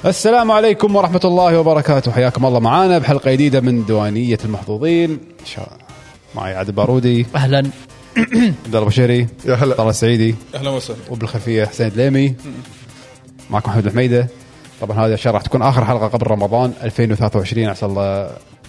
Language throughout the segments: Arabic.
السلام عليكم ورحمة الله وبركاته. حياكم الله معانا بحلقة جديدة من دوانية المحظوظين. معي عادل بارودي. أهلا. عبد الله بشيري. يا هلا. طلال السعيدي. أهلا وسهلا. وبالخلفية حسين دليمي. معكم محمد الحميدة. طبعا هذه الشهر راح تكون آخر حلقة قبل رمضان 2023. عسى الله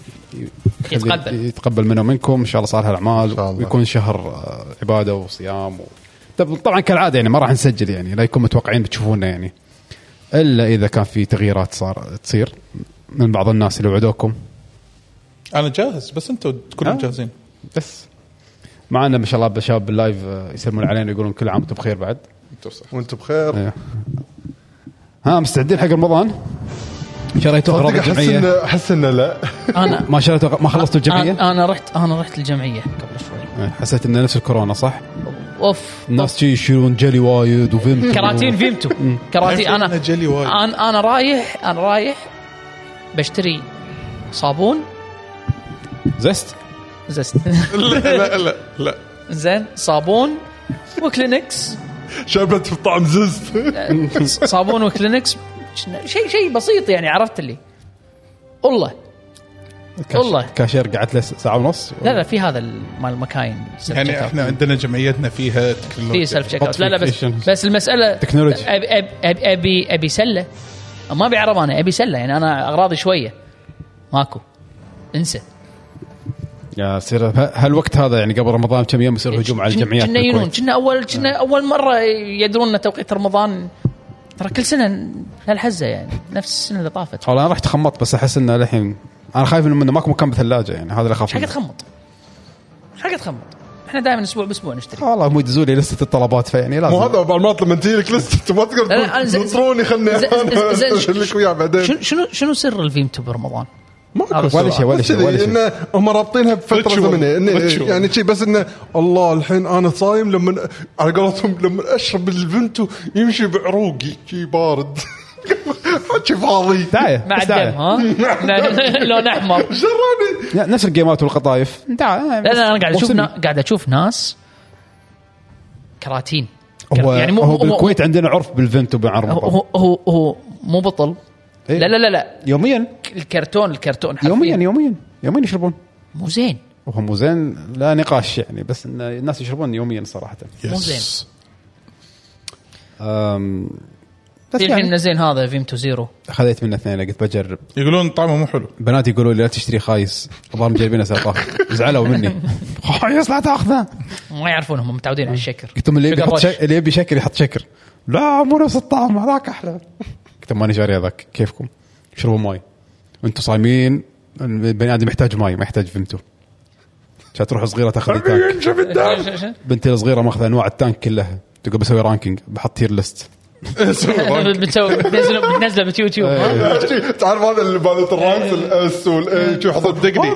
يتقبل منه منكم إن شاء الله صالح الأعمال ويكون شهر عبادة وصيام طبعا كالعادة يعني ما راح نسجل يعني لا يكون متوقعين بتشوفونا يعني إلا إذا كان في تغييرات تصير من بعض الناس اللي وعدوكم. أنا جاهز بس أنتوا تكونوا جاهزين. بس معنا ما شاء الله بشباب باللايف يسلمون علينا ويقولون كل عام وانتم بخير. بعد وانتم بخير. ها مستعدين حق رمضان؟ شريتوا أغراض الجمعية؟ أحس إنه لا. أنا ما شريتوا ما خلصتوا الجمعية؟ أنا رحت الجمعية قبل شوي. حسيت إنه نفس الكورونا صح؟ أوف. الناس شيء يشيلون جلي وايد وفيمتو. كراتين فيمتو. كراتين. أنا جلي وايد. أنا رايح بشتري صابون. زست. لا. زين صابون وكلينكس. شربت في طعم زست. صابون وكلينكس شيء بسيط يعني عرفت اللي والله كاشير قعدت له ساعة ونص. لا في هذا مال المكاين يعني احنا عندنا جمعيتنا فيها تكنولوجيا في سيلف تشيك اوت. لا بس المسألة تكنولوجيا. ابي سلة ما بعرب انا ابي سلة يعني انا اغراضي شوية ماكو انسى يا سير هالوقت هذا يعني قبل رمضان كم يوم يصير هجوم على الجمعيات. كنا اول مرة يدرون توقيت رمضان ترى كل سنة هالحزة يعني نفس السنة اللي طافت. والله انا رحت خمط بس احس انه الحين انا خايف انه ماكو مكان بثلاجة يعني هذا اللي اخاف. حاجة تخمط احنا دائما اسبوع باسبوع نشتري. والله مو يدزوا لي لسته الطلبات فيعني لازم. مو هذا بعد لما تجي لك لسته ما تقدر تنطروني خلني اشيلك وياه بعدين. شنو سر الفيمتو برمضان؟ ولا شيء إنه هم رابطينها بفترة زمنية إنه يعني شيء بس إنه الله الحين أنا صايم لما على قولتهم لما أشرب الفيمتو يمشي بعروقي شيء بارد. حكي فاضي مع الدم ها لون أحمر جراني نفس الجيمات والقطايف. لا أنا قاعد أشوف ناس كراتين يعني هو بالكويت عندنا عرف بالفيمتو بعرض. هو مو بطل. إيه؟ لا يوميا الكرتون يوميا يشربون. مو زين وهو مو زين لا نقاش يعني بس ان الناس يشربون يوميا صراحه مو زين. بس الحين يعني زين هذا فيمتو زيرو اخذت منه اثنين قلت بجرب. يقولون طعمه مو حلو. بناتي يقولوا لي لا تشتري خايس الظاهر مجربينه ساقه زعلوا مني. خايس لا تاخذه ما يعرفون هم متعودين على الشكر. قلت لهم اللي يبي شكر يحط شكر. لا مو نفس الطعم هذاك احلى. قلت ماني شاري هذاك كيفكم شربوا ماي وانتم صايمين. البني ادم يحتاج ماي ما يحتاج فيمتو. كانت تروح صغيره تاخذ تانك. بنتي الصغيره ماخذه انواع التانك كلها تقول بسوي رانكينج بحط تير ليست. بتنزله بيوتيوب. تعرف هذا اللي بعد الرانكس الاس والاي شو حط دقني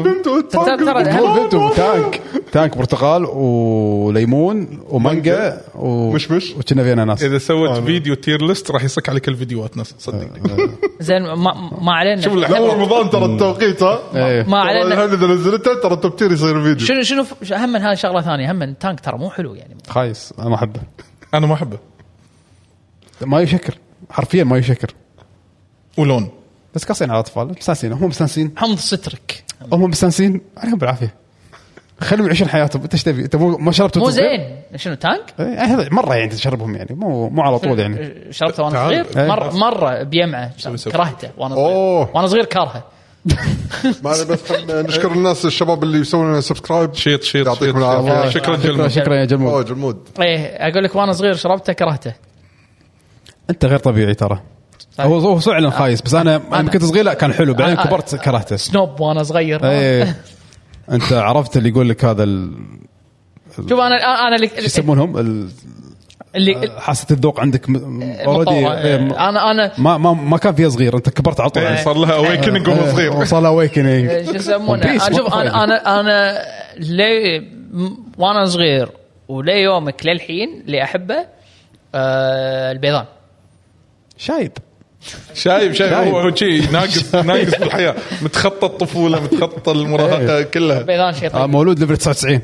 ترى تانك برتقال وليمون ومانجا ومشمش وكنا فينا ناس. اذا سويت فيديو تير ليست راح يصك عليك الفيديوهات ناس صدقني. زين ما علينا. شوف لا رمضان ترى التوقيت ما علينا. اذا نزلتها ترى التبتير يصير فيديو. شنو اهم من هذه شغله ثانيه. اهم من تانك ترى مو حلو يعني خايس. انا ما احبه ما يشكر حرفيا ما يشكر ولون بس قاصين على الاطفال مستانسين. هم مستانسين حمض سترك هم مستانسين عليهم بالعافيه. خلوا يعيشون حياتهم. انت ايش تبي؟ انت ما شربت مو زين. شنو تانك هذا مره يعني تشربهم يعني مو على طول يعني. شربته وانا صغير مره بيمعه كرهته وانا صغير كارهه. ما بس نشكر الناس الشباب اللي يسوون لنا سبسكرايب شيط يعطيكم العافيه. شكرا يا جلمود. ايه اقول لك وانا صغير شربته كرهته. انت غير طبيعي ترى. هو فعلا خايس بس انا كنت صغير لا كان حلو بعدين كبرت كرهته. سنوب وانا صغير. ايه انت عرفت اللي يقول لك هذا شوف انا اللي يسمونهم اللي حاسه الذوق عندك اوريدي. انا ما كان فيها صغير انت كبرت على طول. صار لها اويكننج وهو صغير. صار لها اويكننج. شو يسمونه. شوف انا لي وانا صغير ولي يومك للحين اللي احبه البيضان. شايب هو شيء ناقص بالحياه. متخطى الطفوله متخطى المراهقه كلها. بيضان شيء طيب. مولود ليفل 99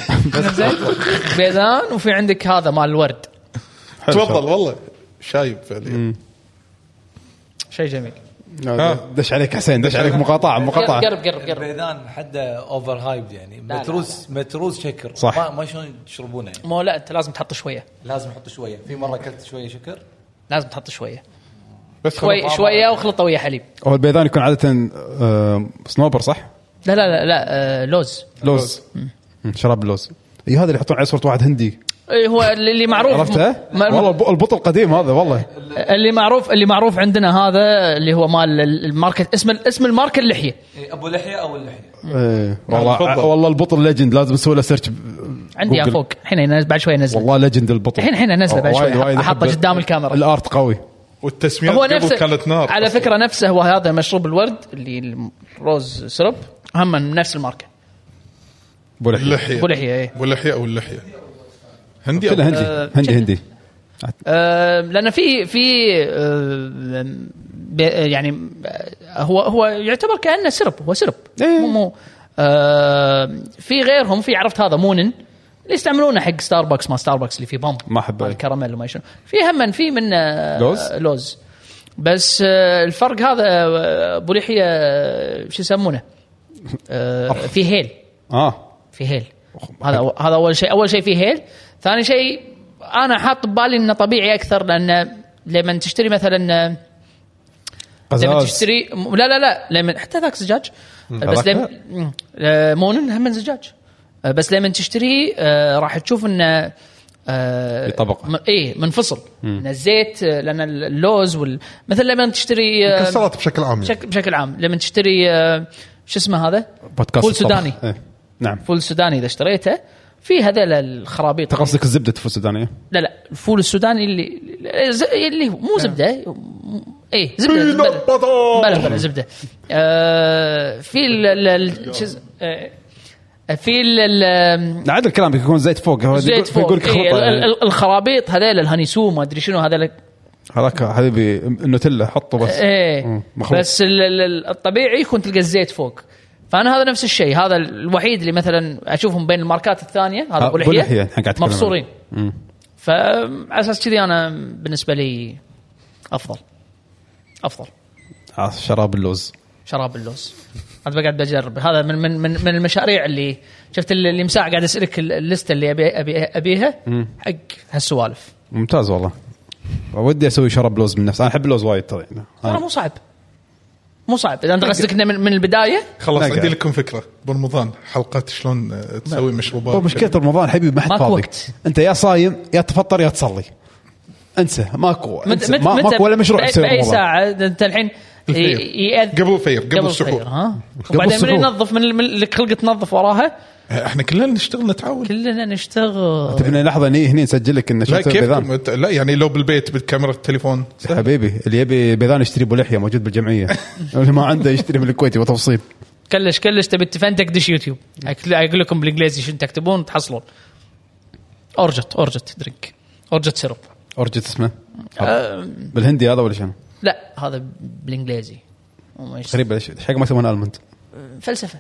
بيضان. وفي عندك هذا مال الورد. تفضل والله شايب فعليا. شيء جميل. دش عليك حسين، دش عليك مقاطعة. قرب البيذان حده اوفر هايب يعني، متروس شكر صح. ما شلون تشربونه يعني. مو لا، انت لازم تحط شويه، لازم احط شويه. في مره اكلت شويه شكر، لازم تحط شويه بس شويه وخلطه ويا حليب. هو البيذان يكون عادة سنوبر صح؟ لا لوز. شراب اللوز. هذا اللي يحطون عليه صورة واحد هندي. هو اللي معروف. عرفته؟ والله البطل القديم هذا والله. اللي معروف عندنا هذا اللي هو مال الماركت، اسم الماركة اللحية. ابو لحية او اللحية. والله البطل ليجند، لازم نسوي له سيرش. عندي فوق الحين بعد شوي نزل. والله ليجند البطل. الحين نزله بعد شوي، احطه قدام الكاميرا. الارت قوي والتسميات قبل كانت نار على فكرة. نفسه هو هذا مشروب الورد اللي روز سيرب، هم من نفس الماركة. ابو لحية ابو لحية او اللحية هندي هندي. لأن في يعني هو يعتبر كأنه سيرب. هو سيرب. مو في غيرهم، في عرفت هذا مونن اللي يستعملونه حق ستاربكس، ما ستاربكس اللي فيه بامب ما أحب الكراميل وما يشون. في من لوز. بس الفرق هذا أبو لحية شو يسمونه، في هيل. في هيل. هذا أول شيء فيه هيل. ثاني شيء أنا حاط ببالي إنه طبيعي أكثر، لأن لما تشتري مثلا لما تشتري لا لما حتى ذاك زجاج، بس لما مونن هم زجاج، بس لما تشتري راح تشوف إنه طبقة منفصل من الزيت، لأن اللوز مثل لما تشتري مكسرات بشكل عام لما تشتري شو اسمه هذا فول سوداني. نعم، فول سوداني إذا اشتريته في هذيل الخرابيط. قصدك الزبدة الفول السودانية؟ لا الفول السوداني اللي مو زبدة. زبدة بلا زبدة. في عاد الكلام يكون زيت فوق. يقول الخرابيط هذيل الهنيسو ما ادري شنو هذا هذاك حبيبي النوتيلا حطه بس. بس الطبيعي يكون تلقى الزيت فوق. فأنا هذا نفس الشيء، هذا الوحيد اللي مثلا أشوفهم بين الماركات الثانية، هذا أبو لحية مفصولين. فعلى أساس كذي أنا بالنسبة لي أفضل شراب اللوز. هذا بقعد بجرب. هذا من المشاريع اللي شفت اللي مساع قاعد أسألك الليستة اللي أبيها حق هالسوالف. ممتاز والله. ودي أسوي شراب لوز من نفسي. أنا أحب اللوز وايد ترى. مو صعب إذا أنت قصدك من البداية. خلاص عندي لكم فكرة برمضان، حلقات شلون تسوي مشروبات. مشكلة رمضان حبيبي ما حد فاضي. أنت يا صايم يا تفطر يا تصلي، انسى ماكو ولا مشروع تسوي بأي ساعة. أنت الحين قبل فير قبل السحور وبعدين من ينظف من خلقة تنظف وراها. احنا كلنا نشتغل نتعاون. تبني لحظة هنا نسجل لك إن لا يعني لو بالبيت بالكاميرا التليفون حبيبي اللي يبي بيذان يشتري أبو لحية موجود بالجمعية. اللي ما عنده يشتري من الكويت وتفصيل. كلش تبي تفنتك دش يوتيوب أقول لكم بالإنجليزي شو تكتبون تحصلون. أورجت درينك، أورجت سيرب. أورجت اسمه بالهندي هذا ولا شنو؟ لا هذا بالإنجليزي. غريب ليش حاجة ما يسمونها ألمنت. فلسفة.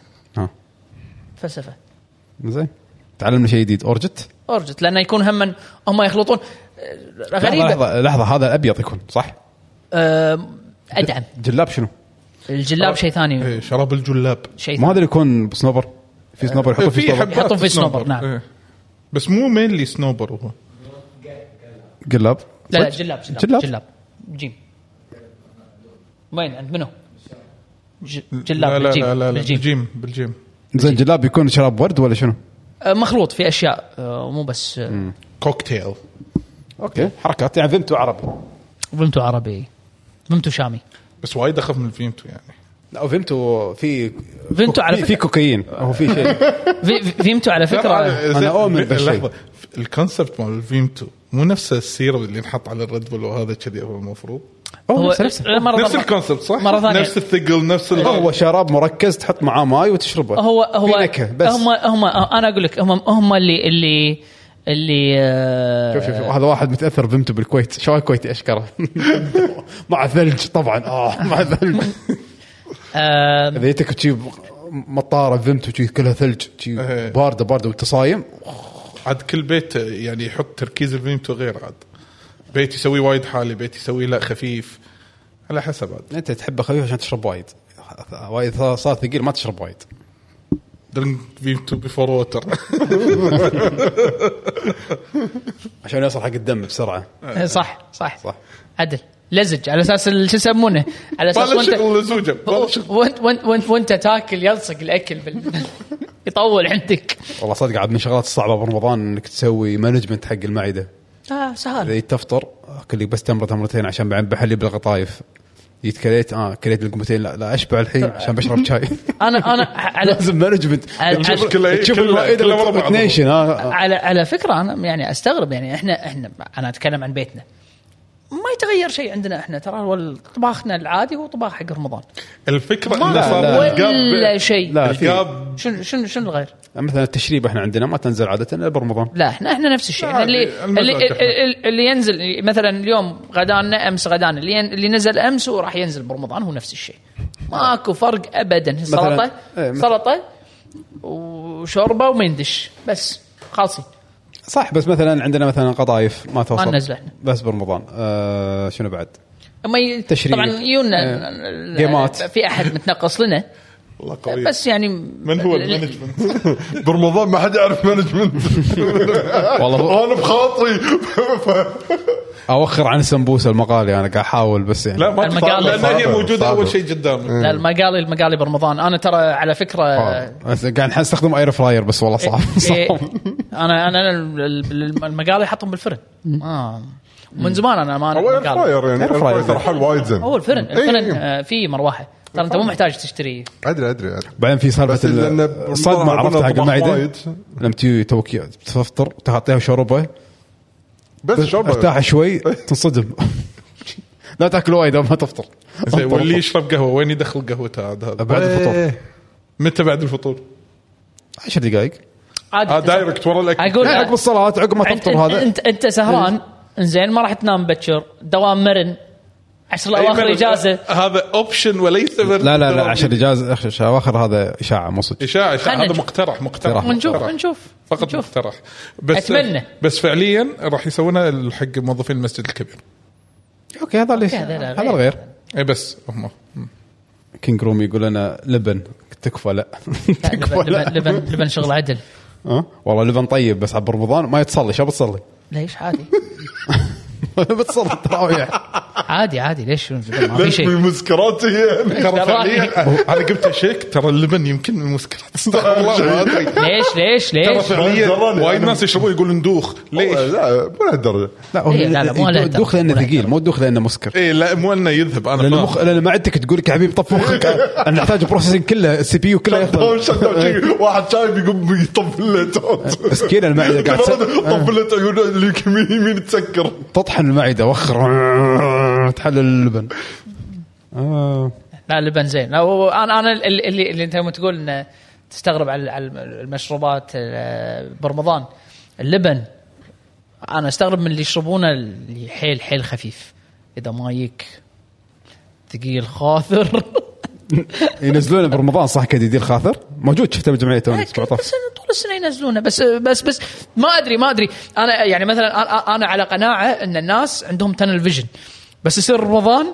زين تعلمنا شيء جديد. أورجت لأنه يكون هم يخلطون. غريبة. لحظة هذا أبيض يكون صح؟ أدعم. جلاب شنو؟ الجلاب شيء ثاني. شراب الجلاب ما هذا يكون سنوبر. في سنوبر يحطون في سنوبر. نعم بس مو مين سنوبر هو جلاب. لا جلاب جيم. وين عند منو؟ جلاب لا بالجيم. زين جلاب يكون شراب ورد ولا شنو؟ مخلوط في أشياء مو بس كوكتيل. أوكي حركات يعني. فيمتو عربي فيمتو شامي. بس وايد أخف من الفيمتو يعني. لا فيمتو على فكرة في كوكايين هو في شيء. فيمتو على فكرة أنا أؤمن بالشيء. الكونسبت مال الفيمتو مو نفس السيرب اللي نحط على الريد بول وهذا كذي هو المفروض. هو نفس الكونسبت صح؟ نفس الثقل نفس هو شراب مركز تحط معاه ماء وتشربه. هو بس هم أنا أقول لك هم اللي شوف هذا واحد متأثر فيمتو بالكويت. شو الكويتي أشكره مع ثلج طبعا. مع ثلج. إذا يتك تجيب مطارة فيمتو تجي كلها ثلج باردة وتصايم. عاد كل بيت يعني يحط تركيز الفيمتو غير. عاد بيت يسوي وايد حالي، بيت يسوي لا خفيف. على حسب انت تحبه خفيف عشان تشرب وايد صار ثقيل ما تشرب وايد. drink Vimto before water عشان يوصل حق الدم بسرعه. صح عدل لزج على اساس شو يسمونه على اساس وانت تاكل يلصق الاكل يطول عندك. والله صدق عاد من الشغلات الصعبه برمضان انك تسوي مانجمنت حق المعده. سهل. اذا تفطر اكل بس تمرتين عشان بعد بحلي بالقطايف يتكليت كليت بالقمتين لا اشبع الحين عشان بشرب شاي. انا لازم مانجمنت تشوف المائده نيشن. على فكره انا يعني استغرب يعني احنا انا اتكلم عن بيتنا ما يتغير شيء عندنا احنا ترى طباخنا العادي هو طباخ حق رمضان. الفكره انه صار ولا شيء شنو الغير مثلا التشريب احنا عندنا ما تنزل عاده الا برمضان. لا احنا نفس الشيء اللي ينزل مثلا اليوم غدانا امس غدانا اللي نزل امس وراح ينزل برمضان هو نفس الشيء ماكو فرق ابدا. سلطه وشوربه ومندش بس خالصين صح. بس مثلا عندنا مثلا قطايف ما توصل بس برمضان. شنو بعد طبعا يونا جيمات في احد متنقص لنا بس يعني من هو المانجمنت برمضان ما حد يعرف مانجمنت والله انا بخاطري اوخر عن السمبوسه المقالي انا قاعد احاول بس يعني لا لان هي موجوده اول شيء قدامي. لا المقالي برمضان انا ترى على فكره قاعد نستخدم اير فراير بس والله صعب. انا المقالي حطهم بالفرن من زمان انا ما اير فراير يعني اير فراير حل وايد زين. هو الفرن فيه مروحه ترى انت مو محتاج تشتري. ادري بعدين في سالفه الصدمه عرفتها حق المعده لما توكي تفطر تعطيها شوربه بس شوربه ارتاح شوي تنصدم. لا تاكل وايد ما تفطر. واللي يشرب قهوه وين يدخل قهوته هذا بعد الفطور؟ متى بعد الفطور؟ 10 دقائق دايركت ورا الاكل اقول عقب الصلاه عقب ما تفطر. هذا انت سهران انزين ما راح تنام بكر دوام مرن 10 الاواخر اجازه هذا اوبشن وليس لا 10 اجازه اواخر هذا اشاعه مو صدق. اشاعه هذا مقترح ونشوف فقط مقترح بس أتمنى. بس فعليا راح يسوونه حق موظفين المسجد الكبير. اوكي هذا ليش هذا غير اي بس هم كينج رومي يقول لنا لبن تكفى لا لبن شغل عدل. والله لبن طيب بس عبر رمضان ما يتصلي شو بتصلي ليش عادي بتصلي التراويح عادي ليش ما في شيء المسكرات هي انا قلت شيك ترى اللبن يمكن من المسكرات. ليش ترى فعليا وايد ناس يشربوا يقولون ندوخ ليش لا مو لهالدرجه. لا مو الدوخ لانه ثقيل مو الدوخ لانه مسكر. اي لا مو انه يذهب انا لان معدتك تقول لك يا حبيبي طف مخك انا نحتاج بروسيسنج كله السي بي يو كله ياخذ واحد شايب يقوم يطفي الليتات مسكين المعده قاعد طفي الليت يقول اللي يمين تسكر تطحن المعده وخر تحلل اللبن. لا اللبن زين. انا اللي انت لما تقول ان تستغرب على المشروبات برمضان اللبن انا استغرب من اللي يشربونه اللي حيل خفيف اذا ما يك ثقيل خاثر ينزلونه برمضان صح كديدير خاثر موجود شفته بالجمعيه تونس بس طول السنه ينزلونه بس ما ادري انا يعني مثلا انا على قناعه ان الناس عندهم تنل فيجن بس يصير رمضان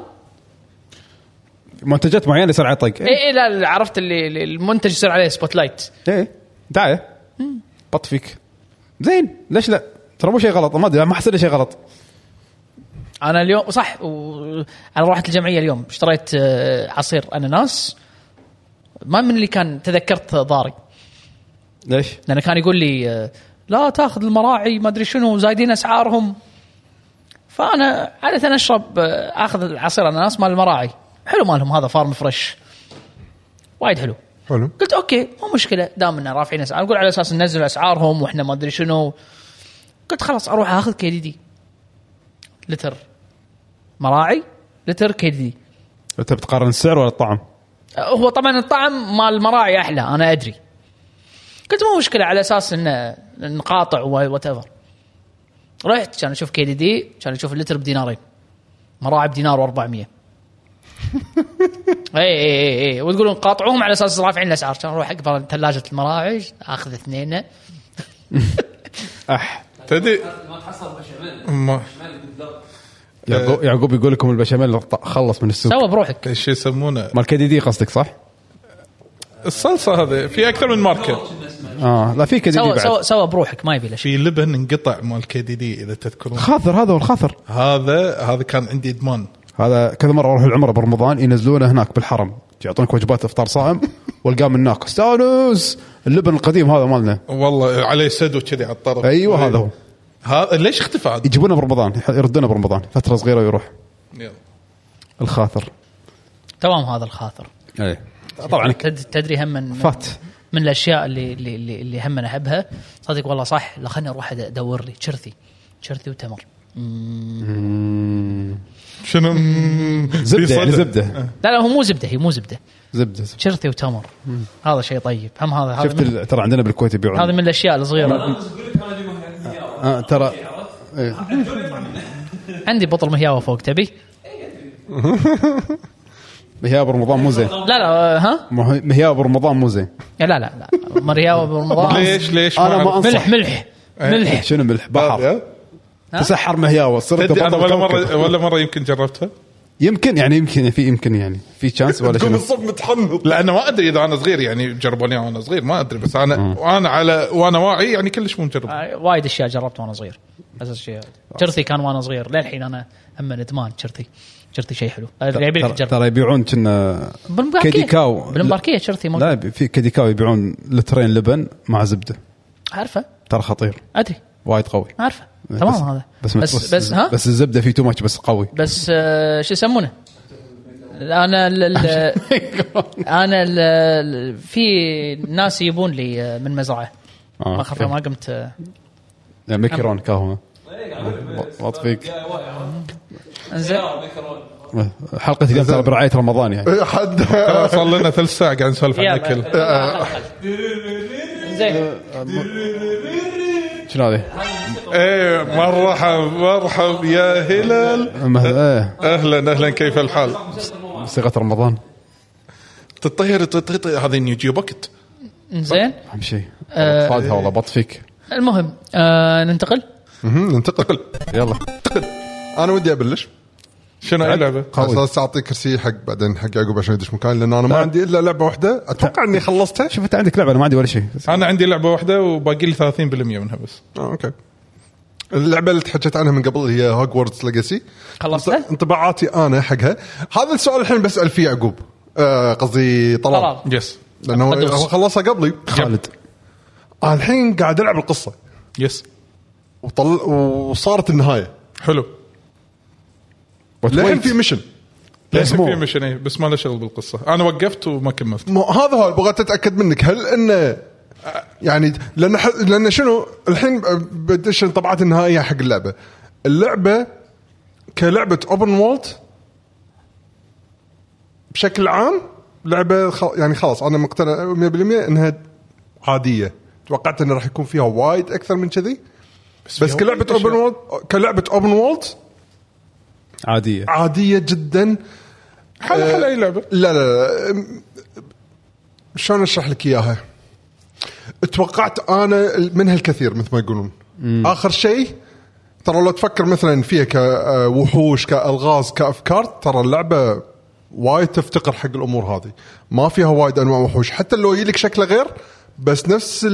منتجات معينه يصير على طق. اي لا عرفت اللي المنتج يصير عليه سبوت لايت دعايه بط فيك زين ليش لا ترى مو شيء غلط ما حصل شيء غلط. انا اليوم صح انا رحت الجمعيه اليوم اشتريت عصير اناناس ما من اللي كان تذكرت ضاري. ليش؟ لأنه كان يقول لي لا تاخذ المراعي ما ادري شنو زايدين اسعارهم. فانا عاده اشرب اخذ العصير اناناس مال المراعي حلو مالهم هذا فارم فريش وايد حلو. قلت اوكي مو مشكله دام اننا رافعين اسعار نقول على اساس ننزل اسعارهم واحنا ما ادري شنو. قلت خلاص اروح اخذ كي دي لتر مراعي لتر كي دي. انت بتقارن السعر ولا الطعم؟ هو طبعا الطعم مال المراعي احلى انا ادري. قلت مو مشكله على اساس ان نقاطع وات ايفر. رحت كان اشوف كي دي كان اشوف اللتر بدينارين مراعي بدينار و400. اي وتقولون قاطعوهم على اساس رافعين الاسعار. كان اروح اقبل ثلاجه المراعي اخذ 2 تدي ما تحصل بشاميل يعقوب يقول لكم البشاميل خلص من السوق. سوى بروحك. ايش يسمونه؟ مال كديدي قصدك صح؟ الصلصه هذه في اكثر من ماركه. لا في كديدي بعد. سوى بروحك ما يبي له في لبن انقطع مال كديدي اذا تذكرون. خاطر هذا والخاطر هذا كان عندي ادمان. هذا كذا مره اروح العمره برمضان ينزلونه هناك بالحرم يعطونك وجبات افطار صائم والقاه من هناك استانس. اللبن القديم هذا مالنا والله عليه سدو كذي على الطرف. ايوه هذا هو. هذا ليش اختفى؟ يجيبونه برمضان يردونه برمضان فتره صغيره ويروح. يلا. الخاطر تمام. هذا الخاطر اي طبعا تدري هم من الاشياء اللي هم انا احبها صدق والله صح. لا خلني اروح ادور لي شرثي وتمر. شنو زبده يعني زبده. لا هو مو زبده. هي مو زبده شرثي وتمر. هذا شيء طيب. هم هذا شفت ترى عندنا بالكويت يبيعون هذا من الاشياء الصغيره. ترى عندي بطل مهياوه فوق تبي. مهياب رمضان مو زين. لا ها مهياب رمضان مو زين. لا مرياوه برمضان. ليش انا ما أنصح. ملح شنو ملح بحر تسحر مهياوه صرت انا ولا مره يمكن جربتها. يمكن يعني في تشانس ولا شنو. الصب متحنط. لا انا ما ادري اذا انا صغير يعني جربوني وانا صغير ما ادري بس انا وانا واعي يعني كلش مو مجرب. وايد اشياء جربت وانا صغير. اساس شيء شرثي كان وانا صغير للحين انا هم ادمان شرثي شيء حلو. ترى يبيعون كنا كديكاو بالمباركيه شرثي موجود. لا في كديكاو يبيعون لترين لبن مع زبده. عارفه ترى خطير. ادري وايد قوي. عارفه تمام هذا بس الزبده فيه تو ماتش بس قوي. بس شو يسمونه انا في ناس يبون لي من مزرعه ما خفت ما قمت ميكرون كاهو وطفيك انزين حلقتي قامت برعايه رمضان يعني حد صار لنا 3 ساعات قاعد نسولف عن الاكل. زين شنو هذه؟ ايه مرحب يا هلال. اهلا كيف الحال؟ صيغه رمضان تطير هذه نيو بوكت. زين اهم شيء صادها والله بطفيك. المهم ننتقل يلا انا ودي ابلش. شنو اي لعبه؟ خلاص اعطي كرسي حق بعدين حق يعقوب عشان يدش مكان لان انا ما عندي الا لعبه واحده اتوقع اني خلصتها. شوف انت عندك لعبه انا ما عندي ولا شيء. انا عندي لعبه واحده وباقي لي 30% منها بس. اوكي. اللعبه اللي تحكيت عنها من قبل هي هوجوارتس ليجاسي. خلصتها؟ انطباعاتي انا حقها. هذا السؤال الحين بسال فيه يعقوب قصدي طلال. يس لانه هو خلصها قبلي. خالد الحين قاعد العب القصه. يس وصارت النهايه. حلو. الحين في ميشن. ليش في ميشن بس ما له شغل بالقصه. انا وقفت وما كملت. هذا هو بغيت اتاكد منك هل انه يعني لان شنو الحين بدش طبعات النهائيه حق اللعبه كلعبه اوبن وولد بشكل عام لعبه يعني خلاص انا مقتنع 100% انها عاديه. توقعت انه راح يكون فيها وايد اكثر من كذي بس كلعبه اوبن وولد عاديه جدا. حل اي لعبه. لا شلون اشرح لك اياها. توقعت انا منها الكثير مثل ما يقولون. اخر شيء ترى لو تفكر مثلا فيها كوحوش كالغاز كافكار ترى اللعبه وايد تفتقر حق الامور هذه. ما فيها وايد انواع وحوش حتى لو يجيلك شكله غير بس نفس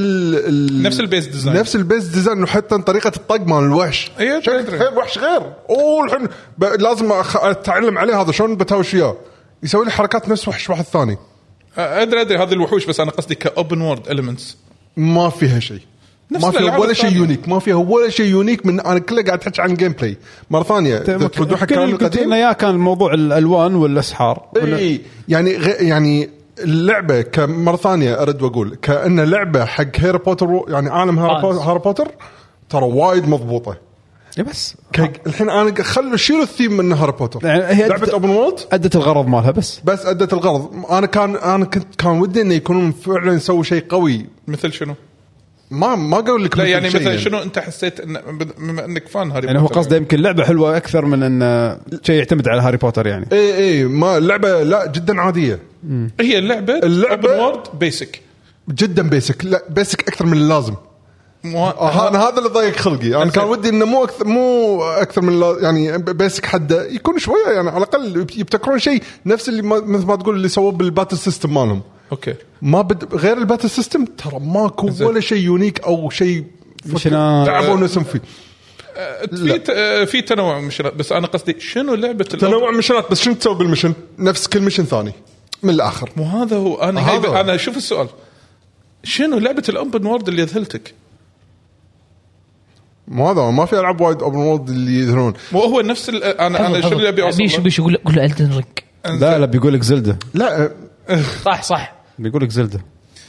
البيز ديزاين انه حتى طريقه الطق مال الوحش غير وحش غير. الحين لازم اتعلم عليه هذا شلون بتهاوش وياه يسوي لي حركات نفس وحش واحد ثاني. ادري هذه الوحوش بس انا قصدي كاوبن وورد اليمنتس ما فيها شيء. ما فيها ولا شيء يونيك. ما فيها ولا شيء يونيك من انا كله قاعد احكي عن جيم بلاي مره ثانيه. تردوا حق كلام القديم يا كان الموضوع الالوان والاسحار يعني اللعبه كمره ثانيه ارد واقول كأنها لعبه حق هاري بوتر يعني عالم هاري بوتر ترى وايد مضبوطه. بس الحين انا خلوا شيلوا الثيم من هاري بوتر. يعني هي لعبه اوبن وولد ادت الغرض مالها بس ادت الغرض. انا كان ودي انه يكونون فعلا يسوي شيء قوي. مثل شنو؟ ما قالوا لك لا يعني مثلا يعني. شنو انت حسيت بما انك فان هاري يعني بوتر هو قصده يمكن لعبه حلوه اكثر من ان شيء يعتمد على هاري بوتر يعني. اي ما اللعبه لا جدا عاديه. هي اللعبه اوبن وورد بيسك جدا بيسك. لا بيسك اكثر من اللازم. انا هذا اللي ضايق خلقي. انا كان ودي انه مو اكثر من يعني بيسك حده يكون شويه يعني على الاقل يبتكرون شيء نفس اللي مثل ما تقول اللي سووه بالباتل سيستم مالهم. اوكي ما غير الباتل سيستم ترى ماكو ولا شيء يونيك او شيء تعبوا نسم فيه. في تنوع مشنات بس انا قصدي شنو لعبه تنوع مشنات بس شنو تسوي بالمشن نفس كل مشن ثاني من الاخر. مو هذا هو انا اشوف السؤال شنو لعبه الاوبن وورد اللي يذهلتك؟ مو هذا ما في العاب وايد اوبن وورد اللي يذهلون. مو هو نفس انا شنو اللي ابي اوصل بيش يقول ألدن رينج. لا بيقول لك زلدة. لا صح بيقول لك زلدة.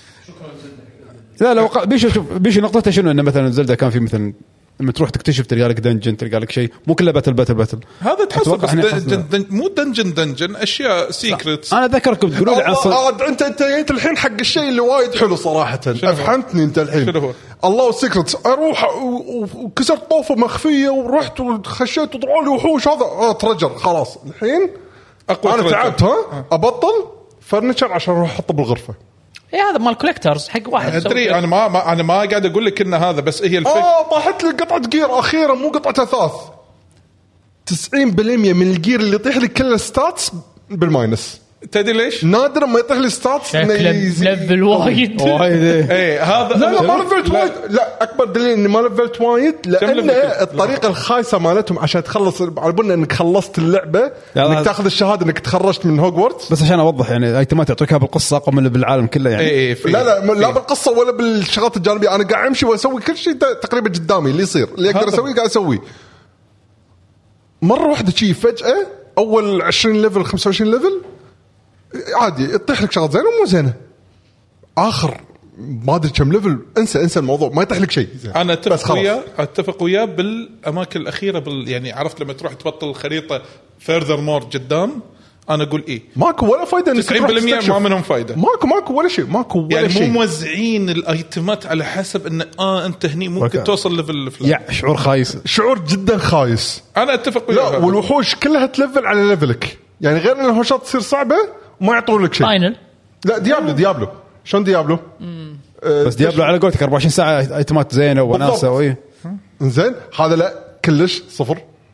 لا لو بيش نقطته شنو انه مثلا زلدة كان في مثلا لما تروح تكتشف تلقى لك دنجن تلقى لك شيء مو كله باتل هذا تحصل بس مو دنجن اشياء سيكريتس. انا ذكركم تقولوا لي انت الحين حق الشيء اللي وايد حلو صراحه. افهمتني انت الحين الله سيكريتس اروح وكسرت طوفه مخفيه ورحت وخشيت وطلعوا لي وحوش هذا ترجر خلاص الحين انا تعبت ابطل فرنتشر عشان اروح احطه بالغرفه. هذا مال كولكترز حق واحد. ادري انا ما قاعد اقول لك ان هذا بس هي الفكره. طاحت لي قطعه جير اخيرا مو قطعه اثاث 90% من الجير اللي يطيح لي كله ستاتس بالماينس. تدري ليش نادرا ما يطيح لي ستاتس ليفل وايد ايه هذا لا ما ليفلت وايد. لا اكبر دليل اني ما ليفلت وايد لان الطريقه الخايسه مالتهم عشان تخلص على بالنا انك خلصت اللعبه انك تاخذ الشهاده انك تخرجت من هوجورتس. بس عشان اوضح يعني ايتمات تعطيكها بالقصه اقوى من بالعالم كله يعني. لا بالقصه ولا بالشغلات الجانبيه. انا قاعد امشي واسوي كل شيء تقريبا قدامي اللي يصير اللي اقدر اسويه قاعد اسوي. مره واحده شيء فجاه اول 20 ليفل 25 ليفل عادي يطيح لك شغلات زينه ومو زينه. اخر ما ادري كم ليفل انسى الموضوع ما يطيح لك شيء. انا اتفق وياه بالاماكن الاخيره يعني عرفت لما تروح تبطل الخريطه فيرذر مور قدام انا اقول ايه ماكو ولا فايده. 90% ما منهم فايده. ماكو ولا شيء. ماكو ولا يعني شيء. مو موزعين الايتمات على حسب ان انت هني ممكن توصل ليفل يا شعور خايس. شعور جدا خايس. انا اتفق لا والوحوش كلها تلفل على ليفلك يعني غير ان الوحوشات تصير صعبه وما يعطون لك شيء. فاينل. لا ديابلو شلون ديابلو بس ديابلو على قولتك 24 ساعه ايتمات زينه وناسه وايه زين. هذا لا كلش صفر.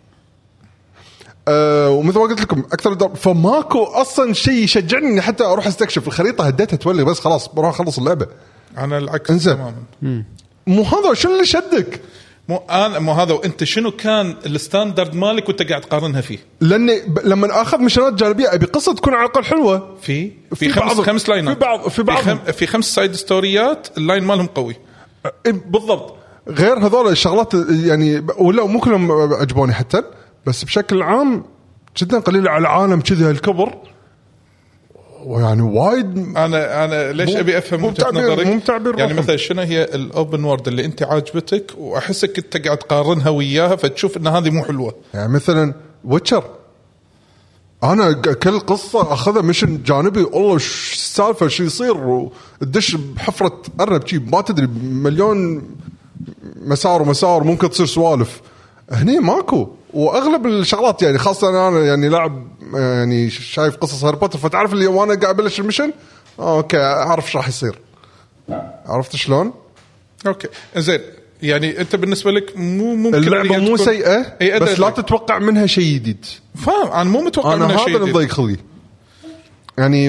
ومثل ما قلت لكم اكثر فماكو اصلا شيء يشجعني اني حتى اروح استكشف الخريطه. هديتها تولي بس خلاص بروح اخلص اللعبه. انا العكس تماما. مو هذا شو اللي شدك؟ مو هذا. وانت شنو كان الستاندرد مالك وانت قاعد تقارنها فيه؟ لاني لما اخذ مشانات جانبيه ابي قصه تكون على الاقل حلوه. في خمس لاينات. في 5 سايد ستوريات اللاين مالهم قوي. بالضبط. غير هذول الشغلات يعني ولا مو كلهم عجبوني حتى بس بشكل عام جدا قليل على العالم كذا الكبر ويعني وايد. انا ليش ابي افهم وجهة نظرك يعني مثلا شنو هي الاوبن وورد اللي انت عاجبتك واحسك انت قاعد تقارنها وياها فتشوف ان هذه مو حلوه. يعني مثلا ويتشر انا كل قصه اخذها مشن جانبي والله السالفه شو يصير وتدش بحفره ارنب شي ما تدري مليون مسار ممكن تصير سوالف. هني ماكو. واغلب الشغلات يعني خاصه انا يعني لاعب يعني شايف قصص هاري بوتر فتعرف اللي وانا قاعد ابلش المشن اوكي اعرف ايش راح يصير. عرفت شلون؟ اوكي زين. يعني انت بالنسبه لك مو ممكن اللعبه مو سيئه بس لا تتوقع منها شيء جديد. فاهم انا مو متوقع منها شيء جديد. هذا اللي ضيق خلقي يعني.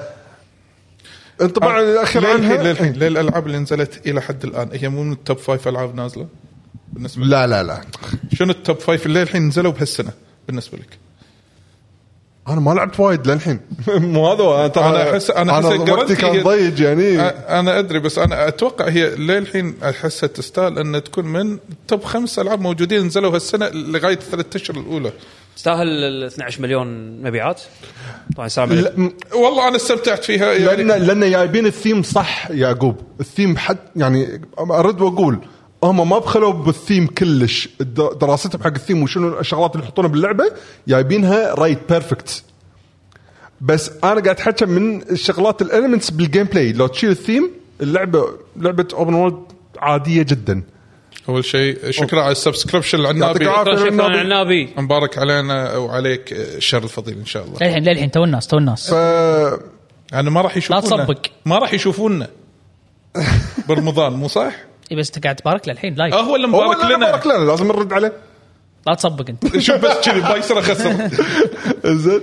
انطباع الاخير عنها للالعاب اللي نزلت الى حد الان هي مو من التوب 5 العاب نازله بالنسبه لك؟ لا شنو التوب 5 اللي الحين نزلوا بهالسنه بالنسبه لك؟ انا ما لعبت وايد للحين. مو هذا انا احس وقتي كان ضيق يعني. انا ادري بس انا اتوقع هي للحين احسها تستاهل ان تكون من توب 5 العاب موجودين نزلوا هالسنه لغايه 3 اشهر الاولى. تستاهل 12 مليون مبيعات طبعا. والله انا استمتعت فيها يعني لان جايبين الثيم صح يعقوب. الثيم حد يعني ارد واقول هم ما بخلوا بالثيم كلش. دراستهم حق الثيم وشنو الشغلات اللي يحطونها باللعبه جايبينها رايت بيرفكت. بس انا قاعد احكي من الشغلات الاليمنتس بالجيم بلاي. لو تشيل الثيم اللعبه لعبه اوبن وورلد عاديه جدا. اول شيء شكرا على السبسكريبشن العنابي. شكرا العنابي. مبارك علينا وعليك الشر الفضيل ان شاء الله. للحين تو الناس انا ما راح يشوفونا. لا تصبق. ما راح يشوفونا برمضان مو صح؟ بس انت قاعد تبارك له الحين لايف. هو اللي مبارك لنا لازم نرد عليه. لا تصبق انت. شوف بس كذي بايسر خسر. زين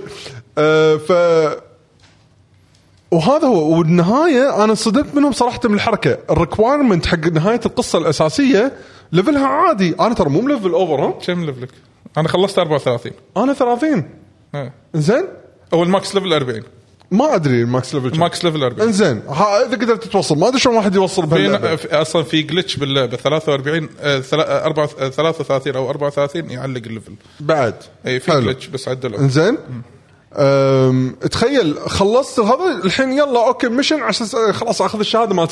وهذا هو. والنهايه انا صدمت منهم صراحه من الحركه. الريكوايرمنت حق نهايه القصه الاساسيه ليفلها عادي. انا ترى مو ليفل اوفر. ها كم ليفلك؟ انا خلصت 34. انا 30. زين او الماكس ليفل 40. ما ادري الماكس ليفل. الماكس ليفل 40. انزين اذا قدرت تتوصل ما ادري شلون واحد يوصل بهاللعبه. اصلا في جلتش باللعبه 43 33 او 34 يعلق الليفل بعد. اي في جلتش بس عدلوا. انزين تخيل خلصت هذا الحين يلا اوكي ميشن عشان خلاص اخذ الشهاده مالت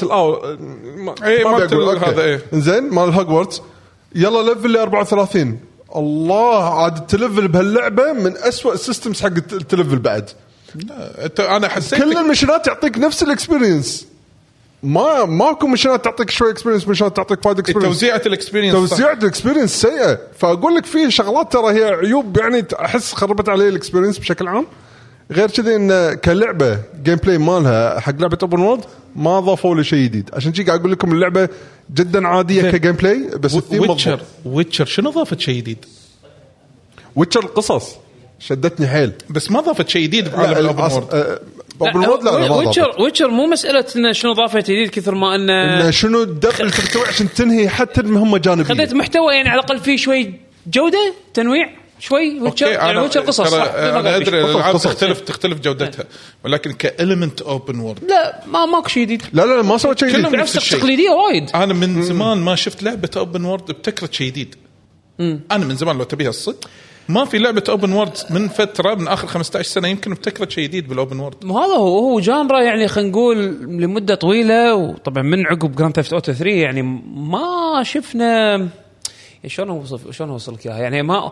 هذا انزين مال هوجورتس. يلا ليفل 34. الله عاد تلفل بهاللعبه من أسوأ السيستمز حق التلفل بعد. انا حسيت كل المشينات تعطيك نفس الاكسبيرينس. ماكو مشينات تعطيك شوي اكسبيرينس مشينات تعطيك وايد اكسبيرينس. توزيعة الاكسبيرينس سيئة. فاقول لك في شغلات ترى هي عيوب يعني احس خربت عليه الاكسبيرينس بشكل عام. غير كذا ان كلعبه جيم بلاي مالها حق لعبه اوبن وورلد ما ضافوا له شيء جديد. عشان شي قاعد اقول لكم اللعبه جدا عاديه كجيم بلاي. بس الثيم ويتشر شنو ضافت شيء جديد؟ ويتشر القصص شدتني حيل بس ما ضافت شيء جديد بعالم الاوبن وورلد. لا ويتشر مو مساله انه شنو ضافت جديد كثر ما انه شنو الدخل تسوي عشان تنهي حتى المهمه جانبيه. خذيت محتوى يعني على الاقل فيه شوي جوده تنويع شوي. ويتشر يعني ويتشر قصص انا ادري الالعاب تختلف جودتها ولكن كاليمنت اوبن وورلد لا ماكو شيء جديد. لا ما سويت شيء جديد. نفس التقليديه وايد. انا من زمان ما شفت لعبه اوبن وورلد ابتكرت شيء جديد. انا من زمان لو تبيها الصدق ما في لعبه اوبن وورد من فتره من اخر 15 سنه يمكن ابتكرت شيء جديد بالاوبن وورد. هذا هو جانرا يعني خلينا نقول لمده طويله. وطبعا من عقب جراند ثيفت اوتو 3 يعني ما شفنا شلون اوصلك اياها يعني ما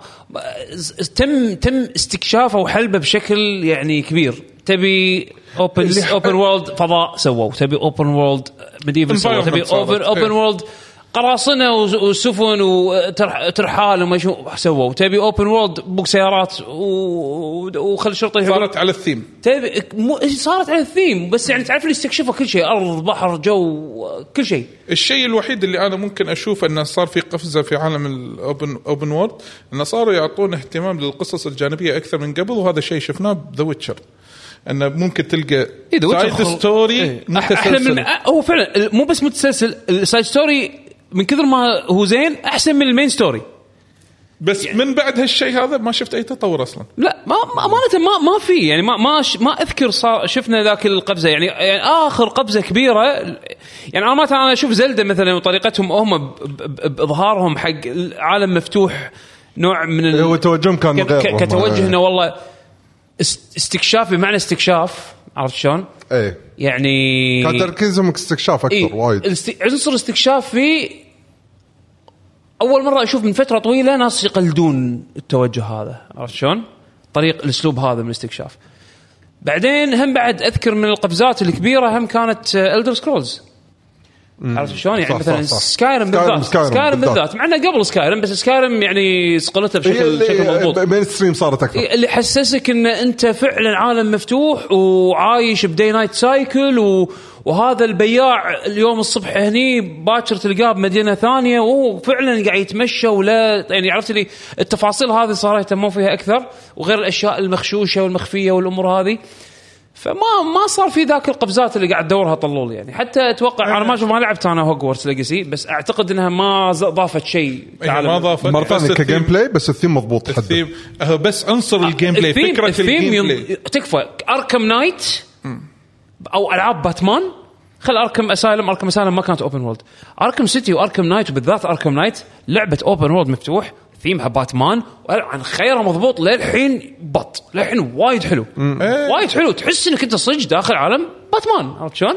تم استكشافه وحلبه بشكل يعني كبير. تبي اوبن وورلد فضاء سووا. تبي اوبن وورلد ميديفل سووا. تبي اوبن وورلد قراصنة وسفن وترحال وما شو سووا. تبي اوبن وورلد بوك سيارات وخل الشرطه صارت على الثيم. تبي صارت على الثيم بس يعني تعرف اللي استكشفوا كل شيء ارض بحر جو كل شيء. الشيء الوحيد اللي انا ممكن اشوف انه صار في قفزه في عالم الاوبن وورلد انه صاروا يعطون اهتمام للقصص الجانبيه اكثر من قبل. وهذا شيء شفناه بذا ويتشر انه ممكن تلقى سايد ستوري متسلسل. هو فعلا مو بس متسلسل السايد ستوري من كثر ما هو زين أحسن من المين ستوري. بس يعني من بعد هالشيء هذا ما شفت أي تطور أصلا. لا أمانة ما في يعني ما أذكر صار شفنا ذاك القفزة يعني آخر قفزة كبيرة يعني أنا أشوف زلدة مثلا وطريقتهم هم بإظهارهم حق عالم مفتوح نوع من هو توجههم كان غير كتوجهنا والله استكشاف بمعنى استكشاف. عرفت شلون؟ ايه يعني كان تركيزهم استكشاف اكثر وايد. عنصر استكشاف في اول مره اشوف من فتره طويله ناس يقلدون التوجه هذا. عرفت شلون؟ طريق الاسلوب هذا من الاستكشاف. بعدين هم بعد اذكر من القفزات الكبيره هم كانت إلدر سكرولز. عرفت شلون يعني مثلا سكايرم بالذات مع انه قبل سكايرم بس سكايرم يعني سقلتها بشكل مضبوط. مين ستريم صارت اكثر اللي حسسك ان انت فعلا عالم مفتوح وعايش بداي نايت سايكل وهذا البياع اليوم الصبح هني باكر تلقاه بمدينه ثانيه وهو فعلا قاعد يتمشى ولا يعني عرفت لي التفاصيل هذه صار يهتمون فيها اكثر وغير الاشياء المخشوشه والمخفيه والامور هذه. فما صار في ذاك القفزات اللي قاعد ادورها طلول يعني. حتى اتوقع انا ما لعبت انا هوجورتس ليجاسي بس اعتقد انها ما ضافت شيء. ما ضافت مره ثانيه كجيم بلاي بس الثيم مضبوط حده. بس عنصر الجيم بلاي فكره الجيم بلاي تكفى. اركم نايت او العاب باتمان خل اركم اسايلم ما كانت اوبن وورلد. اركم سيتي واركم نايت وبالذات اركم نايت لعبه اوبن وورلد مفتوح ثيمها باتمان عن خيره مضبوط للحين للحين وايد حلو. وايد حلو تحس انك انت صج داخل عالم باتمان. عرفت شلون؟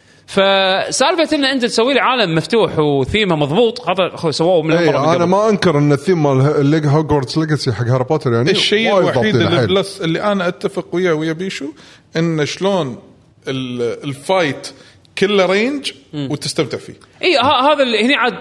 فسالفه ان انت تسوي لي عالم مفتوح وثيمه مضبوط هذا اخوي سووه من المره. انا ما انكر ان الثيم مال هوجورتس ليجاسي حق هاري بوتر يعني الشيء الوحيد اللي انا اتفق ويا بيشو ان شلون الفايت كله رينج وتستمتع فيه. اي هذا اللي هني عاد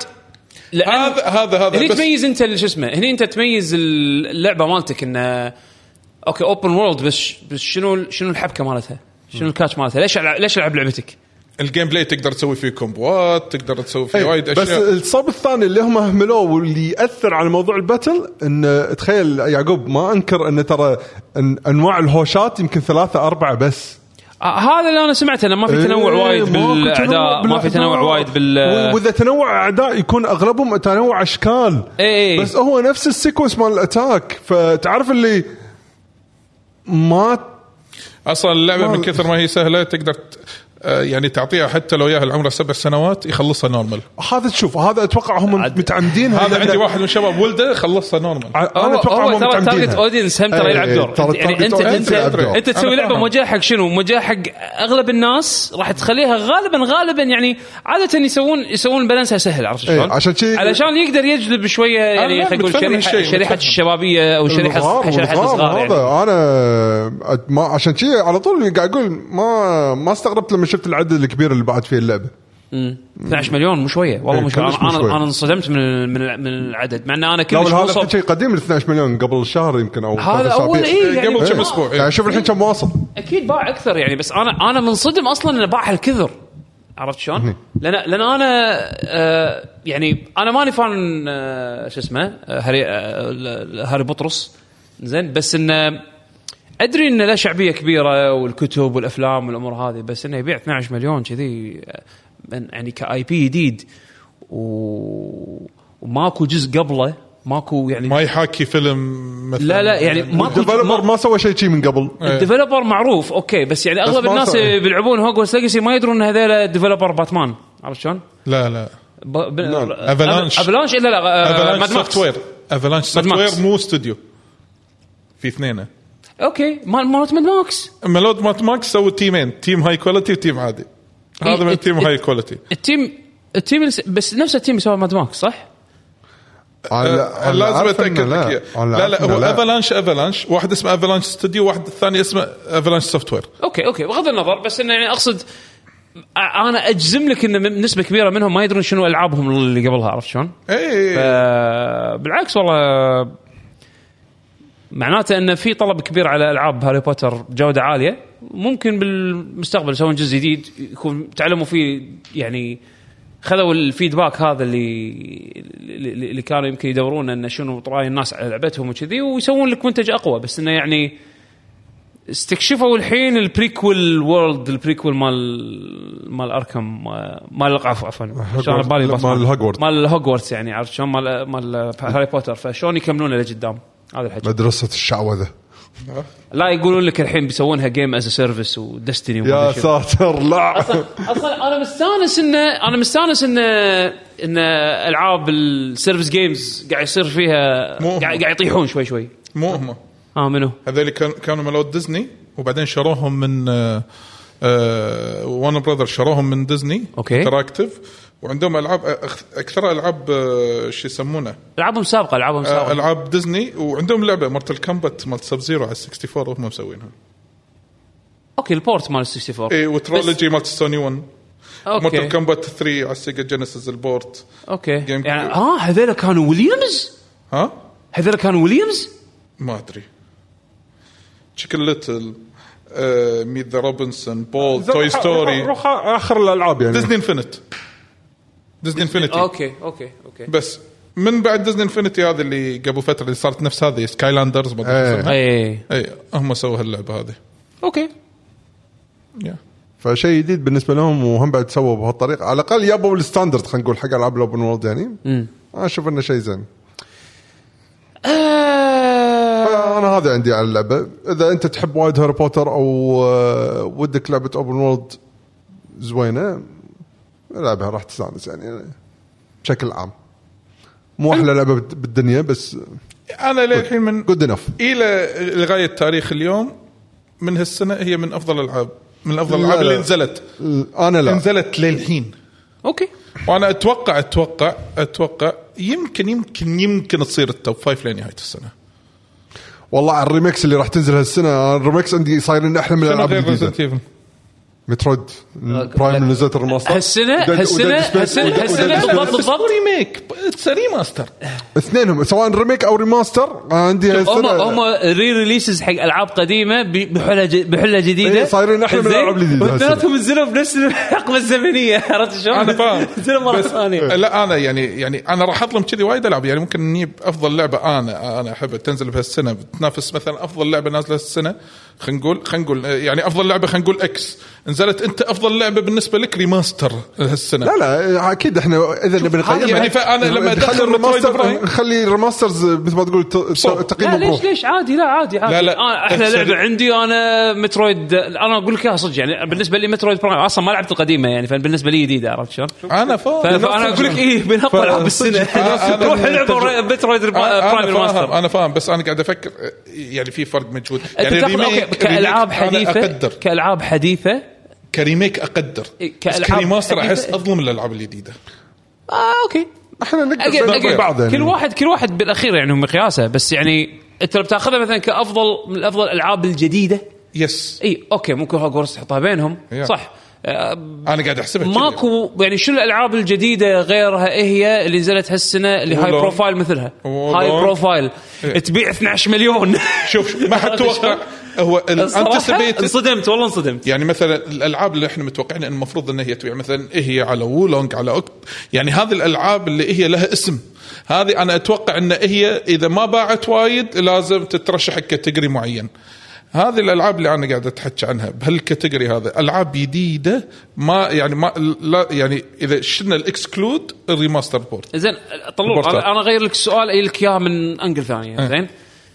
هذا هني تميز انت شو اسمه. هني انت تميز اللعبه مالتك انه اوكي اوبن وورلد بس شنو الحبكه مالتها شنو الكاتش مالتها ليش العب لعبتك الجيم بلاي تقدر تسوي فيه كومبوات، تقدر تسوي فيه وايد اشياء. بس الصوب الثاني اللي هم اهملوه واللي ياثر على موضوع الباتل، ان تخيل يعقوب ما انكر ان ترى انواع الهوشات يمكن 3-4 بس. هذا اللي انا سمعته، انه ما في تنوع وايد بالاعداء، ما في تنوع وايد واذا تنوع اعداء يكون اغلبهم تنوع اشكال. بس هو نفس السيكونس مال الاتاك، فتعرف اللي ما اصلا اللعبه من كثر ما هي سهله تقدر يعني تعطيها حتى لو ياها العمر 7 سنوات يخلصها نورمال. هذا تشوف هذا اتوقع هم متعمدين. هذا عندي واحد من الشباب ولده خلصها نورمال. انا اتوقع هم متعمدين. تارجت اودينس هم ترى يلعب دور. يعني انت تسوي لعبه موجهه حق شنو؟ موجهه حق اغلب الناس، راح تخليها غالبا يعني عاده يسوون بالانسها سهل، عرفت شلون؟ علشان يقدر يجذب شويه، يعني خلينا نقول شريحه الشبابيه او شريحه صغار. هذا انا ما عشان شيء على طول قاعد اقول ما استغربت لما شفت العدد الكبير اللي بعد فيه اللعبه. 12 مليون مو شويه والله، مش انا انصدمت من العدد، مع ان انا كل هذا شيء قديم. 12 مليون قبل الشهر يمكن او هذا اول يعني قبل كم اسبوع. يعني شوف الحين كم واصل. اكيد باع اكثر يعني، بس انا منصدم اصلا انه باع هالكثر، عرفت شلون؟ لان انا يعني انا ماني فان شو اسمه هاري بطرس زين، بس انه ادري ان له شعبيه كبيره والكتب والافلام والامور هذه، بس انه يبيع 12 مليون كذي يعني كاي بي جديد وماكو جزء قبله، ماكو يعني ما يحاكي فيلم مثلا. لا يعني ماكو الديفلوبر ما سوى شيء من قبل. الديفلوبر معروف اوكي، بس يعني اغلب الناس بيلعبون هوغورتس ليجاسي ما يدرون ان هذول ديفلوبر باتمان، عرفت شلون؟ لا افلانش الا لا افلانش سوفت وير مو استوديو، في اثنين. اوكي مالت ماد ماكس سووا تيمين، تيم هاي كواليتي وتيم عادي. هذا من تيم هاي كواليتي. التيم بس نفس التيم يسوي ماد ماكس صح؟ لازم اتاكد لك. لا هو افلانش واحد اسمه افلانش ستوديو، واحد الثاني اسمه افلانش سوفت وير. اوكي بغض النظر، بس انه يعني اقصد انا اجزم لك ان نسبه كبيره منهم ما يدرون شنو العابهم اللي قبلها، عرفت شلون؟ بالعكس والله معناته ان في طلب كبير على العاب هاري بوتر بجوده عاليه، ممكن بالمستقبل يسوون جزء جديد يكون تعلموا فيه، يعني خذوا الفيدباك هذا اللي كانوا يمكن يدورون ان شنو طراي الناس على لعبتهم وكذي، ويسوون لك منتج اقوى. بس انه يعني استكشفوا الحين البريكول وورلد، البريكول مال اركم، مال عفوا شلون بالي بس مال هوغورتس يعني، عرفت شلون مال هاري بوتر، فشلون يكملونه لقدام. هذا الحكي مدرسة الشعوذة. لا يقولون لك الحين بيسوونها جيم از سيرفيس ودستني يا ساتر. لا اصلا انا مستانس ان العاب السيرفيس جيمز قاعد يصير فيها قاعد يطيحون شوي. مو هم منو هذول كانوا ملوت ديزني، وبعدين شروهم من وان براذر، شروهم من ديزني انتراكتيف، وعندهم العاب اكثر العاب شو يسمونه العابهم سابقه العاب ديزني، وعندهم لعبه مورتال كومبات مال سب زيرو على 64 وهم مسوينها. اوكي البورت مال 64 اي، وترولوجي مال سوني 1. مورتال كومبات 3 على سيجا جينيسيس البورت. اوكي يعني هذول كانوا ويليامز ما ادري تشيكن ليتل ميت ذا روبنسون بول توي ستوري اخر الالعاب يعني ديزني انفينيتي. اوكي بس من بعد ديزني انفينيتي هذه اللي قبل فتره اللي صارت نفس هذه سكايلاندرز ما ادري اي هم سووا هاللعبه هذه. اوكي فشيء جديد بالنسبه لهم، وهم بعد سووا بهالطريقه على الاقل يابوا الستاندرد خلينا نقول حق العاب الاوبن وورلد يعني. اشوف انه شيء زين. انا هذا عندي على اللعبه. اذا انت تحب وايد هاري بوتر او ودك لعبه اوبن وورلد زوينه لعبها راح تستانس يعني بشكل عام. مو احلى لعبه بالدنيا، بس انا للحين من جود انف الى لغايه تاريخ اليوم من هالسنه هي من افضل الالعاب، من الافضل الالعاب اللي نزلت. انا لا نزلت للحين. اوكي وانا اتوقع يمكن تصير التوب 5 لنهايه السنه. والله على الريميكس اللي راح تنزل هالسنه، الريميكس عندي صايرين احلى من الالعاب الجديده. مترويد برايم نزلت الريماستر هالسنه بالضبط ريميك ريماستر اثنينهم سواء ريميك او ريماستر عندي هم ري ريليسز حق العاب قديمه بحله جديده صايرين احنا من الالعاب الجديده واثنينهم نزلوا بنفس الحقبه الزمنيه عرفت شلون انا فاهم نزلوا مره ثانيه لا انا يعني انا راح اظلم كذي وايد العاب يعني ممكن نجيب افضل لعبه انا احب تنزل بهالسنه بتنافس مثلا افضل لعبه نازله السنه خلينا نقول يعني افضل لعبه خلينا نقول اكس نزلت انت افضل لعبه بالنسبه لك ريماستر هالسنه لا اكيد احنا اذا نبي نقيم يعني فانا لما ادخل الريماستر نخلي الريماسترز مثل ما تقول تقييم مبروك ليش عادي لا احلى لعبه عندي انا مترويد انا اقول لك اياها صدق يعني بالنسبه لي مترويد برايم اصلا ما لعبت القديمه يعني فبالنسبه لي جديده عرفت شلون انا فانا اقول لك ايه من افضل العاب السنه روح العب مترويد برايم ريماستر انا فاهم بس انا قاعد افكر يعني في فرق موجود يعني ريميك كالعاب حديثه كريميك اقدر كريماستر احس اظلم الالعاب الجديده اوكي احنا نقدر بعض يعني. كل واحد بالاخير يعني هم مقياسه بس يعني انت لو بتاخذها مثلا كافضل من افضل الالعاب الجديده يس اي اوكي ممكن هوجورتس تحطها بينهم صح انا قاعد احسبها ماكو يعني شو الالعاب الجديده غيرها هي اللي نزلت هالسنه اللي هاي بروفايل مثلها هاي بروفايل تبيع 12 مليون شوف ما حد توقع هو انصدمت يعني مثلا الالعاب اللي احنا متوقعين ان المفروض ان هي تبيع مثلا هي على وولونج على يعني هذه الالعاب اللي هي لها اسم هذه انا اتوقع ان هي اذا ما باعت وايد لازم تترشح كاتيجوري معين هذه الالعاب اللي انا قاعد اتحكي عنها بهالكاتيجوري هذا العاب جديده ما لا يعني اذا شلنا الاكسكلود الريماستر بورت زين طلول انا اغير لك السؤال اقول لك اياه من انجل ثاني زين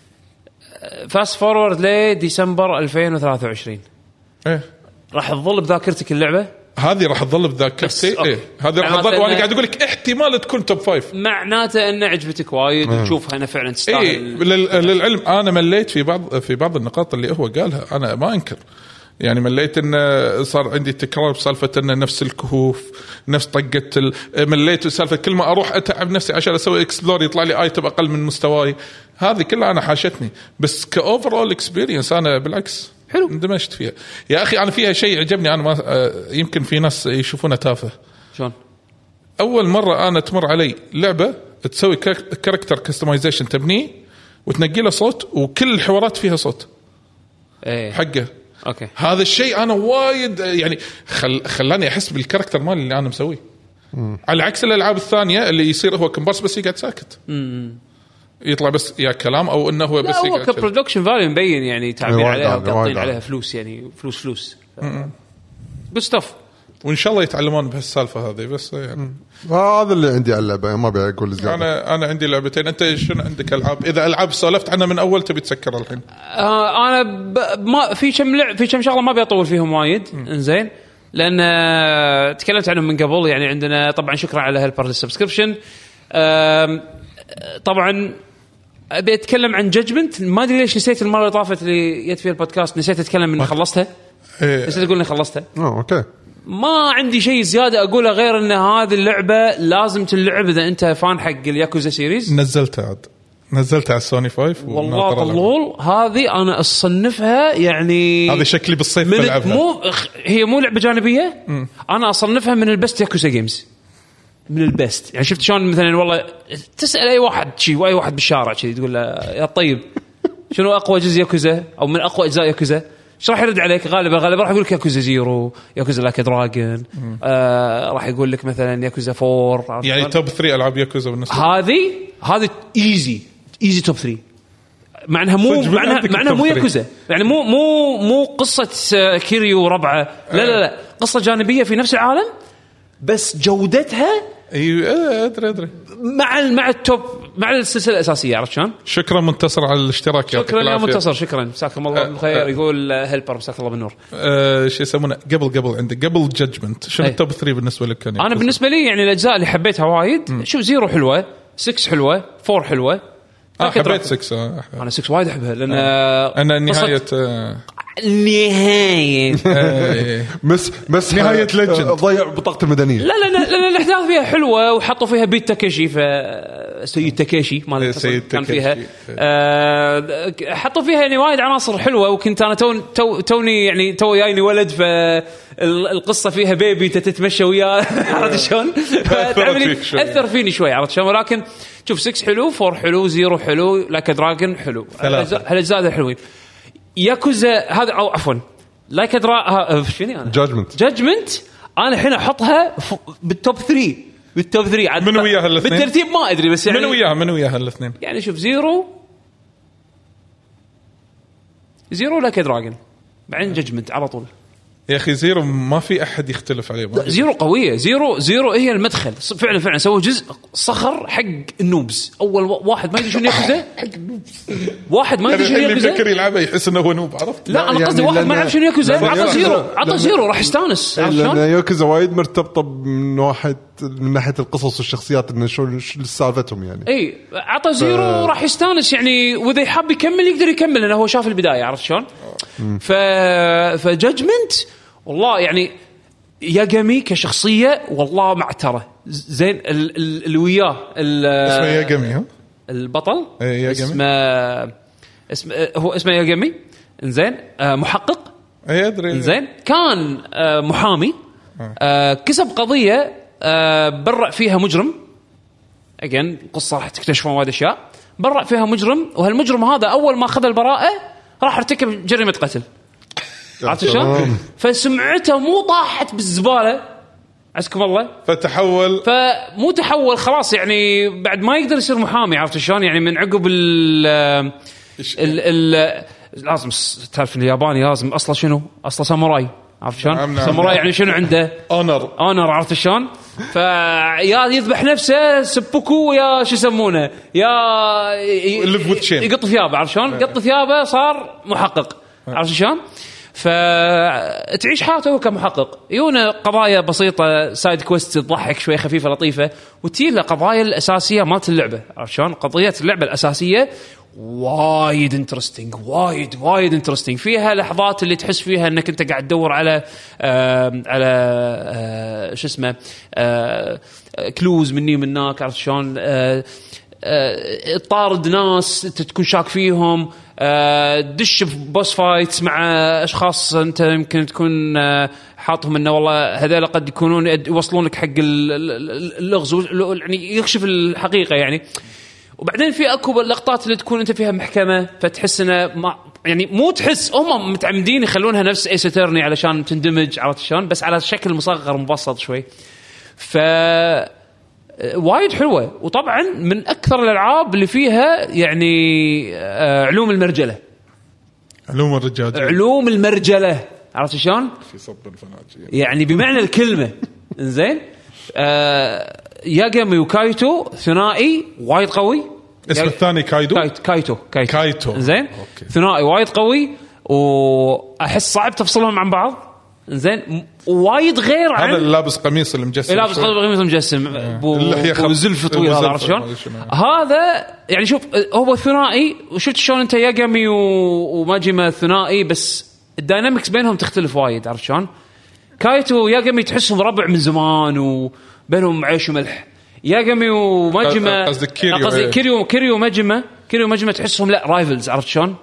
فاست فورورد لديسمبر 2023 راح تظل بذاكرتك اللعبه هذه راح تظل بذاكرتي هذه راح تظل وانا قاعد اقول لك احتمال تكون توب 5 معناته ان عجبتك وايد وتشوفها انا فعلا تستاهل للعلم انا مليت في بعض النقاط اللي هو قالها انا ما انكر يعني مليت ان صار عندي تكرار بسالفه ان نفس الكهوف نفس طقه مليت بسالفه كل ما اروح اتعب نفسي عشان اسوي اكسبلور يطلع لي ايتم اقل من مستواي هذه كلها انا حاشتني بس كاوفرول اكسبيرينس انا بالعكس حلو اندمجت فيها يا اخي انا فيها شيء عجبني انا ما يمكن في ناس يشوفونها تافه شلون اول مره انا تمر علي لعبه تسوي كاركتر كستمايزيشن تبنيه وتنقي له صوت وكل الحوارات فيها صوت حقه اوكي هذا الشيء انا وايد يعني خلاني احس بالكاركتر مالي اللي انا مسويه على عكس الالعاب الثانيه اللي يصير هو كمبارس بس يقعد ساكت يطلع بس يا كلام او انه هو بس يقعد كبرودكشن فاليو مبين يعني تعبين عليها وقاطين عليها فلوس يعني فلوس بستف وان شاء الله يتعلمون بهالسالفه هذه بس يعني هذا اللي عندي على اللعبه ما ابي اقول زياده انا عندي لعبتين انت شنو عندك العاب اذا العاب سولفت عنها من اول تبي تسكر الحين انا ما في كم شغله ما بيطول فيهم وايد انزين لان تكلمت عنهم من قبل يعني عندنا طبعا شكرا على هالبارت السبسكريبشن طبعا ابي اتكلم عن جادجمنت ما ادري ليش نسيت المره اللي طافت اللي جت فيها البودكاست نسيت اتكلم من خلصتها نسيت اقول اني خلصتها اوكي ما عندي شيء زياده اقوله غير ان هذه اللعبه لازم تلعب اذا انت فان حق الياكوزا سيريز نزلتها على السوني 5 والله طلول هذه انا اصنفها يعني هذا شكلي بالصيف بلعبها هي مو لعبه جانبيه انا اصنفها من البست ياكوزا جيمز من البست يعني شفت شلون مثلا والله تسال اي واحد شيء واي واحد بالشارع شيء تقول له يا طيب شنو اقوى جزء ياكوزا او من اقوى اجزاء ياكوزا ايش راح يرد عليك غالبا راح يقول لك ياكوزا زيرو ياكوزا لاك دراجون راح يقول لك مثلا ياكوزا 4 يعني توب 3 العاب ياكوزا بالنسبه هذه ايزي توب 3 معناها مو ياكوزا يعني مو قصه كيريو وربعه لا قصه جانبيه في نفس العالم بس جودتها ايوه ادري مع التوب مع السلسله الاساسيه عرفت شلون شكرا منتصر على الاشتراك شكرا يا منتصر شكرا مساكم الله بالخير يقول هيلبر مساك الله بالنور شو يسمونه قبل عندك قبل جادجمنت شنو التوب 3 بالنسبه لك كان انا بالنسبه لي يعني الاجزاء اللي حبيتها وايد شوف زيرو حلوه 6 حلوه 4 حلوه حبيت 6 انا 6 وايد احبها لان انا نهايه النهايه بس نهاية ليجند ضيع بطاقة المدنية. لا الاحداث فيها حلوه وحطوا فيها بيت تاكيشي سيد تاكيشي مال كان فيها حطوا فيها يعني وايد عناصر حلوه. وكنت انا توني يعني جايني ولد فالقصه فيها بيبي تتمشى وياه عرفت شلون اثر فيني شوي عرفت شلون. ولكن شوف 6 حلو 4 حلو 0 حلو لايك دراجون حلو هالاجزاء حلوين. ياكوزا هذا او عفوا لايك شنو انا جادجمنت انا الحين احطها بالتوب 3 من وياها الاثنين بالترتيب ما ادري بس يعني من وياها الاثنين يعني شوف 0 لايك دراجون بعدين جادجمنت على طول. يا اخي 0 ما في احد يختلف عليه. 0 قويه 0 هي المدخل فعلا سووا جزء صخر حق النوبز. اول واحد ما يدري شنو ياكوزا واحد ما يدري شنو ياكوزا يفكر يلعبه يحس انه هو نوب عرفت. لا انا قصدي واحد ما يعرف شنو ياكوزا عطى 0 راح يستانس. لان ياكوزا وايد مرتبطه من ناحيه القصص والشخصيات انه شو سالفتهم يعني. اي عطى 0 راح يستانس يعني واذا يحب يكمل يقدر يكمل لانه هو شاف البدايه عرفت شلون. فجادجمنت والله يعني ياغامي كشخصيه والله معتره زين. اللي وياه اسمه ياغامي ها البطل اسمه ياغامي انزين محقق ادري انزين كان محامي كسب قضيه برأ فيها مجرم اجين قصه راح تكتشفون وايد اشياء. برأ فيها مجرم وهالمجرم هذا اول ما اخذ البراءه راح ارتكب جريمه قتل عرفت شلون. فسمعته مو طاحت بالزباله عزكم الله فتحول فمو تحول خلاص يعني بعد ما يقدر يصير محامي عرفت شلون. يعني من عقب لازم تعرف الياباني لازم اصلا شنو اصلا ساموراي عرفت شلون. ساموراي يعني شنو عنده اونر عرفت شلون. فيا يذبح نفسه سبوكو يا شو يسمونه يا يقط ثيابه عرفت شلون. قط ثيابه صار محقق عرفت شلون. فتعيش حياته كمحقق يونا قضايا بسيطة سايد كويست تضحك شوي خفيفة لطيفة وتيل القضايا الأساسية مالت اللعبة عرفت شلون. قضية اللعبة الأساسية وايد انترستينج وايد انترستينج. فيها لحظات اللي تحس فيها انك انت قاعد تدور على شو اسمه كلوز مني منك عرفت شلون. طارد ناس تكون شاك فيهم دش في بوس فايتس مع اشخاص انت يمكن تكون حاطهم انه والله هذول قد يكونون يوصلون لك حق اللغز يعني يكشف الحقيقه يعني. وبعدين في اكو اللقطات اللي تكون انت فيها محكمه فتحس انه ما يعني مو تحس هم متعمدين يخلونها نفس ايس اترني علشان تندمج عرفت شلون بس على شكل مصغر مبسط شوي. ف وايد حلوه. وطبعا من اكثر الالعاب اللي فيها يعني علوم المرجله عرفت شلون في صب الفناجين يعني بمعنى الكلمه انزين. ياغامي وكايتو ثنائي وايد قوي. اسم الثاني كايتو زين ثنائي وايد قوي واحس صعب تفصلهم عن بعض زين. وايد غير عن هذا لابس قميص المجسم لابس قميص المجسم وزلفه طويله هذا عرفت شلون. هذا يعني شوف هو ثنائي وشفت شلون انت ياغامي وماجيما ثنائي بس الداينامكس بينهم تختلف وايد عرفت شلون. كايتو وياغامي تحسهم ربع من زمان وبينهم عيش وملح. ياغامي وماجيما قصدي كيريو وماجيما تحسهم لا رايفلز عرفت شلون.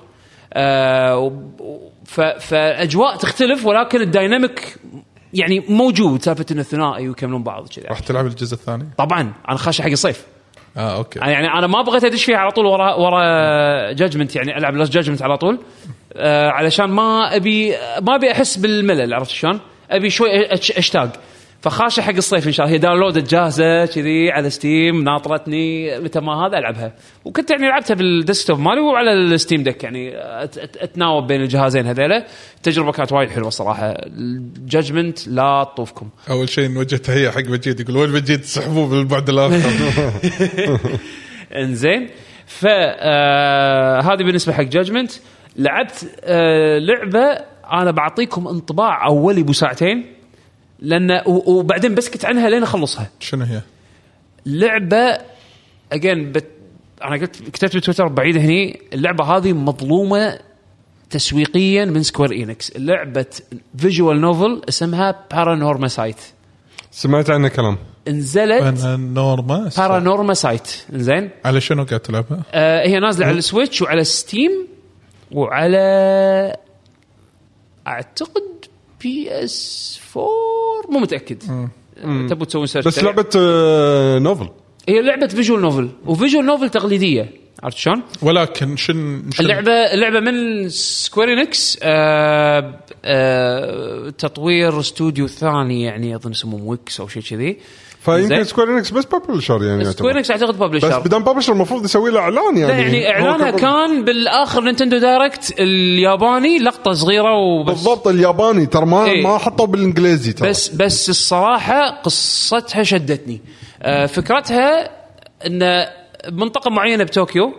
فاجواء تختلف ولكن الدايناميك يعني موجود سالفه انه ثنائي ويكملون بعض كذا. راح تلعب الجزء الثاني طبعا انا خاشه حق الصيف. اوكي يعني انا ما بغيت ادش فيها على طول ورا جاجمنت يعني العب لاست جاجمنت على طول علشان ما ابي احس بالملل عرفت شلون. ابي شوي اشتاق فخاشه حق الصيف ان شاء الله. هي داونلود جاهزه كذي على ستيم ناطرتني متى ما هذا العبها. وكنت يعني لعبتها بالديسكتوب مالي وعلى الستيم ديك يعني اتناوب بين الجهازين هذيلا. التجربه كانت وايد حلوه صراحه. الجاجمنت لا تطوفكم. اول شيء نوجه تحيه حق مجيد يقول وين مجيد تسحبوه بالبعد الاخر. انزين هذه بالنسبه حق جاجمنت. لعبت لعبه انا بعطيكم انطباع اولي بساعتين لأن وبعدين بسكت عنها لين أخلصها. شنو هي؟ لعبة أنا كتبت بتويتر بعيد هني اللعبة هذه مظلومة تسويقيا من سكوير إينكس. لعبة فيجوال نوفل اسمها بارانورما سايت. سمعت عنها كلام. نزلت بارانورما سايت. إنزين على شنو قاعد تلعبها؟ هي نازلة على السويتش وعلى ستيم وعلى أعتقد PS4 مو متأكد. تبوا تسوون سيرش بس لعبة نوفل. هي لعبة فيجوال نوفل وفيجوال نوفل تقليدية عرفت شلون؟ ولكن اللعبة من سكويرينكس تطوير استوديو ثاني يعني أظن اسمه ويكس أو شيء كذي. فيمكن سكويرينكس بس بابلشر يعني. سكويرينكس أعتقد بابلشر. بس بدون بابلشر المفروض يسوي له إعلان يعني. لا يعني إعلانها كان بالآخر نينتندو دايركت الياباني لقطة صغيرة وبس. بالضبط الياباني ترى ما حطوا بالإنجليزي ترى. بس الصراحة قصتها شدتني. فكرتها إن بمنطقة معينة بطوكيو.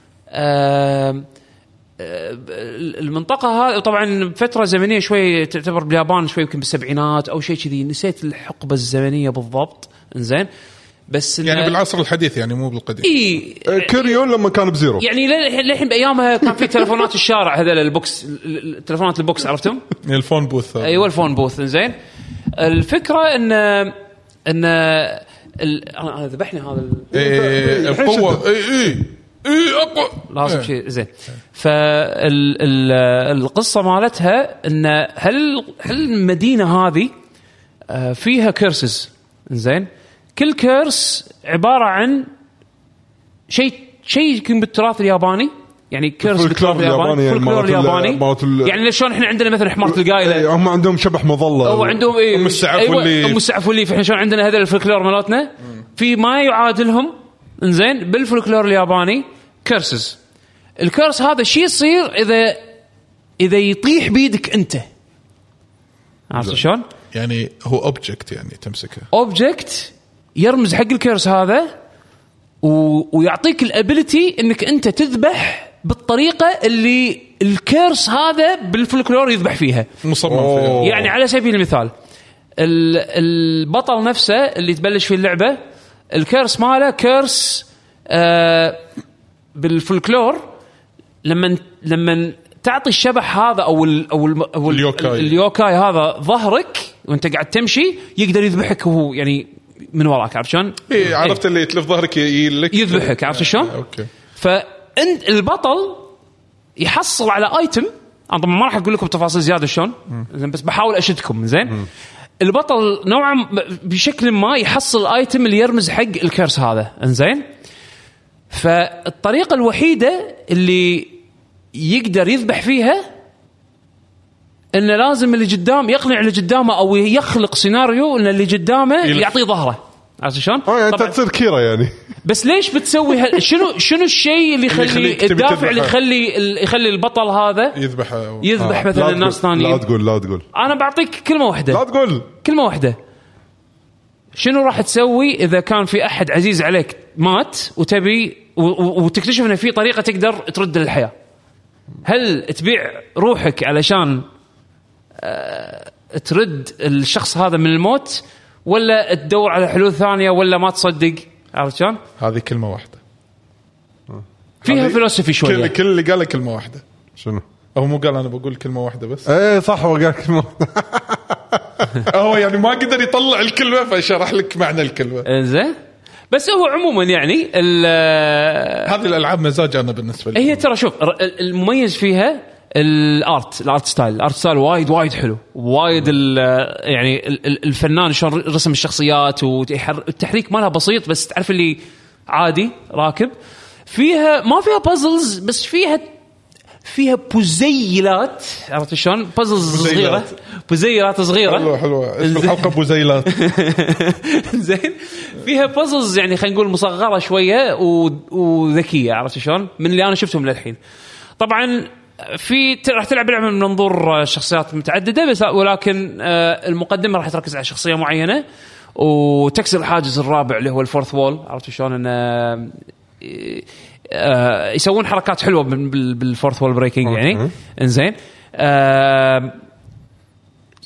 المنطقة هذه طبعا فترة زمنية شوي تعتبر باليابان شوي يمكن بالسبعينات أو شيء كذي نسيت الحقبة الزمنية بالضبط. إنزين بس يعني بالعصر الحديث يعني مو بالقديم. كيريون لما كان بزيرو يعني للحين بأيامها كان في تلفونات الشارع هذول البوكس التلفونات البوكس عرفتم الفون بوث. أيوة الفون بوث. إنزين الفكرة إن أنا ذبحني هذا القوة أقوى لازم شيء زين. فالقصة مالتها إن هل المدينة هذه فيها كيرسز. زين كل كيرس عبارة عن شيء يمكن بالتراث الياباني يعني كيرس بالتراث الياباني فولكلور الياباني يعني شلون احنا عندنا مثلا حمارة القايلة هم عندهم شبح مظلة أو عندهم أم السعف واللي احنا شلون عندنا هذا الفولكلور مالتنا في ما يعادلهم. إنزين بالفولكلور الياباني كيرسز. الكيرس هذا شيء يصير إذا يطيح بيدك أنت عرفت شلون يعني هو أوبجكت يعني تمسكه أوبجكت يرمز حق الكيرس هذا ويعطيك الابيليتي انك انت تذبح بالطريقه اللي الكيرس هذا بالفولكلور يذبح فيها مصمم فيها. يعني على سبيل المثال البطل نفسه اللي تبلش في اللعبه الكيرس ماله كيرس بالفولكلور لما تعطي الشبح هذا او اليوكاي هذا ظهرك وانت قاعد تمشي يقدر يذبحك وهو يعني من وراك عرفت شلون؟ إيه عرفت اللي يتلف ظهرك يذبحك عرفت شلون؟ اوكي. فانت البطل يحصل على ايتم انا طبعا ما راح اقول لكم تفاصيل زياده شلون بس بحاول اشدكم زين. البطل نوعا بشكل ما يحصل الايتم اللي يرمز حق الكيرس هذا انزين. فالطريقه الوحيده اللي يقدر يذبح فيها إنه لازم اللي قدام يقنع اللي قدامه أو يخلق سيناريو إن اللي قدامه يعطيه ظهره عرفت شلون؟ أنت تصير كيرة يعني. بس ليش بتسوي شنو الشيء اللي يخلي الدافع اللي يخلي البطل هذا يذبح مثلا الناس ثانيين؟ لا تقول أنا بعطيك كلمة واحدة. لا تقول كلمة واحدة. شنو راح تسوي إذا كان في أحد عزيز عليك مات وتبي وتكتشف إن في طريقة تقدر ترد للحياة؟ هل تبيع روحك علشان ترد الشخص هذا من الموت ولا تدور على حلول ثانية ولا ما تصدق عرفت شلون؟ هذه كلمة واحدة فيها فلسفي شوية. كل اللي قال كلمة واحدة. شنو؟ هو مو قال أنا بقول كلمة واحدة بس. إيه صح هو قال كلمة هو يعني ما قدر يطلع الكلمة فشرح لك معنى الكلمة. زين بس هو عموما يعني هذه الألعاب مزاج أنا بالنسبة لي. هي ترى شوف المميز فيها الارت ستايل وايد حلو وايد يعني الفنان شلون رسم الشخصيات والتحريك مالها بسيط بس تعرف اللي عادي راكب فيها ما فيها بازلز بس فيها بوزيلات عرفت شلون بازلز صغيره بوزيلات صغيره حلوه اسم الحلقه بوزيلات زين فيها بازلز يعني خلينا نقول مصغره شويه وذكيه عرفت شلون من اللي انا شفتهم للحين. طبعا راح تلعب لعبه من منظور شخصيات متعدده بس ولكن المقدمه راح تركز على شخصيه معينه وتكسر الحاجز الرابع اللي هو الفورث وول عرفت شلون ان يسوون حركات حلوه بالفورث وول بريكنج يعني انزين.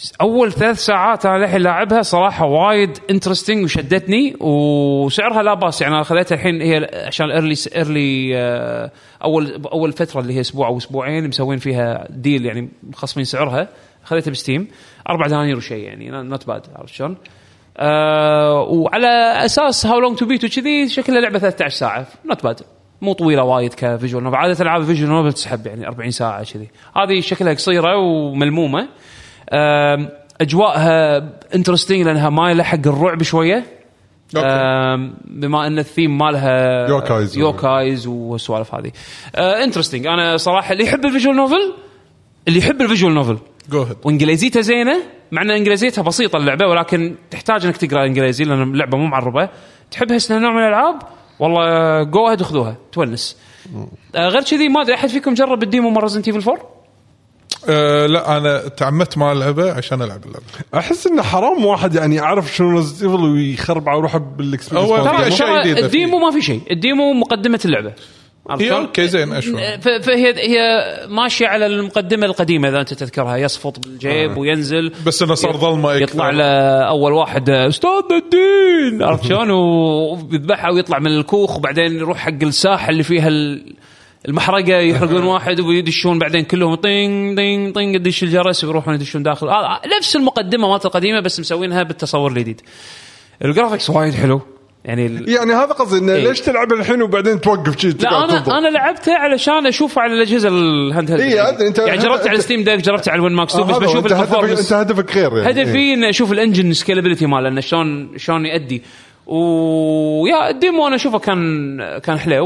اول 3 ساعات انا الحين لاعبها صراحه وايد انترستينج وشدتني، وسعرها لا باس يعني. انا خذيتها الحين هي عشان ايرلي اول فتره اللي هي اسبوع او اسبوعين مسوين فيها ديل يعني مخصمين سعرها. خذيتها بستيم 4 دنانير وشيء يعني نوت باد، عرفت شلون؟ وعلى اساس هاو لونج تو بيت وكذي شكلها لعبه 13 ساعه نوت باد، مو طويله وايد كفيجوال نوفل. عاده العاب فيجوال نوفل تسحب يعني 40 ساعه كذي، هذه شكلها قصيره وملمومه. اجواءها انترستينج لانها مايله حق الرعب شويه، بما ان الثيم مالها يوكايز والسوالف هذه. انترستينج. انا صراحه اللي يحب الفيجوال نوفل وانجليزيتها زينه، مع ان انجليزيتها بسيطه اللعبه ولكن تحتاج انك تقرا انجليزي لان اللعبه مو معربه. تحبها سنه نوع من الالعاب والله جو اهد اخذوها تونس. غير كذي ما ادري احد فيكم جرب الديمو مره ريزنت ايفل 4؟ لا انا تعمدت مع اللعبه عشان العب اللعبه. احس انه حرام واحد يعني يعرف شنو ريزنت ايفل ويخرب على روحه بالاكسبيرينس. الديمو ما في شيء، الديمو مقدمه اللعبه. هي اوكي زين اشوى، فهي ماشيه على المقدمه القديمه اذا انت تذكرها، يصفط بالجيب وينزل، بس انه صار ظلمه يطلع له اول واحد استاذ الدين، عرفت شلون؟ ويذبحها ويطلع من الكوخ، وبعدين يروح حق الساحه اللي فيها المحرقه يحرقون واحد ويدشون بعدين كلهم طين طين طين يدش الجرس ويروحون يدشون داخل. نفس المقدمه مالت القديمه بس مسوينها بالتصور الجديد. الجرافيكس وايد حلو يعني هذا قصدي انه ليش تلعب الحين وبعدين توقف شيء؟ لا انا لعبته علشان اشوفه على الاجهزه الهاند هيلد يعني جربت على ستيم ديك، جربت على الوين ماكس 2 بس بشوف انت هدفك غير يعني. هدفي ان اشوف الانجن سكيلابيلتي ماله انه شلون يؤدي. ويا الديمو انا اشوفه كان حلو.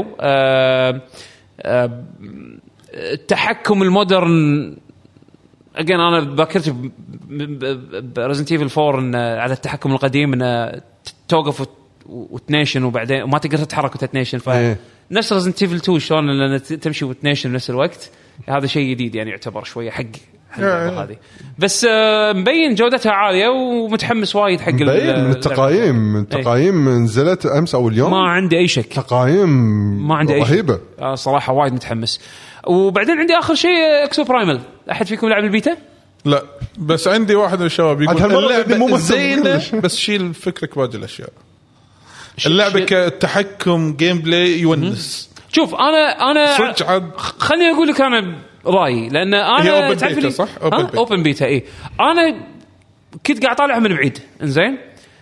التحكم المودرن اجين انا ذاكرت بريزنت ايفل 4 إن على التحكم القديم انه توقف وتنيشن وبعدين وما تقدر تتحرك وتتنيشن. فنفس ريزنت ايفل 2 شلون لان تمشي وتنيشن بنفس الوقت. هذا شيء جديد يعني يعتبر شويه حق هذه، بس مبين جودتها عاليه ومتحمس وايد حق التقايم نزلت امس او اليوم، ما عندي اي شك. تقايم ما عندي اي رهيبه صراحه، وايد متحمس. وبعدين عندي اخر شيء اكسو برايمال. احد فيكم لعب البيتا؟ لا بس عندي واحد من الشباب يقول اللعبه زينه بس شيل فكرك باقي الاشياء. اللعبه كتحكم جيم بلاي يونس. شوف انا خليني اقول لك انا رايي، لان انا تعرف لي صح اوبن بيتا اي انا كنت قاعد طالعها من بعيد. انزين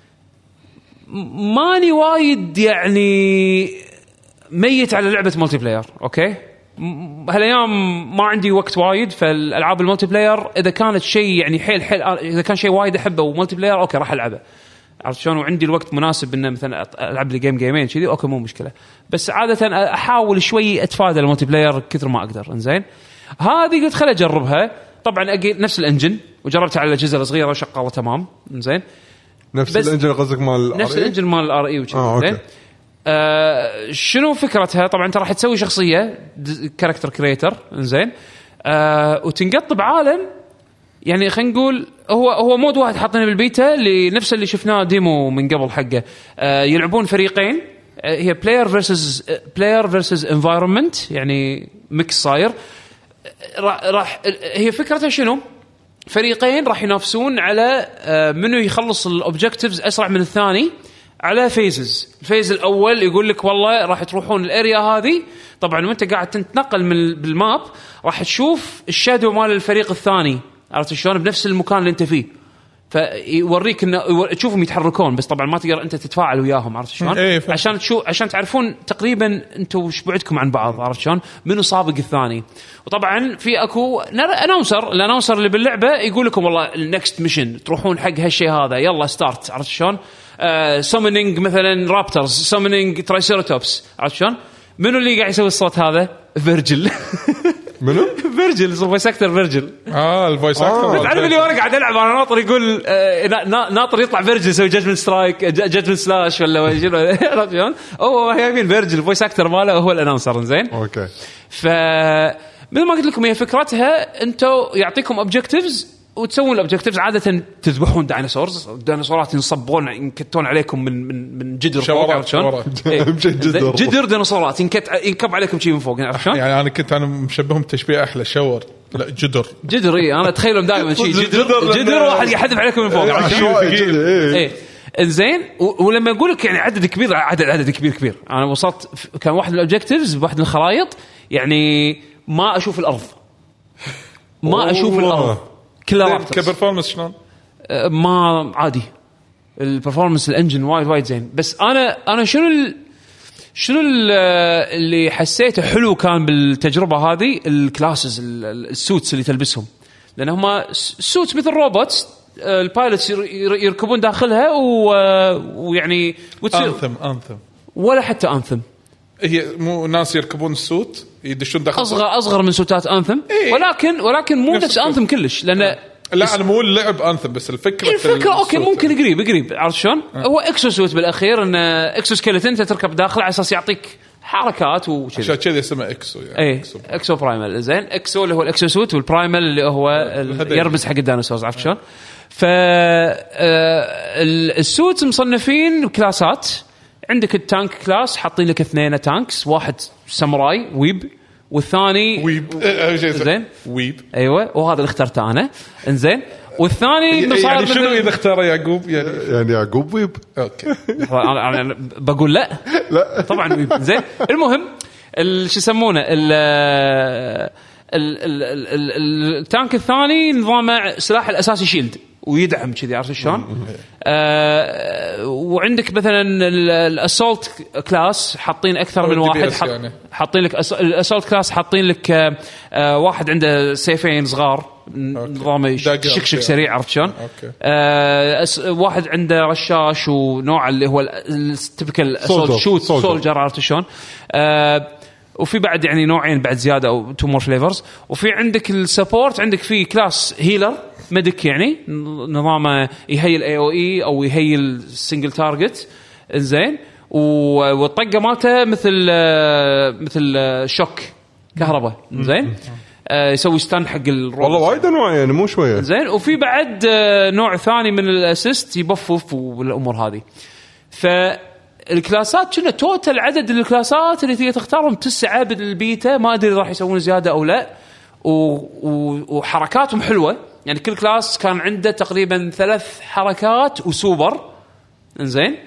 ماني وايد يعني ميت على لعبه ملتي بلاير. اوكي هالايام ما عندي وقت وايد، فالالعاب الملتي بلاير اذا كانت شيء يعني حيل اذا كان شيء وايد احبه وملتي بلاير اوكي راح العبه، عرفت شلون؟ وعندي الوقت مناسب انه مثلا العب لي جيمين كذي اوكي مو مشكله. بس عاده احاول شوي اتفادى الملتي بلاير كثر ما اقدر. انزين هذه قلت خليني اجربها. طبعا نفس الانجن وجربتها على الاجهزه الصغيره وشغاله تمام. انزين نفس الانجن قصدك مال نفس الانجن مال الار اي وكذا. زين شنو فكرتها؟ طبعا انت راح تسوي شخصيه كاركتر كرييتر. انزين وتنقطب عالم يعني خلينا نقول هو مود واحد حاطينه بالبيتا لنفس اللي شفناه ديمو من قبل حقه. يلعبون فريقين، هي بلاير فيرسز انفايرمنت يعني ميكس صاير. راح هي فكرتها شنو؟ فريقين راح ينافسون على منو يخلص الاوبجكتيفز اسرع من الثاني على فيزز. الفيز الاول يقول لك والله راح تروحون الاريا هذه. طبعا وانت قاعد تنتقل بالماب راح تشوف الشادو مال الفريق الثاني، عرفت شلون؟ بنفس المكان اللي انت فيه، فيوريك انه تشوفهم يتحركون بس طبعا ما تقدر انت تتفاعل وياهم، عرفت شلون؟ عشان تعرفون تقريبا انتم وش بعدكم عن بعض، عرفت شلون؟ منو سابق الثاني. وطبعا في اكو الانونسر اللي باللعبه يقول لكم والله النكست ميشن تروحون حق هالشيء هذا، يلا ستارت، عرفت شلون؟ سامونينج مثلا رابترز، سامونينج ترايسيراتوبس، عرفت شلون؟ منو اللي قاعد يسوي الصوت هذا؟ فيرجل. منو؟ فيرجل، الفويس اكتر فيرجل. الفويس اكتر. تعرف اللي وانا قاعد العب انا ناطر يقول ناطر يطلع فيرجل يسوي جادجمنت سترايك جادجمنت سلاش ولا شنو، عرفت شلون؟ هو يمين فيرجل الفويس اكتر ماله هو الانونسر. زين اوكي. ف مثل ما قلت لكم هي فكرتها انتم يعطيكم اوبجكتيفز وتسوون الاوبجكتيفز. عاده تذبحون ديناصورز، الديناصورات ينصبون ينكتون عليكم من جدر فوق، عرفت شلون؟ جدر ديناصورات ينكب عليكم شيء من فوق، عرفت شلون؟ يعني انا مشبههم تشبيه احلى شاور، لا جدر اي انا اتخيلهم دائما شيء جدر واحد يحذف عليكم من فوق، اي زين. ولما اقول لك يعني عدد كبير، عدد كبير انا وصلت كان واحد من الاوبجكتيفز بواحد من الخرائط يعني ما اشوف الارض كلها رابترز. كبرفورمانس شلون؟ ما عادي البرفورمانس الانجن وايد زين. بس انا شنو اللي حسيته حلو كان بالتجربه هذه؟ الكلاسز السوتس اللي تلبسهم، لان هم سوتس مثل روبوتس البايلوتس يركبون داخلها ويعني انثم ولا حتى انثم. هي مو ناس يركبون السوت يدشون داخل اصغر من سوتات انثم إيه؟ ولكن مو نفس انثم كلش. لان لا انا مو اللعب انثم، بس الفكره اوكي ممكن قريب عرفت شلون؟ هو اكسو سوت بالاخير، ان اكسو سكيلتون انت تركب داخل على اساس يعطيك حركات وكذا، عشان كذا اسمه اكسو يعني. اي اكسو برايمال. زين اكسو اللي هو الاكسو سوت، والبرايمال اللي هو يرمز حق الديناصورز، عرفت شلون؟ فالسوت مصنفين كلاسات. عندك التانك كلاس حاطين لك 2 تانكس، واحد ساموراي ويب والثاني زين ويب، ايوه وهذا اللي اخترته انا. انزين والثاني يعني شنو اذا اختار يعقوب؟ يعني يعقوب ويب. اوكي انا بقول لا طبعا ويب. زين المهم شو يسمونه التانك الثاني نظامه سلاح الاساسي شيلد ويدعم كذي، عرفت شلون؟ وعندك مثلا الاسولت كلاس حاطين اكثر من واحد، يعني. حاطين لك الاسولت كلاس حاطين لك واحد عنده سيفين صغار نظام شكشك سريع، عرفت شلون؟ واحد عنده رشاش ونوع اللي هو التيبيكال اسولت شوت سولجر، عرفت شلون؟ وفي بعد يعني نوعين بعد زياده او 2 مور فليفرز. وفي عندك السبورت، عندك في كلاس هيلر ميديك، يعني نظامه يهيل AOE او يهيل السنجل تارجت. زين والطقه مالته مثل شوك كهرباء. زين يسوي ستان حق الروبوت. والله وايد انواع يعني مو شويه. زين وفي بعد نوع ثاني من الاسيست يبفف والامور هذه. الكلاسات كنا توتال عدد الكلاسات اللي تقدر تختارهم 9 بالبيتا، ما ادري راح يسوون زياده او لا. وحركاتهم حلوه، يعني كل كلاس كان عنده تقريبا 3 حركات وسوبر. انزين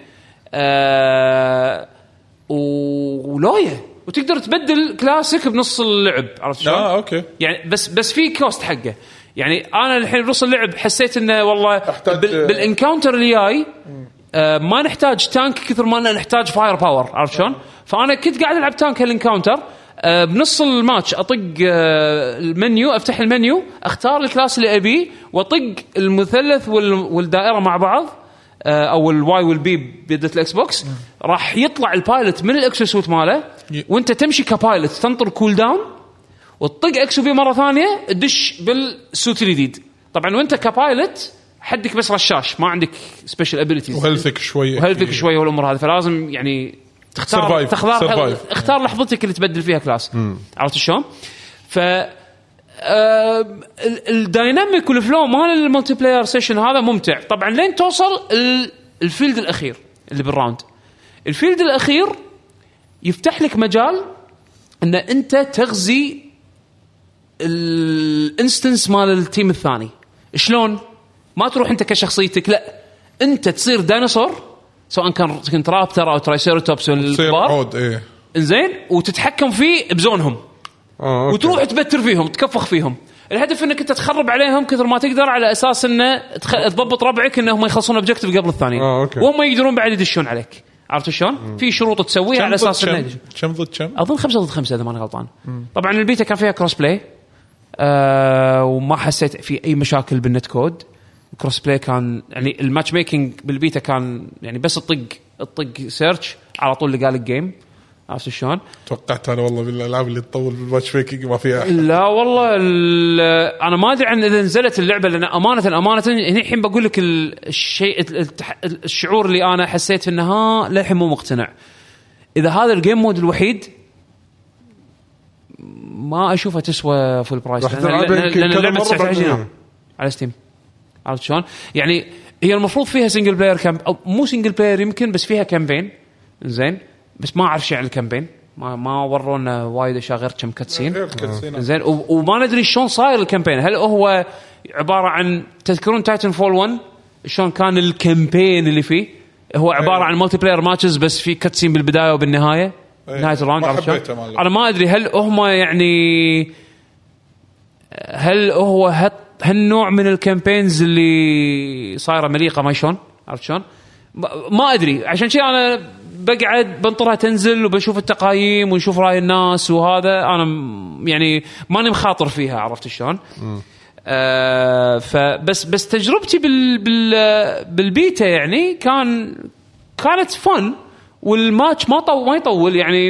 ولويه وتقدر تبدل كلاسيك بنص اللعب، عرفت شلون؟ اوكي يعني بس في كوست حقه. يعني انا الحين بنص اللعب حسيت انه والله بالانكاونتر اللي جاي ما نحتاج تانك كثر ما نحتاج فاير باور، عرفت شلون؟ فانا كنت قاعد العب تانك هالانكاونتر بنص الماتش اطق المنيو، افتح المنيو اختار الكلاس اللي ابي واطق المثلث والدائره مع بعض او الواي والبي بيدة الاكس بوكس، راح يطلع البايلوت من الاكسسوت ماله وانت تمشي كبايلوت تنطر كول داون وتطق اكسو بي مره ثانيه تدش بالسوت الجديد. طبعا وانت كبايلوت حدك بس رشاش، ما عندك سبيشال ابيليتيز وهلثك شويه والامور هذه، فلازم يعني اختار لحظتك اللي تبدل فيها كلاس، عرفت شلون؟ ف الدايناميك والفلو مال الملتي بلاير سيشن هذا ممتع. طبعا لين توصل الفيلد الاخير اللي بالراوند، الفيلد الاخير يفتح لك مجال ان انت تغزي الانستنس مال التيم الثاني. شلون؟ ما تروح انت كشخصيتك، لا انت تصير ديناصور، سواء كنت رابتر او ترايسيراتوبس الكبار، انزين وتتحكم فيه بزونهم وتروح تبتر فيهم تكفخ فيهم. الهدف انك انت تخرب عليهم كثر ما تقدر على اساس انه تضبط ربعك انهم يخلصون اوبجكتيف قبل الثانيين وهم يقدرون بعد يدشون عليك، عرفت شلون؟ في شروط تسويها على اساس انه كم ضد كم، اظن 5 ضد 5 اذا ماني غلطان. طبعا البيتا كان فيها كروس بلاي وما حسيت في اي مشاكل بالنت كود. كروس بلاي كان يعني الماتش ميكينج بالبيتا كان يعني بس الطق سيرش على طول لقى لك جيم، عرفت شلون؟ توقعت انا والله بالالعاب اللي تطول بالماتش ميكينج ما فيها أحد. لا والله انا ما ادري عن اذا نزلت اللعبه، لان امانه هنا الحين بقول لك الشيء الشعور اللي انا حسيت انها للحين مو مقتنع. اذا هذا الجيم مود الوحيد ما اشوفها تسوى فول برايس، لان اللعبه 19 دينار على ستيم. عرفت شلون؟ يعني هي المفروض فيها سنجل بلاير أو مو سنجل بلاير يمكن، بس فيها كامبين زين، بس ما اعرف شيء عن الكامبين، ما ورونا وايد اشياء غير كم كاتسين زين. وما ندري شلون صاير الكامبين. هل هو عباره عن تذكرون تايتن فول 1 شلون كان الكامبين اللي فيه هو عباره عن مالتي بلاير ماتشز بس في كاتسين بالبدايه وبالنهايه نهايه الراوند؟ انا ما ادري هل هم يعني هل هو هالنوع من الكامبينز اللي صايره مليقه ما شلون. عرفت شلون؟ ما ادري، عشان شيء انا بقعد بنطرها تنزل وبشوف التقايم ونشوف راي الناس، وهذا انا يعني ماني مخاطر فيها. عرفت شلون؟ فبس تجربتي بالبيتا يعني كانت فن، والماتش ما يطول يعني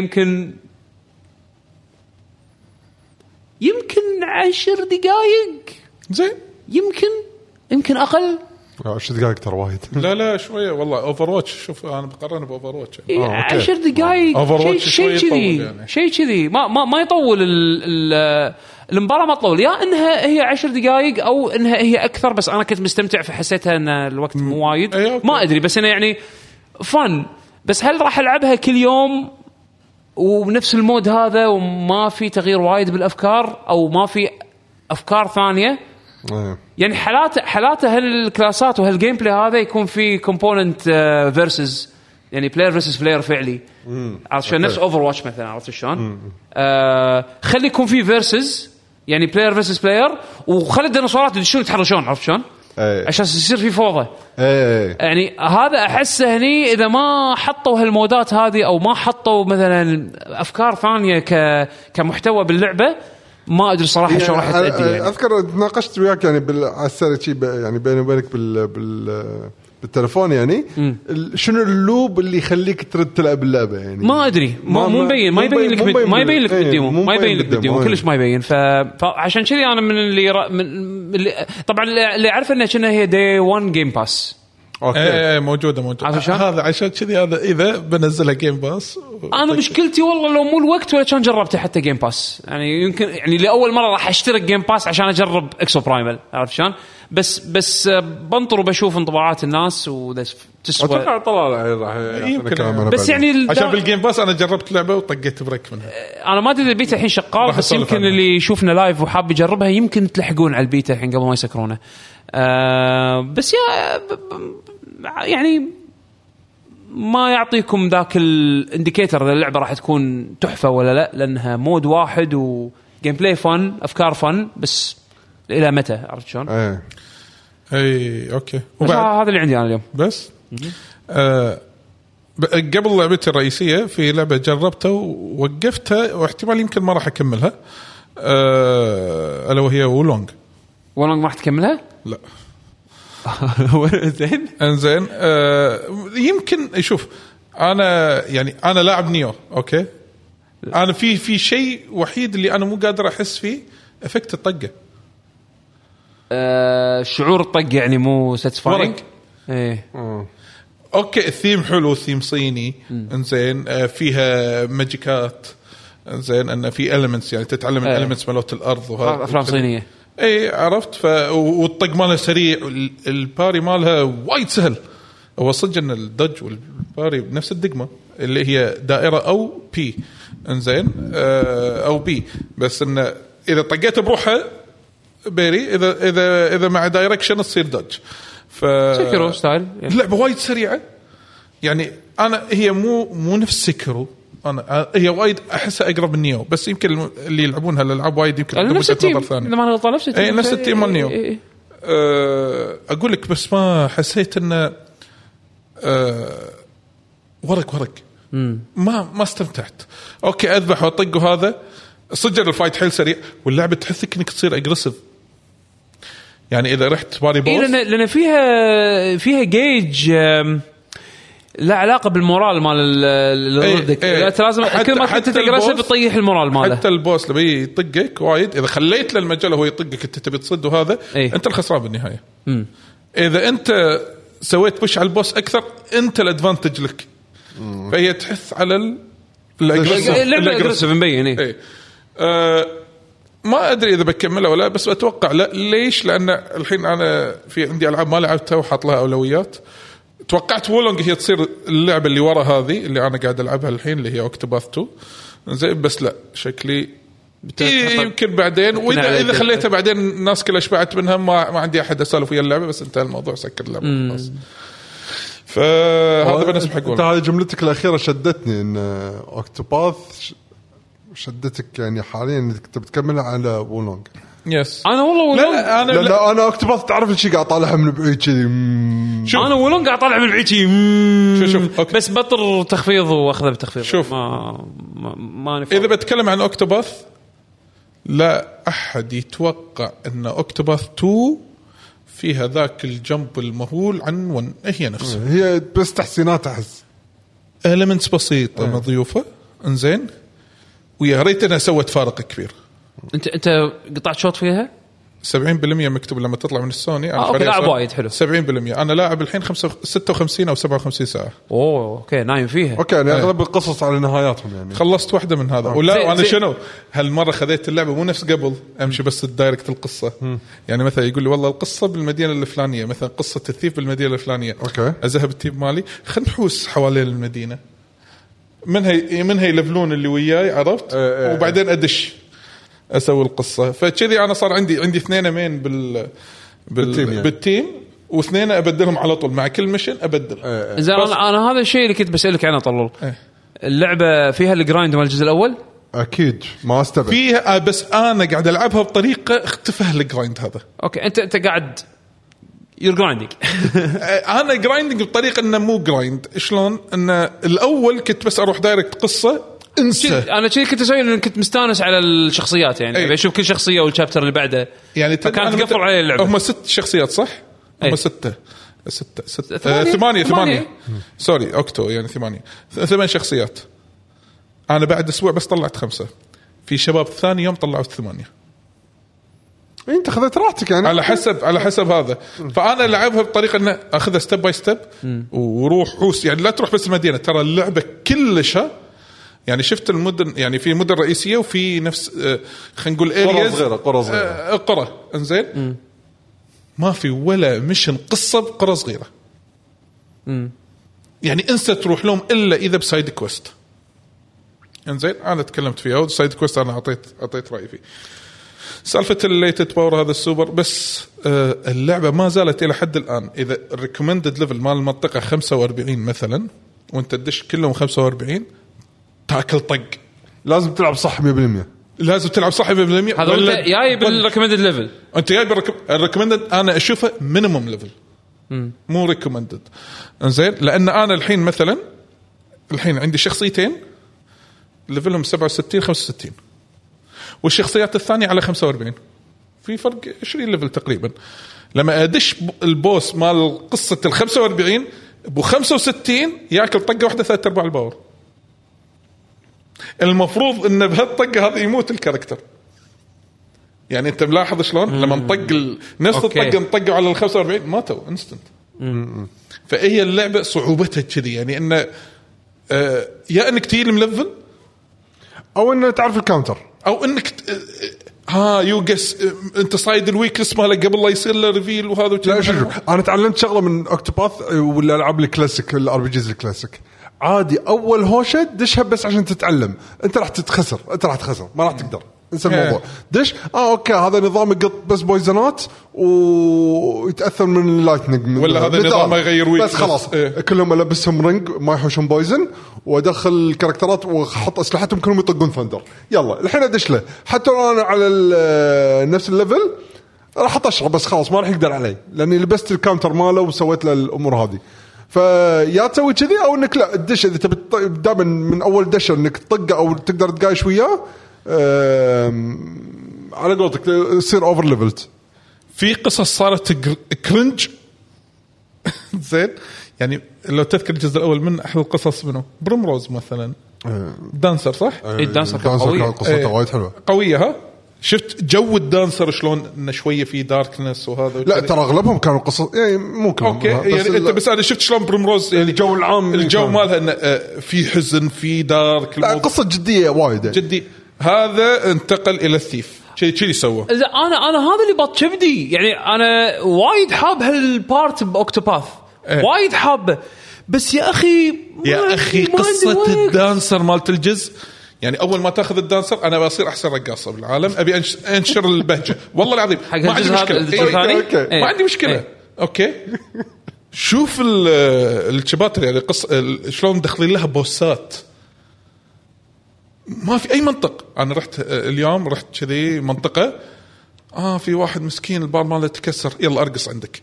يمكن 10 دقائق زين، يمكن اقل. 10 دقائق ترى وايد. لا شويه والله. اوفر واتش شوف انا بقارن باوفر واتش 10 دقائق شيء كذي ما يطول المباراة ما تطول، يا انها هي 10 دقائق او انها هي اكثر، بس انا كنت مستمتع فحسيتها ان الوقت مو وايد. ما ادري، بس انا يعني فن. بس هل راح العبها كل يوم وبنفس المود هذا وما في تغيير وايد بالافكار او ما في افكار ثانيه؟ يعني حالاته هالكلاسات وهالجيم بلاي هذا يكون في كومبوننت فيرسز، يعني بلاير فيرسز بلاير فعلي. عشان نفس اوفر واتش مثلا. عرفت شلون؟ خلي يكون في فيرسز، يعني بلاير فيرسز بلاير، وخلي الديناصورات يدشون يتحرشون. عرفت شلون؟ عشان يصير في فوضى. يعني هذا احسه هني اذا ما حطوا هالمودات هذه او ما حطوا مثلا افكار ثانيه كمحتوى باللعبه، ما ادري صراحه شو راح تأدي. يعني اذكر تناقشت وياك يعني على السريع يعني بيني وبينك بالتلفون يعني شنو اللوب اللي يخليك ترد تلعب اللعبه يعني. ما ادري، مو مبين، ما يبين لك بالديمو، كلش ما يبين. فعشان كذي انا من اللي طبعا اللي اعرف انها كنا هي دي 1 جيم باس. موجوده هذا عشان كذي. هذا اذا بنزلها جيم باس انا مشكلتي والله لو مو الوقت ولا كان جربته حتى جيم باس. يعني يمكن يعني لاول مره راح اشترك جيم باس عشان اجرب اكسو برايمال. عارف شلون؟ بس بنطر وبشوف انطباعات الناس وتسوى. اتوقع طلال راح بس يعني عشان بالجيم باس انا جربت لعبه وطقيت بريك منها. انا ما ادري البيتا الحين شغال، بس يمكن اللي يشوفنا لايف وحاب يجربها يمكن تلحقون على البيتا الحين قبل ما يسكرونه. بس يعني ما يعطيكم ذاك الانديكيتر اذا اللعبه راح تكون تحفه ولا لا، لانها مود واحد وجيم بلاي فن، افكار فن، بس الى متى؟ عرفت شلون؟ اي اوكي. هذا اللي عندي انا اليوم. بس قبل لعبتي الرئيسيه في لعبه جربتها ووقفتها واحتمال يمكن ما راح اكملها، الا وهي وولونج ما راح تكملها؟ لا. زين انزين. يمكن شوف انا لاعب نيو. اوكي، انا في شيء وحيد اللي انا مو قادر احس فيه، افكت الطقه. شعور الطق يعني مو ساتسفاينج. ايه اوكي، الثيم حلو، الثيم صيني. انزين فيها ماجيكات. انزين ان في elements يعني تتعلم الاليمنتس مالت الارض وهذا افلام صينيه. اي عرفت. والطق مالها سريع، الباري مالها وايد سهل. هو صدق ان الدج والباري بنفس الدقمه اللي هي دائره او بي. انزين او بي، بس ان اذا طقيت بروحها بيري، اذا مع دايركشن تصير دج. سكرو ستايل اللعبه وايد سريعه. يعني انا هي مو نفس سكرو، انا هي وايد احسها اقرب من نيو، بس يمكن اللي يلعبونها الالعاب وايد يمكن نفس التيم. اذا ما غلط نفس التيم. نفس التيم مال نيو. اقول لك بس ما حسيت انه ورق ما استمتعت. اوكي اذبح واطق وهذا صدق الفايت حيل سريع، واللعبه تحسك انك تصير اجريسيف. يعني اذا رحت باري بوس لان فيها جيج لا علاقه بالمورال مال اللي ضدك. لازم كل ما كنت تجرب تطيح المورال ماله. حتى البوس اللي بيطقك وايد اذا خليت له المجال هو يطقك انت تبي تصد وهذا انت الخسران بالنهايه. اذا انت سويت بوش على البوس اكثر انت الادفانتج لك. فهي تحس على الاجريسيف مبين. ما ادري اذا بكملها ولا، بس اتوقع لا. ليش؟ لان الحين انا في عندي العاب ما لعبتها وحاط لها اولويات. توقعت وولونج هي تصير اللعبه اللي ورا هذه اللي انا قاعد العبها الحين اللي هي اوكتوباث 2 زين، بس لا شكلي يمكن بعدين، واذا خليتها بعدين الناس كلها شبعت منها ما عندي احد اسولف ويا اللعبه، بس انتهى الموضوع، سكر اللعبه خلاص. فهذا بالنسبه حق انت هذه جملتك الاخيره شدتني، ان اوكتوباث شدتك يعني حاليا انك تكملها على وولونج. يس انا والله لا انا اوكتوباث تعرف الشيء قاعد طالعها من بعيد كذي. انا وولونج قاعد طالع من بعيد شوف بس بطر تخفيض واخذه بتخفيض. شوف ما اذا بتكلم عن اوكتوباث، لا احد يتوقع ان اوكتوباث 2 فيها ذاك الجنب المهول عن 1. هي نفسها، هي بس تحسينات احس elements بسيطه مضيوفه انزين، ويا ريت انها سوت فارق كبير. انت قطعت شوط فيها 70% مكتوب لما تطلع من السوني. انا لاعب وايد حلو 70%. انا لاعب الحين 56 او 57 ساعه. اوكي نايم فيها. اوكي يعني اغلب القصص على نهاياتهم يعني خلصت واحده من هذا. ولا وانا شنو هالمره خذيت اللعبه مو نفس قبل امشي بس الدايركت القصه. يعني مثلا يقول لي والله القصه بالمدينه الفلانيه، مثلا قصه الثيف بالمدينه الفلانيه. اوكي اذهب التيم مالي خلينا نحوس حوالين المدينه، منها يلفلون اللي وياي عرفت. وبعدين ادش اسوي القصه. فكذي انا صار عندي 2 مين بالتيم واثنين ابدلهم على طول مع كل ميشن ابدل. اذا انا هذا الشيء اللي كنت بسالك عنه طلول. اللعبه فيها الجرايند مال الجزء الاول اكيد ما استبعد فيها، بس انا قاعد العبها بطريقه اختفى الجرايند هذا. اوكي انت قاعد يور جرايندينج. انا جرايندينج بطريقه انه مو جرايند. شلون؟ ان الاول كنت بس اروح دايركت قصه انسى. انا شيء كنت اسوي انه كنت مستانس على الشخصيات يعني اشوف كل شخصيه والشابتر اللي بعده يعني كانت تقفل عليه اللعبه. هم 6 شخصيات صح؟ هم 6 8 سوري اوكتو يعني 8 شخصيات. انا بعد اسبوع بس طلعت 5. في شباب ثاني يوم طلعوا 8. انت خذت راحتك يعني على حسب هذا. فانا لعبها بطريقه ان اخذها ستيب باي ستيب وروح حوس. يعني لا تروح بس المدينه، ترى اللعبه كلشها يعني شفت المدن، يعني في مدن رئيسيه وفي نفس خلينا نقول ارياز قرى صغيره قرى انزين. ما في ولا مشن قصه بقرى صغيره. يعني انسى تروح لهم الا اذا بسايد كويست انزين. انا تكلمت فيها والسايد كويست انا اعطيت رايي فيه. سالفه الليتد باور هذا السوبر، بس اللعبه ما زالت الى حد الان اذا الريكومندد ليفل مال المنطقه 45 مثلا وانت تدش كلهم 45 تاكل طق. لازم تلعب صح 100%. لازم تلعب صح 100%. هذا انت جاي بالريكومندد ليفل. انت جاي بالريكومندد. انا اشوفه مينيمم ليفل مو ريكومندد انزين. لان انا الحين مثلا عندي شخصيتين ليفلهم 67 65 والشخصيات الثانيه على 45. في فرق 20 ليفل تقريبا. لما ادش البوس مال قصه ال 45 ابو 65 ياكل طقه واحده 3/4 الباور. المفروض ان بهالطقه هذه يموت الكاركتر. يعني انت ملاحظ شلون لما نطق نفس الطقه نطقه على ال 45 ماتوا انستنت. فهي اللعبه صعوبتها كذي يعني ان يا انك تجي ملفل او انك تعرف الكاونتر او انك يوجس انت صايد الويكنس ماله قبل لا يصير له ريفيل وهذا. لا شوف انا تعلمت شغله من اوكتوباث ولا العاب الكلاسيك الار بي جيز الكلاسيك. عادي اول هوشه دشها بس عشان تتعلم. انت راح تتخسر ما راح تقدر. انسى الموضوع. دش اوكي هذا نظام يقط بس بويزنات ويتاثر من اللايتنج ولا هذا النظام ما يغير ويكنس بس خلاص. كلهم البسهم رنج ما يحوشون بويزن وادخل الكاركترات واحط اسلحتهم كلهم يطقون ثندر. يلا الحين ادش له حتى انا على نفس الليفل راح اطشر بس خلاص ما راح يقدر علي لاني لبست الكاونتر ماله وسويت له الامور هذه. فيا تسوي كذي او انك لا تدش اذا تبي دائما من اول دشه انك تطقه او تقدر تقايش وياه على قولتك تصير اوفر ليفلت. في قصص صارت كرنج زين. يعني لو تذكر الجزء الاول من احلى القصص منه برومروز مثلا دانسر صح؟ الدانسر كان قصته وايد حلوه قويه. ها شفت جو الدانسر شلون انه شويه في داركنس وهذا. لا ترى اغلبهم كانوا قصص يعني ممكن اوكي يعني انت بس انا شفت شلون برومروز يعني الجو العام الجو مالها انه في حزن في دارك. لا قصه جديه وايد جدي. هذا انتقل الى الثيف. شيء سوى. انا هذا اللي بط كبدي يعني. انا وايد حاب هالبارت باوكتوباث وايد حابه، بس يا اخي قصه الدانسر مالت الجزء يعني اول ما تاخذ الدانسر انا بصير احسن رقاصه بالعالم، ابي انشر البهجه والله العظيم ما عندي مشكله. ما عندي مشكله اوكي. شوف الشباتر يعني قصه شلون دخلين لها بوسات ما في اي منطق. انا رحت اليوم كذي منطقه في واحد مسكين البار ماله تكسر، يلا ارقص عندك.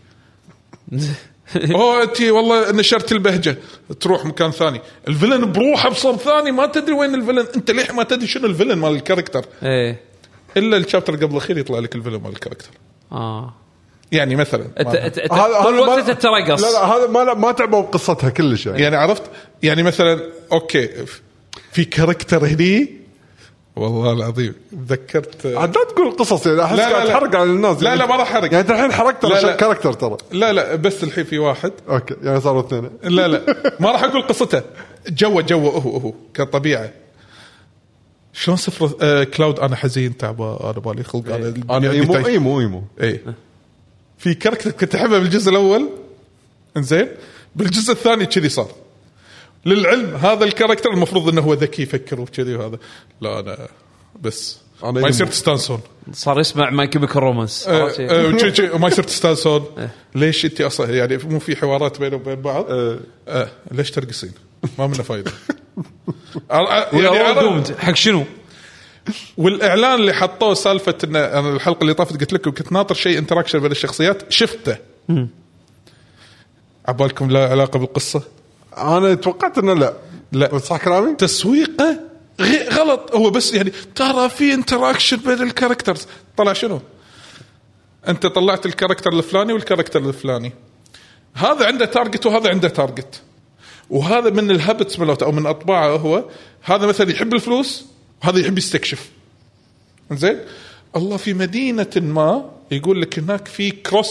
انتي والله نشرت البهجه، تروح مكان ثاني الفيلن بروحه بصوب ثاني ما تدري وين الفيلن. انت ليه ما تدري شنو الفيلن مال الكاركتر الا الشابتر قبل الاخير يطلع لك الفيلن مال الكاركتر. يعني مثلا طول الوقت تترقص. لا هذا ما تعبوا بقصتها كلش يعني عرفت يعني مثلا اوكي في كاركتر هني والله العظيم تذكرت عاد لا تقول القصص يعني احس قاعد تحرق على الناس. لا ما راح احرق يعني انت الحين حرقت الكاركتر ترى. لا بس الحين في واحد اوكي يعني صاروا اثنين. لا ما راح اقول قصته. جو هو كطبيعه شلون صفر كلاود. انا حزين تعبان انا بالي خلق انا ايمو اي في كاركتر كنت احبه بالجزء الاول انزين بالجزء الثاني كذي صار. للعلم هذا الكاركتر المفروض انه هو ذكي يفكر وكذي وهذا لا انا بس ما يصير تستانسون. صار يسمع ماي كيميكال رومانس ما يصير تستانسون. ليش انت اصلا يعني مو في حوارات بينه وبين بعض ليش ترقصين ما منه فايده يعني حق شنو. والاعلان اللي حطوه سالفه ان انا الحلقه اللي طافت قلت لكم كنت ناطر شيء انتراكشن بين الشخصيات شفته عبالكم لا علاقه بالقصه. انا توقعت انه لا صح كلامي تسويقه غلط. هو بس يعني ترى في انتراكشن بين الكاركترز. طلع شنو انت طلعت الكاركتر الفلاني والكاركتر الفلاني هذا عنده تارجت وهذا عنده تارجت وهذا من الهابتس مالته او من اطباعه. هو هذا مثلا يحب الفلوس وهذا يحب يستكشف. زين الله في مدينه ما يقول لك هناك في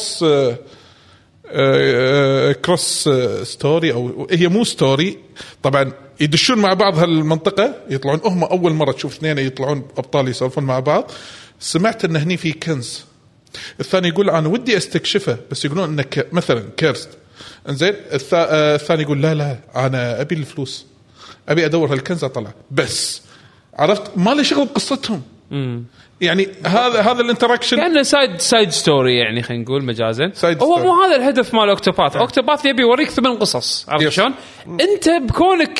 كروس ستوري او هي مو ستوري طبعا يدشون مع بعض هالمنطقه يطلعون هم اول مره تشوف اثنين يطلعون ابطال يسولفون مع بعض. سمعت ان هني في كنز. الثاني يقول انا ودي استكشفه بس يقولون انك مثلا كيرست. انزين الثاني يقول لا انا ابي الفلوس ابي ادور هالكنز اطلع بس. عرفت ما له شغل بقصتهم. يعني هذا الانتراكشن كأنه سايد ستوري يعني خلينا نقول مجازا. هو مو هذا الهدف مال اوكتوباث يبي يوريك 8 قصص. عرفت شلون انت بكونك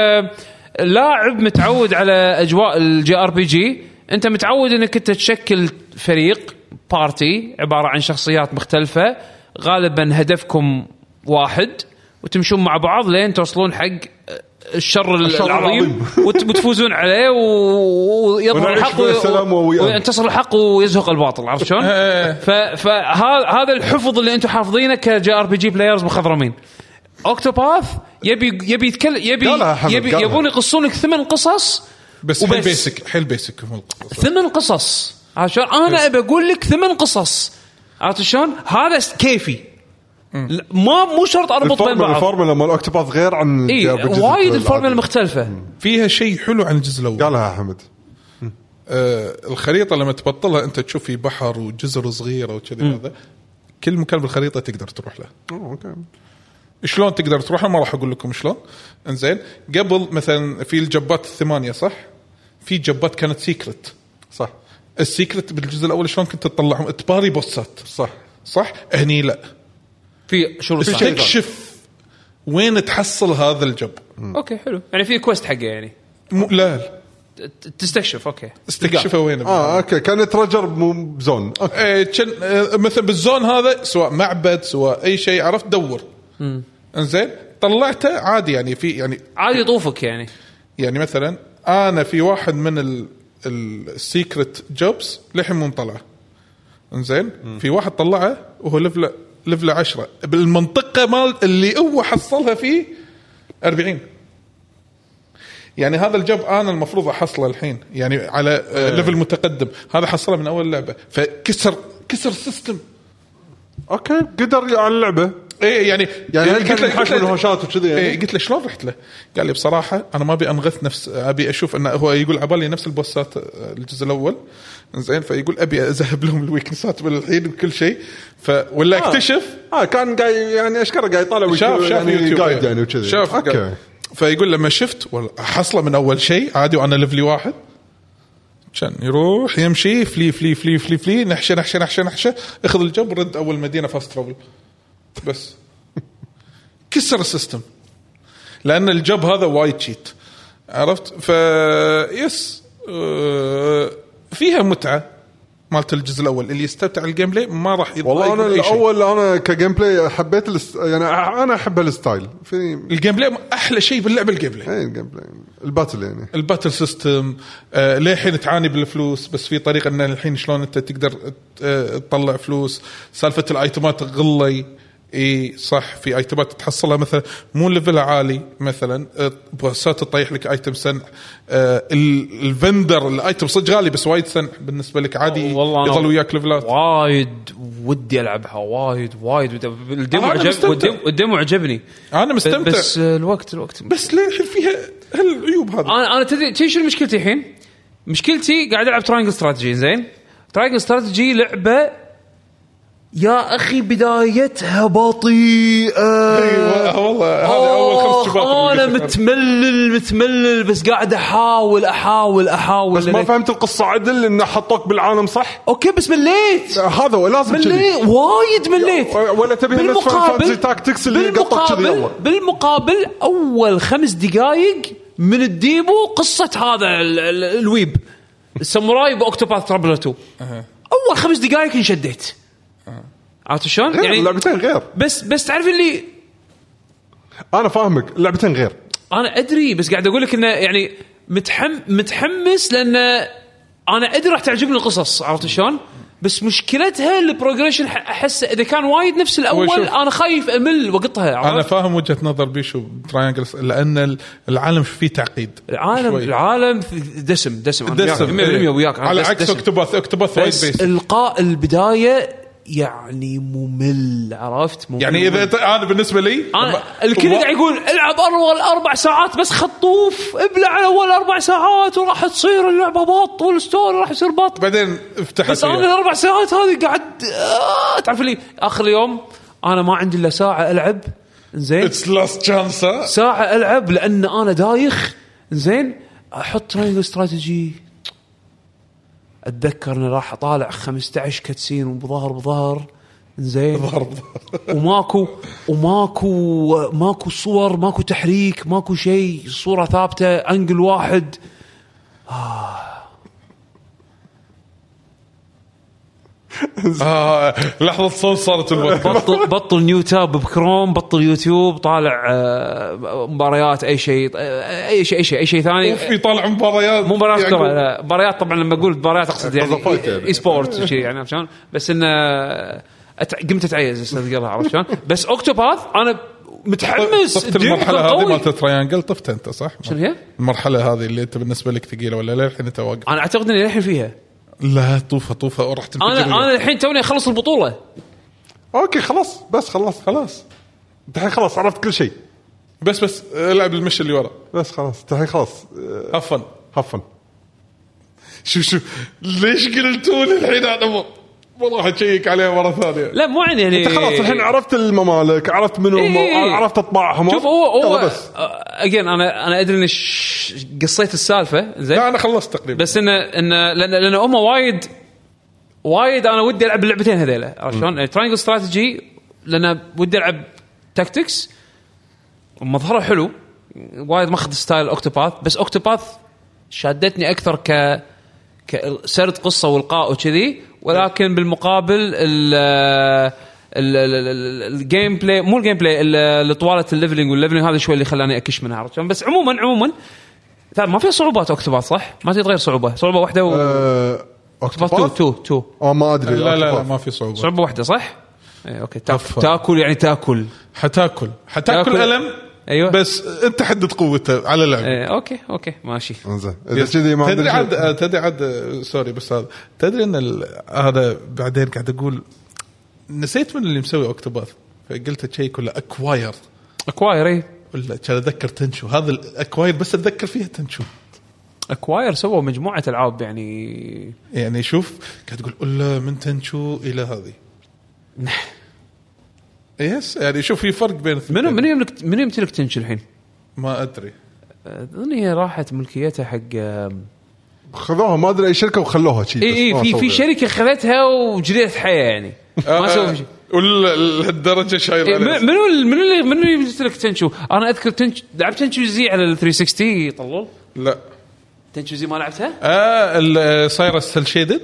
لاعب متعود على اجواء الجي ار بي جي انت متعود انك انت تشكل فريق بارتي عباره عن شخصيات مختلفه غالبا هدفكم واحد وتمشون مع بعض لين توصلون حق الشر العظيم وتفوزون عليه ويظهر الحق وينتصر الحق ويزهق الباطل. عرفت شلون؟ فهذا الحفظ اللي انتم حافظينه كجي ار بي جي بلايرز مخضرمين. اوكتوباث يبي يتكلم يبون يقصون لك 8 قصص بس حيل بيسك 8 قصص. عرفت شلون؟ انا ابي اقول لك 8 قصص. عرفت شلون؟ هذا كيفي مو شرط اربط بين بعض. الفورمولا مال اوكتوباث غير عن وايد الفورمولا مختلفه. فيها شيء حلو عن الجزء الاول قالها حمد. الخريطه لما تبطلها انت تشوف في بحر وجزر صغيره وكذا هذا كل مكان بالخريطه تقدر تروح له. اوكي شلون تقدر تروح ما راح اقول لكم شلون. انزين قبل مثلا في الجبات 8 صح في جبات كانت سيكرت صح. السيكرت بالجزء الاول شلون كنت تطلعهم تباري بوسات صح هني لا في شروط تكشف وين تحصل هذا الجب. اوكي حلو يعني في كويست حقه يعني لا تستكشف اوكي استكشفه وين اوكي كانت رجر بزون مثلا بالزون هذا سواء معبد سواء اي شيء عرفت دور انزين طلعته عادي يعني في يعني عادي يطوفك يعني مثلا انا في واحد من السيكرت جوبز لحين مو مطلعه انزين في واحد طلعه وهو ليفل 10 بالمنطقه مال اللي هو حصلها فيه 40 يعني هذا الجوب انا المفروض احصله الحين يعني على ليفل متقدم. هذا حصله من اول لعبه فكسر السيستم. اوكي قدر على اللعبه ايه يعني قلت له حجم الهوشات وكذي يعني. قلت له شلون رحت له؟ قال لي بصراحه انا ما ابي انغث نفس، ابي اشوف انه هو يقول عبالي نفس البوسات الجزء الاول زين، فيقول ابي اذهب لهم الويكنسات بالحين وكل شيء ولا اكتشف كان قاعد يعني اشكره قاعد يطالع شاف يعني يوتيوب يعني وكذي شاف اوكي. فيقول لما شفت حصله من اول شيء عادي وانا ليفلي 1 كان يروح يمشي فلي نحشه اخذ الجب رد اول مدينه فاست ترافل بس كسر السيستم لان الجب هذا وايد شيت عرفت. يس فيها متعه مالت الجزء الاول اللي يستمتع الجيم بلاي ما راح يضايق. والله انا الاول انا كجيم بلاي حبيت يعني انا احب الستايل في الجيم بلاي. احلى شيء باللعبه الجيم بلاي. اي الجيم بلاي الباتل يعني الباتل سيستم. للحين تعاني بالفلوس بس في طريقه ان الحين شلون انت تقدر تطلع فلوس. سالفه الايتمات غلي اي صح، في ايتمات تحصلها مثلا مو ليفلها عالي مثلا بوسات تطيح لك ايتم سنع. الفندر الايتم صدق غالي بس وايد سنع بالنسبه لك عادي يظل وياك ليفلات. وايد ودي العبها وايد الديمو عجبني انا مستمتع بس الوقت بس للحين فيها هالعيوب هذه. انا تدري شو مشكلتي الحين؟ مشكلتي قاعد العب تراينجل استراتيجي. زين تراينجل استراتيجي لعبه يا أخي بدايتها بطيئة. أيوة والله هذا أول 5 شباط. أنا متملل بس قاعد أحاول بس ما فهمت القصة عدل إنه حطوك بالعالم صح. أوكي بس مليت. هذا لازم وايد مليت. ولا تبي فانتزي تاكتكس اللي يقطك كذي أول. بالمقابل أول 5 دقائق من الديمو قصة هذا الويب الساموراي بأوكتوباث ترابل 2. أول 5 دقائق انشديت. عرفت شلون؟ يعني لعبتين غير بس تعرف اللي انا فاهمك لعبتين غير. انا ادري بس قاعد اقول لك انه يعني متحمس لان انا ادري راح تعجبني القصص. عرفت شلون؟ بس مشكلتها البروجريشن احس اذا كان وايد نفس الاول انا خايف امل وقطها. انا فاهم وجهه نظر بيشو تراينجل لان العالم فيه تعقيد. العالم دسم 100% وياك على عكس اكتوباث وايد بيس. القاء البدايه يعني ممل. عرفت ممل. يعني اذا انا بالنسبه لي الكل قاعد يقول العب اول 4 ساعات بس خطوف ابلع اول 4 ساعات وراح تصير اللعبه بط والستوري راح يصير بط بعدين افتحت بس انا 4 ساعات هذه قاعد تعرف لي اخر اليوم انا ما عندي الا ساعه العب. زين اتس لاست تشانس ساعه العب لان انا دايخ. زين احط تراينجل استراتيجي اتذكر اني راح اطالع 15 كاتسين وبظهر زين وماكو صور ماكو تحريك ماكو شيء صورة ثابتة انجل واحد. لحظة صوت صارت بطل نيو تاب بكروم بطل يوتيوب طالع مباريات اي شيء ثاني يطالع مباريات يعني مباريات طبعا لما اقول مباريات اقصد يعني اي سبورت شيء يعني عشان بس انه قمت اتعيز استاذ قبل. عرفت شلون؟ بس اوكتوباث انا متحمس. طفت المرحله هذه مالت تراينجل طفت انت صح؟ شنو هي المرحله هذه اللي انت بالنسبه لك ثقيله ولا لا الحين انت واقف؟ انا اعتقد اني الحين فيها لا طوفه ورحت انا الحين توني اخلص البطوله. اوكي خلاص بس خلاص انت الحين خلاص عرفت كل شيء. بس العب المشي اللي ورا بس خلاص انت الحين خلاص هفن شو ليش قلتوا لي الحين انا والله راح اشيك عليه مره ثانيه. لا مو يعني انت خلاص الحين عرفت عرفت عرفت منهم عرفت اطباعهم. شوف هو بس اجين انا ادري ان قصيت السالفه زين. لا انا خلصت تقريبا بس لان هم وايد انا ودي العب اللعبتين هذيله. عرفت شلون؟ تراينجل استراتيجي لان ودي العب تاكتكس ومظهره حلو وايد ماخذ ستايل اوكتوباث بس اوكتوباث شادتني اكثر كسرد قصه والقاء وكذي. ولكن بالمقابل الجيم بلاي مو الجيم بلاي الطوالة الليفلينج هذا شوي اللي خلاني اكش منها. عرفت بس عموما ما في صعوبات اوكتوباث صح ما تتغير صعوبه واحده اوكتوباث 2 ما ادري لا ما في صعوبه واحده صح. اوكي تاكل يعني حتاكل ألم. ايوه بس انت حدد قوته على اللعب. اوكي ماشي زين اذا كذي ما تدري عاد سوري بس هذا تدري ان هذا بعدين قاعد اقول نسيت من اللي مسوي اوكتوباث فقلت شيء كله اكواير اي ولا كان اتذكر تنشو هذا الاكواير بس اتذكر فيها تنشو. اكواير سووا مجموعه العاب يعني شوف قاعد تقول الا من تنشو الى هذه يس يعني شوف في فرق بين من يمتلك تنشو الحين ما ادري اظن هي راحت ملكيتها حق خذوها ما ادري اي شركه وخلوها شيء. اي في شركه خذتها وجريت حياه يعني ما سووا شيء ولا لهالدرجه شايل منو يمتلك تنشو. انا اذكر لعبت تنشو زي على ال 360 طلول. لا تنشو زي ما لعبتها السايرس سيل شيدد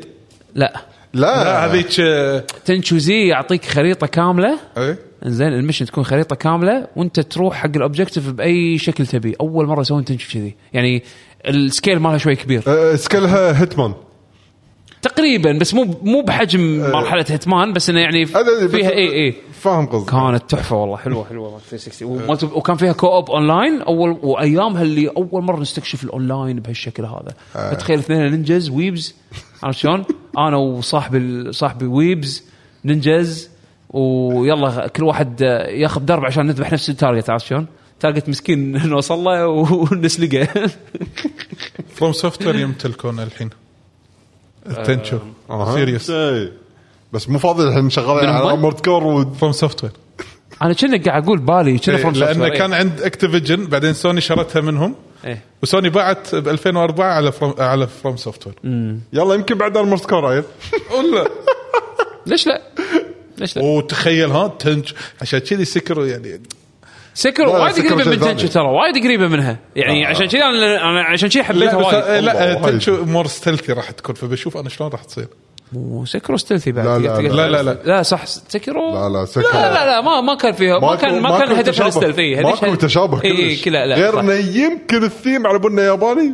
لا هذيك تنشو زي يعطيك خريطه كامله اي انزين المشن تكون خريطه كامله وانت تروح حق الاوبجكتيف باي شكل تبي. اول مره يسوون تنشو كذي يعني السكيل مالها شوي كبير. سكيلها هيتمان تقريبا بس مو بحجم مرحله هيتمان بس انه يعني فيها اي فاهم قصدي. كانت تحفه والله حلوه 360 وكان فيها كوب اونلاين وايامها اللي اول مره نستكشف الاونلاين بهالشكل هذا. فتخيل اثنين نينجز ويبز عرفت شلون انا وصاحبي ويبز نينجز ويلا كل واحد ياخذ درب عشان نذبح نفس التارجت عرفت شلون. تارجت مسكين نوصل له ونسلقه. فروم سوفتوير يمتلكون الحين التنشو سيريس بس مو فاضي الحين شغال على ارمورد كور فروم سوفتوير. انا كنا قاعد اقول بالي كنا فروم سوفتوير لانه كان عند اكتيفيجن بعدين سوني شرتها منهم وسوني باعت ب 2004 على فروم سوفتوير. يلا يمكن بعد ارمورد كور عيل ولا ليش لا وتخيل تنج عشان كذي سكر يعني سكر وايد قريبه من تنشو ترى وايد قريبه منها يعني عشان كذا انا عشان شيء حبيتها وايد. لا تنشو مور ستيلثي راح تكون فبشوف انا شلون راح تصير. مو سكرو ستيلثي بعد لا صح سكرو لا سكرو لا ما كان فيها ما كان هدفها الستيلثي ماكو تشابه كلش غير انه يمكن الثيم على بنا ياباني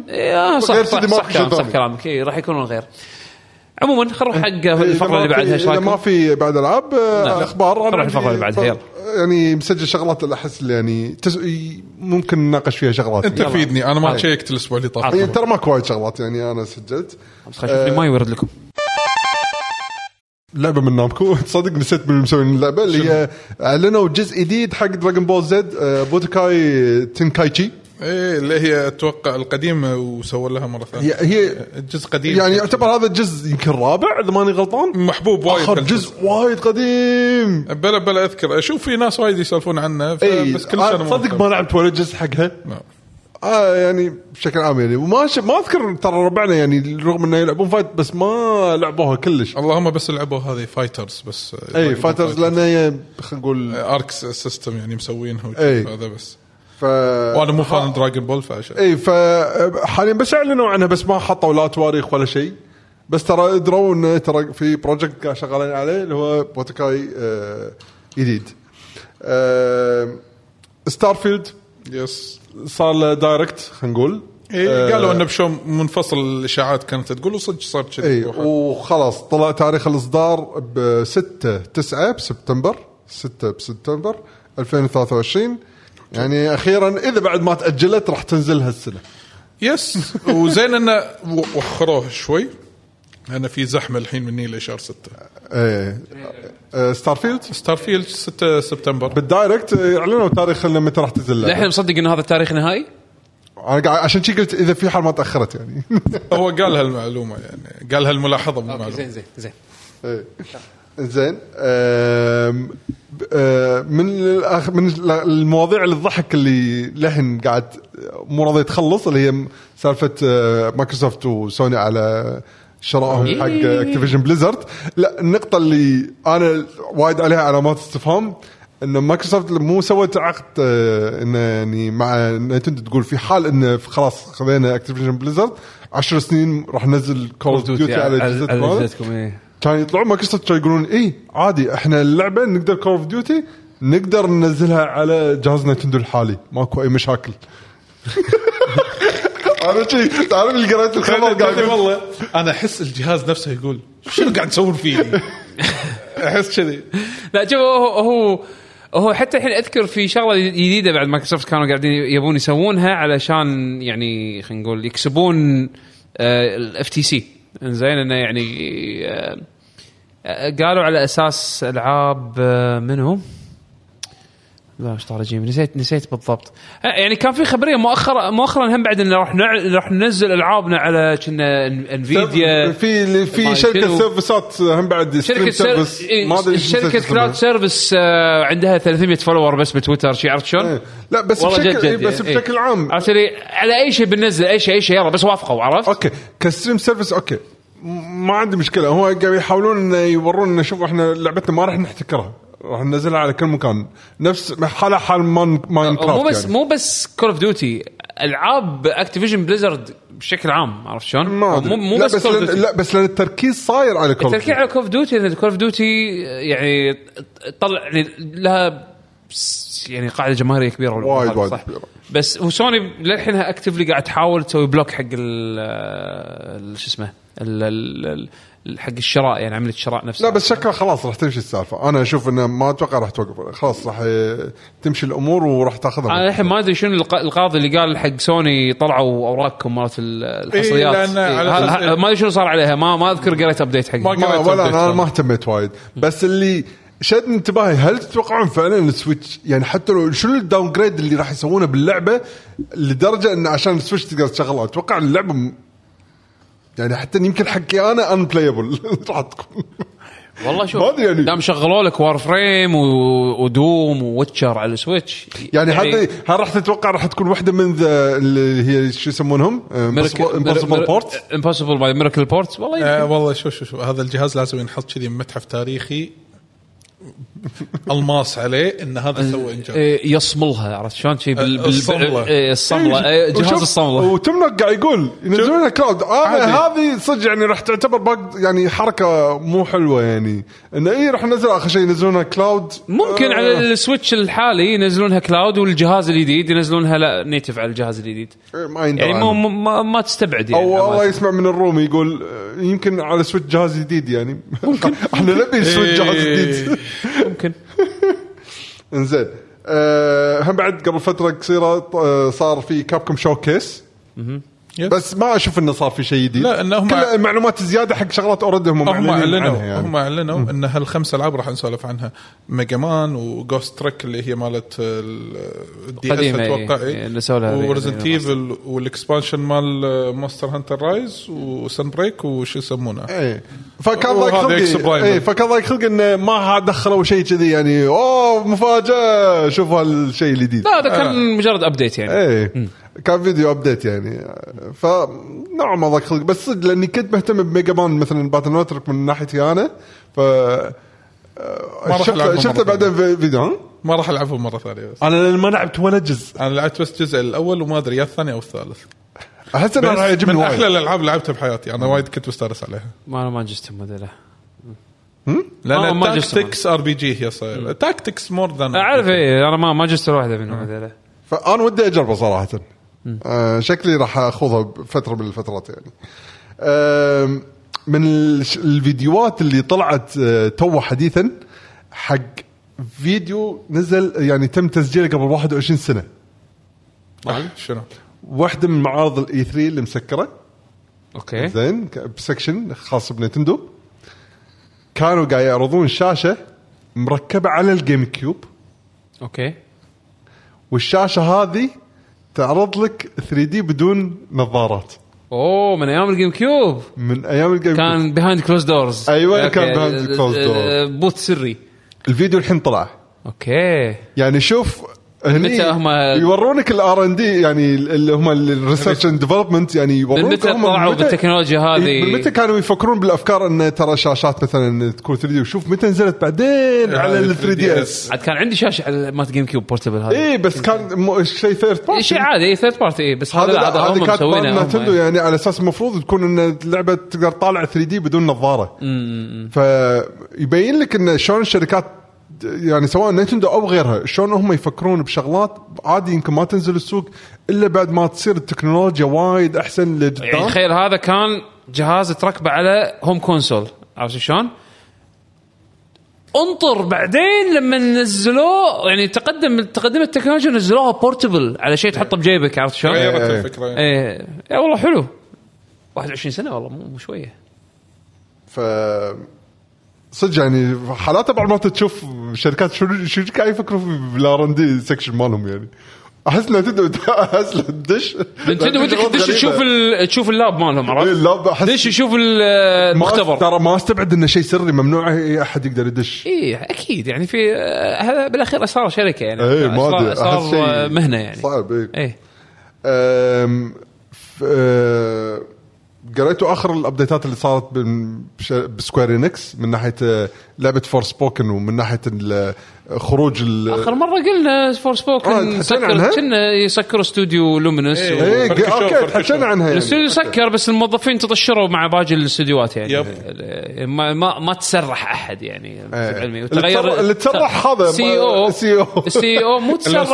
صح كلامك راح يكونون غير. عموما خلينا نروح حق الفقره اللي بعدها اذا ما في بعد العاب اخبار نروح الفقره اللي بعدها يعني مسجل شغلات اللي احس يعني ممكن نناقش فيها شغلات. انت فيدني انا ما شيكت الاسبوع اللي طاف ترى ما كوايد شغلات يعني انا سجلت بس خليني ما يورد لكم لعبه من نامكو. تصدق نسيت من المسوين اللعبه اللي هي اعلنوا جزء جديد حق دراغون بول زد بوتوكاي تنكايتشي اللي هي اتوقع القديمه وسووا لها مره ثانيه. هي جزء قديم يعني يعتبر هذا الجزء يمكن رابع اذا ماني غلطان محبوب وايد. اخر جزء وايد قديم بلا اذكر اشوف في ناس وايد يسولفون عنه بس كل سنه صدق ما لعبت ولا جزء حقها. يعني بشكل عام يعني ما اذكر ترى ربعنا يعني رغم انه يلعبون فايت بس ما لعبوها كلش. اللهم بس لعبوا هذه فايترز بس فايترز لانه خلينا نقول اركس سيستم يعني مسوينه هذا بس وانا مو فان دراغون بول فعشان فحاليا بس اعلنوا عنها بس ما حطوا لا تواريخ ولا شيء بس ترى ادروا انه ترى في بروجكت شغالين عليه اللي هو بوتوكاي جديد. ستارفيلد يس صار له دايركت خلينا نقول قالوا انه بشو منفصل الاشاعات كانت تقول وصدق صار كذي وخلاص طلع تاريخ الاصدار ب 6 بسبتمبر 2023 يعني اخيرا اذا بعد ما تاجلت راح تنزل هالسنه. يس وزين انه وخروه شوي انا في زحمه الحين مني لشهر 6. ستارفيلد 6 سبتمبر بالدايركت اعلنوا تاريخ متى راح تنزل. الحين مصدق ان هذا التاريخ نهائي انا عشان شي قلت اذا في حال ما تاخرت يعني هو قال هالمعلومه يعني قال هالملاحظه مو معلومه. زين من المواضيع اللي تضحك اللي لحن قاعد مو راضي تخلص اللي هي سالفه مايكروسوفت وسوني على شرائهم حق اكتيفيجن بليزرد. لا النقطه اللي انا وايد عليها علامات استفهام انه مايكروسوفت مو سوت عقد انه يعني مع نينتندو تقول في حال انه خلاص خذينا اكتيفيجن بليزرد 10 سنين راح ننزل كول اوف ديوتي على اجهزتكم. كان يطلعون مايكروسوفت يقولون عادي احنا اللعبه نقدر كول اوف ديوتي نقدر ننزلها على جهاز نينتندو الحالي ماكو اي مشاكل. انا شيء تعرف اللي قريت الخبر قاعد والله انا احس الجهاز نفسه يقول شنو قاعد تسوون فيه احس كذي. لا شوف هو حتى الحين اذكر في شغله جديده بعد مايكروسوفت كانوا قاعدين يبون يسوونها علشان يعني خلينا نقول يكسبون الاف تي سي. انزين انه يعني قالوا على اساس العاب منهم لا مش رجيم نسيت بالضبط. يعني كان في خبريه مؤخرا هم بعد ان راح ننزل العابنا على كنا انفيديا في شركه سيرفيسات هم بعد شركه سيرفيس ما ادري شركه كلاود سيرفيس عندها 300 فولور بس بتويتر شي عرفت شلون لا بس بشكل عام عرفت على اي شيء بننزل اي شيء يلا بس وافقوا عرفت اوكي كستريم سيرفيس اوكي ما عندي مشكله. هو قاعد يحاولون انه يورونا شوف احنا لعبتنا ما راح نحتكرها راح ننزلها على كل مكان نفس حال ماينكرافت مو بس كول اوف ديوتي العاب اكتيفيجن بليزرد بشكل عام عرفت شلون مو بس لا بس لان التركيز صاير على كول اوف ديوتي كول اوف ديوتي يعني طلع يعني لها يعني قاعده جماهيريه كبيره وايد صح كبيرة. بس وسوني للحينها اكتفلي قاعد تحاول تسوي بلوك حق شو اسمه حق الشراء يعني عمليه الشراء نفسها. لا بس شكله خلاص راح تمشي السالفه. انا اشوف انه ما اتوقع راح توقف خلاص راح تمشي الامور وراح تاخذها. انا الحين ما ادري شنو القاضي اللي قال حق سوني طلعوا اوراقكم مالت الحصريات ما ادري شنو صار عليها ما اذكر قريت ابديت حق ولا انا ما اهتميت وايد بس اللي شد انتباهي هل تتوقعون فعلا السويتش يعني حتى لو شنو الداون جريد اللي راح يسوونه باللعبه لدرجه ان عشان السويتش تقدر تشغلها اتوقع اللعبه يعني حتى يمكن حقي انا انبلايبل راح تكون والله شوف يعني دام شغلوا لك وار فريم ودوم وويتشر على السويتش يعني هذه هل راح تتوقع راح تكون واحده من اللي هي شو يسمونهم امبوسيبل بورت امبوسيبل باي ميراكل بورت والله شوف هذا الجهاز لازم ينحط كذي متحف تاريخي الماس عليه ان هذا سوى انجاز يصملها عرفت شلون شيء الصمله جهاز الصمله وتمنق قاعد يقول ينزلونها كلاود هذه صدق يعني راح تعتبر يعني حركه مو حلوه يعني انه راح ننزل اخر شيء ينزلونها كلاود ممكن على السويتش الحالي ينزلونها كلاود والجهاز الجديد ينزلونها لا نيتف على الجهاز الجديد يعني ما تستبعد يعني او الله يسمع من الروم يقول يمكن على سويتش جهاز جديد يعني احنا نبي سويتش جهاز جديد ممكن انزين هم بعد قبل فتره قصيره صار في كابكوم شوكيس بس ما اشوف انه صار في شيء جديد لا انهم كل المعلومات زياده حق شغلات اوريدي هم اعلنوا ان هالخمس العاب راح نسولف عنها ميجا مان وغوست تريك اللي هي مالت الدي اس اتوقع وريزنت ايفل والاكسبانشن مال مونستر هانتر رايز وسن بريك وش يسمونه فكان ضايق خلق انه ما دخلوا شيء كذي يعني مفاجاه شوف هالشيء الجديد لا هذا كان مجرد ابديت يعني كان فيديو ابديت يعني فنوع ما ضاق خلق بس صدق لاني كنت مهتم بميجا مان مثلا باتل نتورك من ناحيتي انا شفت بعدين فيديو ما راح العبه مره ثانيه بس انا ما لعبت ولا جزء انا لعبت بس الجزء الاول وما ادري يا الثاني او الثالث احس انه راح يعجبني من احلى الالعاب لعبتها بحياتي انا وايد كنت مستانس عليها ما جست موديله لا تاكتكس ار بي جي هي صاير تاكتكس مور ذان اعرف انا ما جست واحده منهم هذول فانا ودي اجربه صراحه شكلي راح اخذها بفتره من الفترات يعني من الفيديوهات اللي طلعت تو حديثا حق فيديو نزل يعني تم تسجيله قبل 21 سنه شنو واحده من معارض الاي 3 اللي مسكره اوكي زين بسكشن خاص بنينتندو كانوا قاعد يعرضون شاشه مركبه على الجيم كيوب اوكي والشاشه هذه تعرض لك 3D بدون نظارات من ايام الجيم كيوب كان بيهايند كلوز دورز ايوه كان بيهايند كلوز دورز بوت سري الفيديو الحين طلع اوكي يعني شوف متى هم يورونك الار ان دي يعني اللي هم الريسيرش اند ديفلوبمنت يعني يورونك هم طلعوا بالتكنولوجيا هذه متى كانوا يفكرون بالافكار ان ترى شاشات مثلا تكون 3 دي وشوف متى نزلت بعدين على ال 3 دي اس عاد كان عندي شاشه على مات جيم كيوب بورتبل هذا بس كان شيء ثيرد بارتي شيء عادي ثيرد بارتي بس هذا هم مسوينه نتندو يعني على اساس المفروض تكون ان اللعبه تقدر طالع 3 دي بدون نظاره فيبين لك ان شلون الشركات يعني سواء نينتندو او غيرها شلون هم يفكرون بشغلات عادي يمكن ما تنزل السوق الا بعد ما تصير التكنولوجيا وايد احسن لقدام يعني تخيل هذا كان جهاز تركبه على هوم كونسول عرفت شلون انطر بعدين لما نزلوه يعني تقدم التكنولوجيا نزلوها بورتبل على شيء تحطه بجيبك عرفت شلون غيرت الفكره يا والله حلو 21 سنه والله مو شويه صدق يعني حالات بعض ما تشوف شركات شو قاعد يفكروا في بالار&دي سكشن مالهم يعني. احس انه تدش تشوف اللاب مالهم عرفت اللاب دش يشوف المختبر ترى ما استبعد انه شيء سري ممنوع اي احد يقدر يدش. ايه اكيد يعني في هذا بالاخير صار شركه يعني صار مهنه يعني صعب. قريتوا اخر الابديتات اللي صارت بسكوير إنكس من ناحيه لعبه فور سبوكن ومن ناحيه خروج اخر مره قلنا فور سبوكن كنا يسكروا استوديو لومينوس اوكي تحكينا عنها يعني. الاستوديو سكر بس الموظفين تطشروا مع باقي الاستديوهات يعني ما تسرح احد يعني علمي وتغير اللي تسرح هذا سي او مو تسرح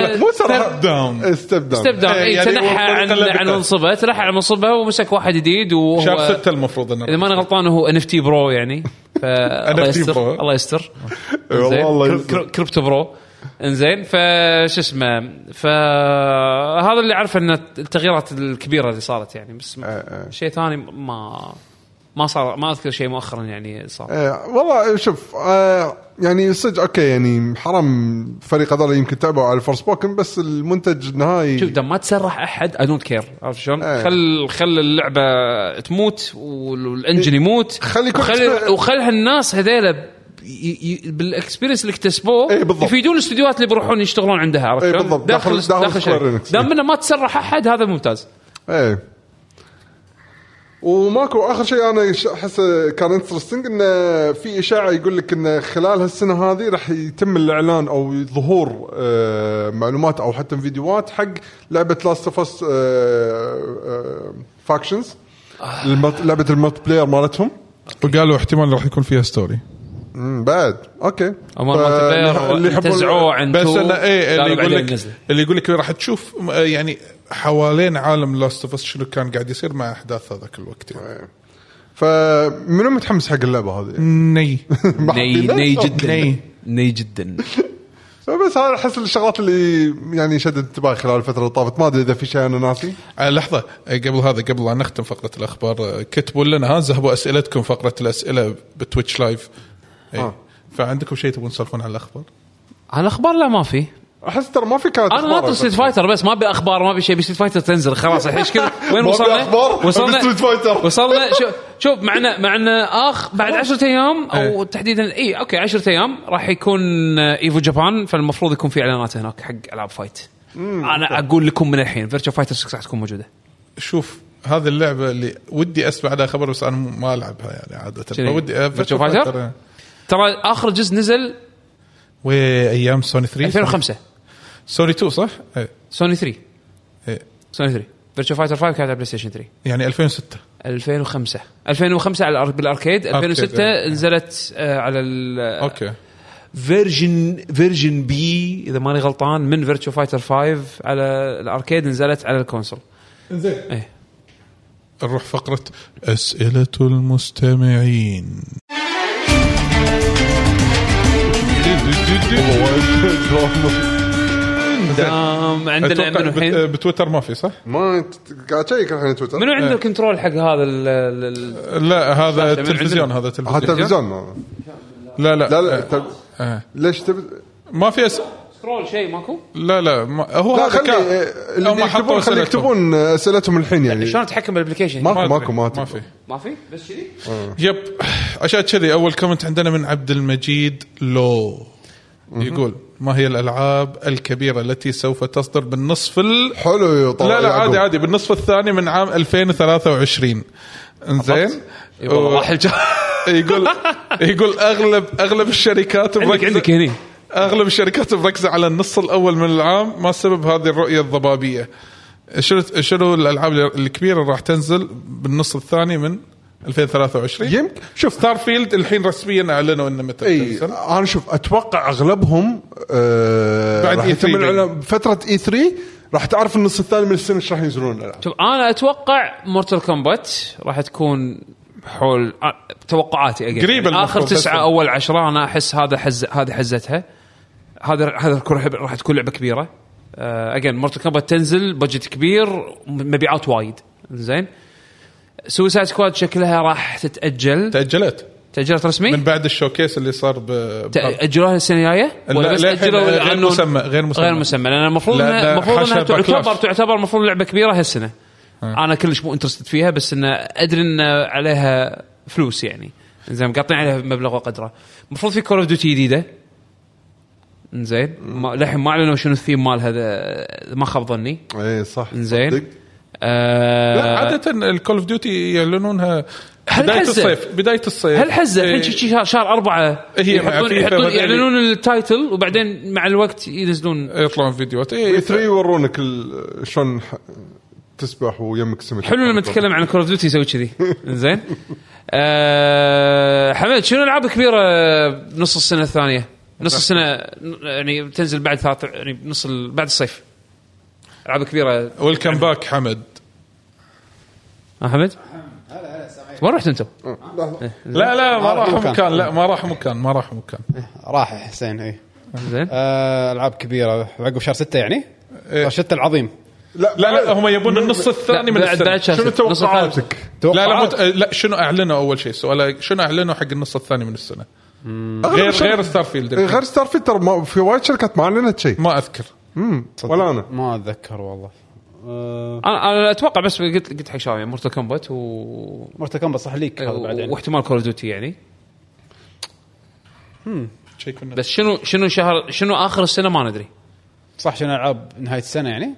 ستيب داون تنحى عن منصبه تنحى عن منصبه ومسك واحد جديد وهو شهر 6 المفروض انه اذا ما انا غلطان هو NFT برو يعني الله يستر والله كريبتو برو انزين فش اسمه فهذا اللي عارف ان التغييرات الكبيره اللي صارت يعني بس شيء ثاني ما صار ما اذكر شيء مؤخرا يعني صار والله شوف يعني صدق اوكي يعني حرام فريق هذول يمكن تعبوا على فور سبوكن بس المنتج النهائي شوف ما تسرح احد اي دونت كير عارف شلون خل اللعبه تموت والانجن يموت وخل هالناس هذيلا بالاكسبيرينس اللي اكتسبوه يفيدون الاستديوهات اللي بيروحون يشتغلون عندها عرفت شلون داخل دام انه ما تسرح احد هذا ممتاز. وماكو اخر شيء انا احس كان انترستينج انه في اشاعه يقول لك ان خلال هالسنه هذه راح يتم الاعلان او ظهور معلومات او حتى فيديوهات حق لعبه لاست اوف اس فاكشنز لعبه الملتي بلاير مالتهم وقالوا احتمال راح يكون فيها ستوري بعد اوكي اللي يحبون عند بس انا اللي يقول لك راح تشوف يعني حوالين عالم لاست اوف اس شنو كان قاعد يصير مع احداث هذاك الوقت يعني. فمنو متحمس حق اللعبه هذه ني جدا بس هذا احس الشغلات اللي يعني شدت انتباهي خلال الفتره اللي طافت ما ادري اذا في شيء انا ناسي. لحظه قبل لا نختم فقره الاخبار كتبوا لنا ذهبوا اسئلتكم فقره الاسئله بتويتش لايف فعندكم شيء تبون تسولفون عن الاخبار؟ عن الاخبار لا ما في احس ترى ما في كانت انا ناطر ستريت فايتر بس ما ابي اخبار ما ابي شيء ستريت فايتر تنزل خلاص الحين ايش كذا وين وصلنا شوف معنا بعد 10 ايام او تحديدا اوكي 10 ايام راح يكون ايفو جابان فالمفروض يكون في اعلانات هناك حق العاب فايت. انا اقول لكم من الحين فيرتشوال فايتر 6 راح تكون موجوده. شوف هذه اللعبه اللي ودي اسمع عنها خبر بس انا ما العبها يعني عاده ودي فيرتشوال فايتر ترى اخر جزء نزل وايام سوني 3 2005 سوني 2 صح سوني 3 سوني 3 فيرتشوال فايتر 5 كانت على بلاي ستيشن 3 يعني 2005 على بالاركيد 2006 نزلت على اوكي فيرجن بي اذا ماني غلطان من فيرتشوال فايتر 5 على الاركيد نزلت على الكونسول. زين نروح فقره اسئله المستمعين. عندنا الحين بتويتر ما في صح؟ ما قاعد شيء الحين تويتر منو عنده كنترول حق هذا لا هذا التلفزيون هذا التلفزيون لا ليش ما في سكرول شيء ماكو لا هو هذا كان اللي يكتبون اسئلتهم الحين يعني شلون تتحكم بالابلكيشن ماكو ما في بس كذي يب عشان كذي اول كومنت عندنا من عبد المجيد لو يقول ما هي الألعاب الكبيرة التي سوف تصدر بالنصف حلو لا عادي بالنصف الثاني من عام 2023 انزين يقول اغلب الشركات عندك هنا اغلب الشركات مركزة على النص الاول من العام ما سبب هذه الرؤية الضبابية شنو الألعاب الكبيرة راح تنزل بالنص الثاني من 2023 شوف ستارفيلد الحين رسميا اعلنوا انه متى انا شوف اتوقع اغلبهم بعد راح يتم الاعلان فتره E3 راح تعرف النص الثاني من السنه ايش راح ينزلون الالعاب. شوف انا اتوقع مورتال كومبات راح تكون حول توقعاتي قريبا اخر 9 اول 10 انا احس هذه حزتها هذا راح تكون لعبه كبيره مورتال كومبات تنزل بجت كبير مبيعات وايد زين. سوسايد سكواد شكلها راح تتأجلت تاجلت رسمي من بعد الشوكيس اللي صار اجلوها السنه الجايه ولا بس اجلوا غير مسمى غير مسمى لان المفروض انها تعتبر المفروض لعبه كبيره هالسنه. انا كلش مو انترستد فيها بس ان ادري ان عليها فلوس يعني زين قاطين عليها مبلغ وقدره. المفروض في كول اوف ديوتي جديده زين للحين ما اعلنوا شنو الثيم مال هذا ما خاب ظني. اي صح زين لا عاده الكول اوف ديوتي يعلنونها بداية الصيف هالحزه الحين شهر 4 يحطون يعلنون التايتل وبعدين مع الوقت ينزلون يطلعون فيديوهات 3 يورونك شلون تسبح ويمك سمك. حلو لما نتكلم عن كول اوف ديوتي يسوي كذي زين. حمد شنو العاب كبيره بنص السنه الثانيه نص السنه يعني تنزل بعد يعني نص بعد الصيف العاب كبيره ويلكم باك حمد احمد ما رحت انتم؟ لا ما راح مكان لا ما راح مكان راح حسين اي زين. العاب كبيره عقب شهر 6 يعني شهر 6 العظيم. لا هم يبون النص الثاني من السنه. شنو توقعاتك؟ لا شنو اعلنوا اول شيء سؤال شنو اعلنوا حق النص الثاني من السنه غير ستارفيلد غير ستارفيلد ترى في وايد شركات ما اعلنت شيء ما اذكر ولا انا ما اتذكر والله. انا اتوقع بس قلت حق شاوي مورتال كومبات مورتال كومبات صح ليك بعدين واحتمال كول اوف ديوتي يعني شيء بس شنو شنو اخر السنه ما ندري صح شنو العاب نهايه السنه يعني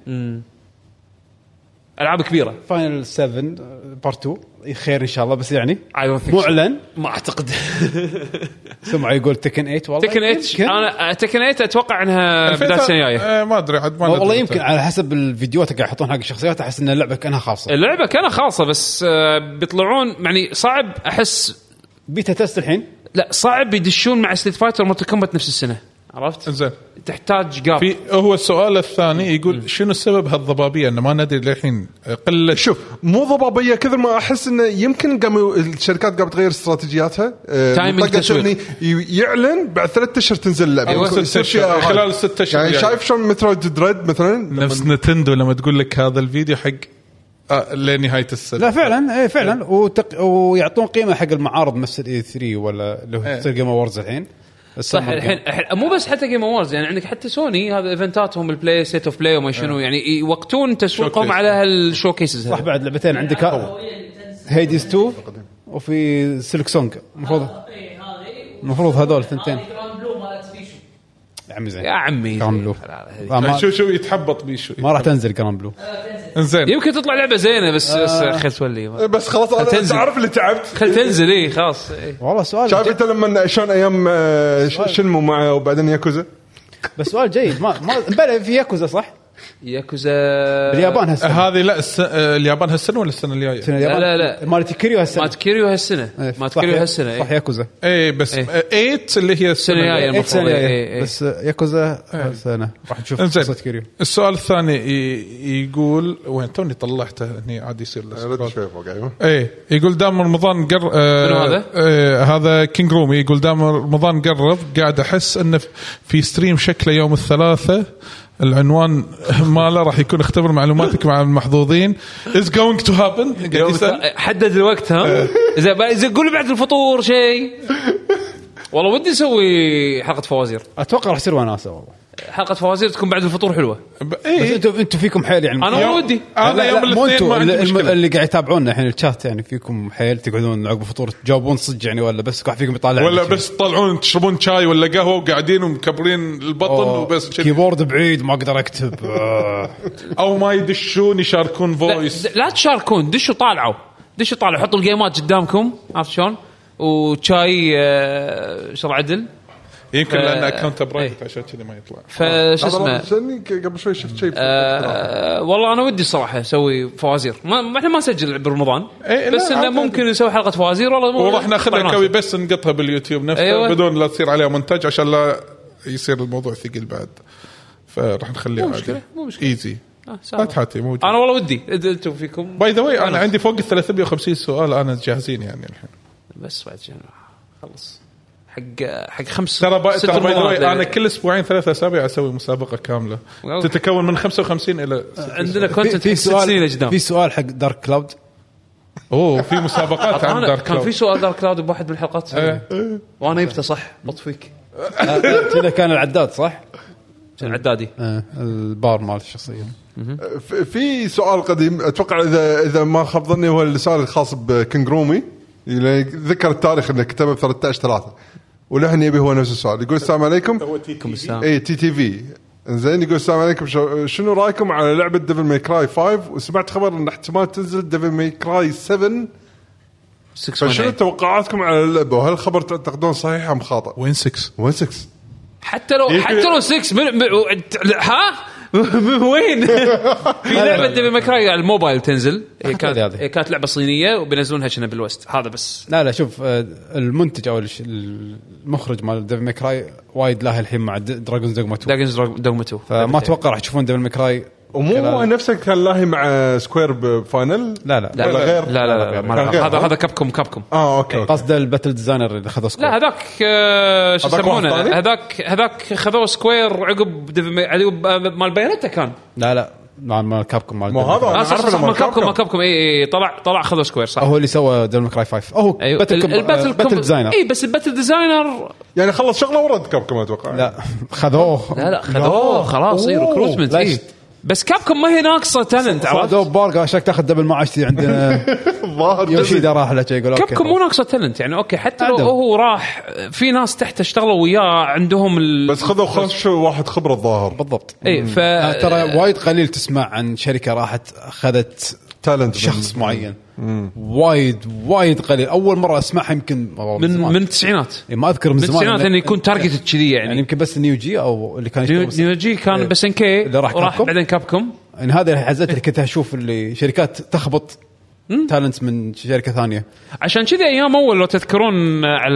العاب كبيره فاينل 7 بارت 2 خير ان شاء الله بس يعني معلن ما اعتقد سمع يقول تكن 8 والله تكن 8 انا تكن 8 اتوقع انها بدايه السنه الجايه ما ادري عاد ما والله يمكن على حسب الفيديوهات اللي يحطون حق الشخصيات احس ان اللعبه كانها خاصه بس بيطلعون يعني صعب احس بيتا تست الحين لا صعب يدشون مع ستريت فايتر مورتال كومبات نفس السنه عرفت زين تحتاج جاب في هو السؤال الثاني يقول شنو السبب هالضبابيه انه ما ندري للحين قله. شوف مو ضبابيه كثر ما احس انه يمكن قاموا الشركات قامت تغير استراتيجياتها تايمينج يعلن بعد 3 اشهر تنزل اللعبه خلال 6 اشهر يعني شايف شلون مترويد دريد مثلا نفس نتندو لما تقول لك هذا الفيديو حق لنهاية السنة. لا فعلا فعلا ويعطون قيمة حق المعارض مثل E3 ولا اللي هو جيم أووردز الحين صح الحين مو بس حتى جيم أووردز يعني عندك حتى سوني هذا إيفنتاتهم البلاي سيت أوف بلاي وما شنو يعني يوقتون تسويقهم على هالشوكيسز صح بعد لعبتين عندك هيديز 2 وفي سيلك سونج المفروض هذول الثنتين يا عمي جرام بلو شو يتحبط بيشو ما راح تنزل جرام بلو انزين يمكن تطلع لعبه زينه بس خل تولي بس خلاص انا تعرف اللي تعبت خل تنزل خلاص والله سؤال شايف انت لما شلون ايام شنمو معه وبعدين ياكوزا بس سؤال جيد ما بلا في ياكوزا صح ياكوزا باليابان هالسنه هذه لا اليابان هالسنه ولا السنه الجايه لا مالتي كيريو هالسنه مالتي كيريو هالسنه صح ياكوزا بس 8 اللي هي السنه الجايه المفروض بس ياكوزا سنه راح نشوف قصه كيريو. السؤال الثاني يقول وين توني طلعته هني عاد يصير يقول دام رمضان هذا كينج رومي يقول دام رمضان قرب قاعد احس انه في ستريم شكله يوم الثلاثاء العنوان ماله راح يكون اختبر معلوماتك مع المحظوظين is going to happen حدد الوقت ها إذا قول بعد الفطور شيء والله ودي نسوي حلقة فوازير أتوقع راح يصير وناسة والله حلقة فوازير تكون بعد الفطور حلوة بس أنتوا فيكم حيل يعني أنا ودي أنا يوم الاثنين ما عندي مشكلة اللي قاعد يتابعونا الحين الشات يعني فيكم حيل تقعدون عقب الفطور تجاوبون صدق يعني ولا بس واحد فيكم يطالع ولا بس تطلعون تشربون شاي ولا قهوة وقاعدين ومكبرين البطن وبس كيبورد بعيد ما أقدر أكتب أو ما يدشون يشاركون فويس لا تشاركون دشوا طالعوا حطوا الجيمات قدامكم عرفت شلون وشاي شرع عدل يمكن لأن أكاونت برايفت عشان كذا ما يطلع فش اسمه قبل شوي شفت شيء والله أنا ودي الصراحة أسوي فوازير ما إحنا ما نسجل برمضان بس إنه ممكن نسوي حلقة فوازير والله وراح ناخذها كوي بس نقطها باليوتيوب نفسه بدون لا تصير عليها مونتاج عشان لا يصير الموضوع ثقيل بعد فراح نخليها عادي ايزي لا تحاتي موجود أنا والله ودي أنتم فيكم باي ذا واي أنا عندي فوق 350 سؤال أنا جاهزين يعني الحين بس بعد خلص حق 5 ترى انا كل اسبوعين 3 أسابيع اسوي مسابقه كامله تتكون من 55 الى عندنا كونتنت في سؤال قدام في سؤال حق دارك كلاود اوه في مسابقات عن دارك كان في كلاود. سؤال دارك كلاود بواحد من الحلقات وانا جبته صح بط فيك كذا كان العداد صح؟ العدادي البار مال الشخصيه. في سؤال قديم اتوقع اذا ما خاب ظني هو السؤال الخاص بكنغرومي اللي ذكر التاريخ انه كتبه ب 13/3 ولحن يبي هو نفس السؤال. يقول السلام عليكم. اي تي في زين. يقول السلام عليكم شنو رايكم على لعبه ديفل ماي كراي 5 وسمعت خبر ان احتمال تنزل ديفل ماي كراي 7 فشنو توقعاتكم على اللعبه وهل الخبر تعتقدون صحيح ام خاطئ؟ وين 6 حتى لو 6 ها وين في لعبه ديفل ماي كراي على الموبايل تنزل كانت لعبه صينيه وبينزلونها شنو بالوست هذا بس. لا شوف المنتج او المخرج مال ديفل ماي كراي وايد لاهي الحين مع دراجونز دوغما 2 فما اتوقع راح تشوفون ديفل ماي كراي ومو نفسه كان لاهي مع سكوير بفاينل. لا غير لا هذا كابكوم اوكي قصد الباتل ديزاينر اللي خذوا سكوير. لا هذاك شو يسمونه هذاك خذوا سكوير عقب مال بايونيتا كان. لا مال كابكوم مال هذا كابكوم اي طلع خذوا سكوير صح. هو اللي سوى ديفل ماي كراي 5 هو باتل ديزاينر. اي بس الباتل ديزاينر يعني خلص شغله ورد كابكوم اتوقع. لا خذوه خلاص ريكروتمنت بس كابكوم ما هي ناقصه تالنت عرفت. بارقه عشان تاخذ دبل ما عشتي عندنا يوشيدا راح له شيء يقول اوكي كابكوم مو ناقصه تالنت يعني اوكي حتى لو هو راح في ناس تحت اشتغلوا وياه عندهم بس خذوا خش واحد خبره الظاهر بالضبط. اي ترى وايد قليل تسمع عن شركه راحت اخذت تالنت شخص معين. وايد قليل. اول مره اسمعها يمكن من التسعينات. ما اذكر من زمان التسعينات انه يكون تارجت كذي يعني يمكن بس نيو جي او اللي كان نيو جي كان بس ان كي راح بعدين كابكوم. يعني هذا اللي حزتني اللي كنت اشوف اللي شركات تخبط تالنت من شركه ثانيه. عشان كذا ايام اول لو تذكرون على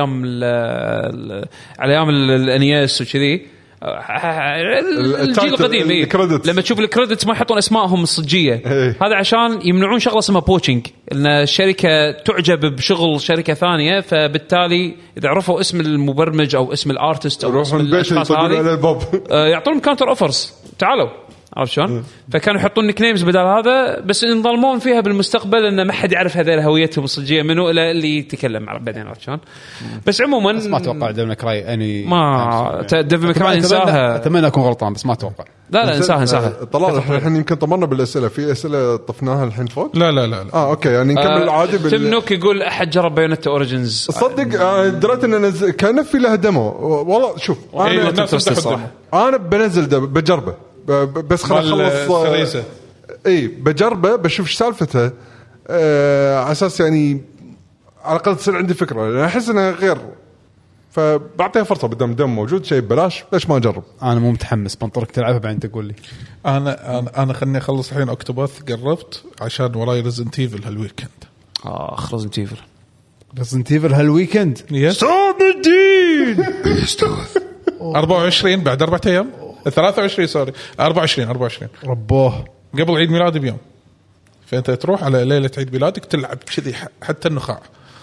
ايام الانياس وكذي الجيل القديم لما تشوف الكريدت ما يحطون اسمائهم الصجيه. هذا عشان يمنعون شغله اسمها بوتشنج ان الشركه تعجب بشغل شركه ثانيه فبالتالي اذا عرفوا اسم المبرمج او اسم الارتست او اسم الاشخاص هذه يعطون كاونتر اوفرز تعالوا عرفت شلون. فكانوا يحطون نيك نيمز بدل هذا بس ينظلمون فيها بالمستقبل ان ما حد يعرف هذول هويتهم الصجيه منو الا اللي يتكلم بعدين عرفت شلون. بس عموما ما اتوقع ديفل ماي كراي اني ما ديفل ماي كراي انساها. اتمنى اكون غلطان بس ما اتوقع. لا انساها طلال الحين يمكن طمرنا بالاسئله في اسئله طفناها الحين فوق. لا اوكي يعني نكمل عادي تمنوك يقول احد جرب بايونيتا اوريجينز. صدق دريت ان كان في له ديمو والله. شوف انا بنزل بجربه بس خلص اي بجربه بشوف ايش سالفته على اساس يعني على الاقل تصير عندي فكره لان احس انها غير فبعطيها فرصه بدل دم موجود شيء ببلاش ليش ما اجرب. انا مو متحمس بنطرك تلعبها بعدين تقول لي. انا خلني اخلص الحين اوكتوباث قربت عشان وراي ريزنت ايفل هالويكند. ريزنت ايفل هالويكند صعب الدين 24 بعد 4 ايام 23 سوري 24 ربوه قبل عيد ميلادي بيوم. فانت تروح على ليله عيد ميلادك تلعب كذي حتى النخاع.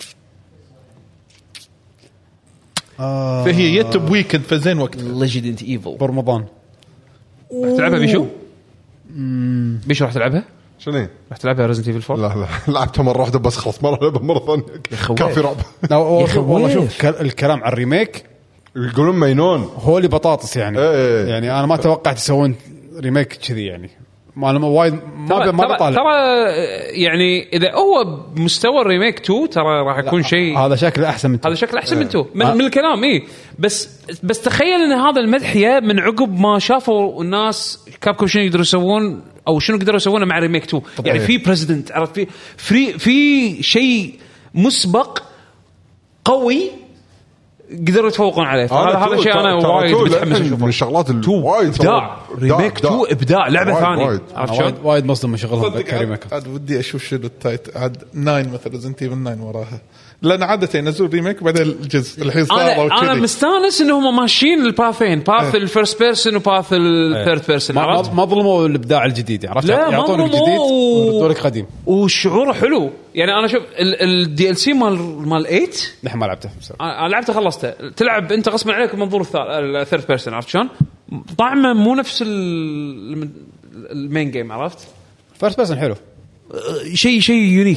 فهي يتب ويكند فزين وقت ليجند ايفل برمضان. راح تلعبها بيشو راح تلعبها شنو راح تلعبها ريزنت ايفل 4. لا لعبتها مره واحده بس خلص ما راح العبها مره ثانيه كافي رعب. والله شوف الكلام عن الريميك يقولون مينون هو اللي بطاطس يعني. يعني انا ما توقعت يسوون ريميك كذي يعني ما وايد ما بطالع ترى يعني اذا هو بمستوى الريميك 2 ترى راح يكون شيء هذا شكله احسن من 2 هذا شكله احسن من 2 من الكلام بس تخيل ان هذا المدحيه من عقب ما شافوا الناس كابكوم شنو يقدروا يسوون او شنو يقدروا يسوونه مع ريميك 2 يعني في بريزيدنت عرفت في شيء مسبق قوي قدروا يتفوقون عليه. هذا شيء انا وايد متحمس اشوفه من الشغلات الوايد ابداع ريميك 2 ابداع لعبه ثانيه وايد مصدوم من شغلهم بالريميك. عاد ودي اشوف شنو التايت عاد 9 مثلا زنتي من 9 وراها لان عاده ينزلون ريميك بعد الجزء الحين صار انا مستانس انهم ماشيين الباثين باث الفيرست بيرسون وباث الثيرد بيرسون ما ظلموا الابداع الجديد عرفت يعطونك جديد ويردوا لك قديم وشعوره حلو يعني. انا شوف الدي ال سي مال 8 نحن ما لعبته انا لعبته خلصته تلعب انت غصبا عليك منظور الثيرد بيرسون عرفت شلون طعمه مو نفس المين جيم عرفت. فيرست بيرسون حلو شيء يونيك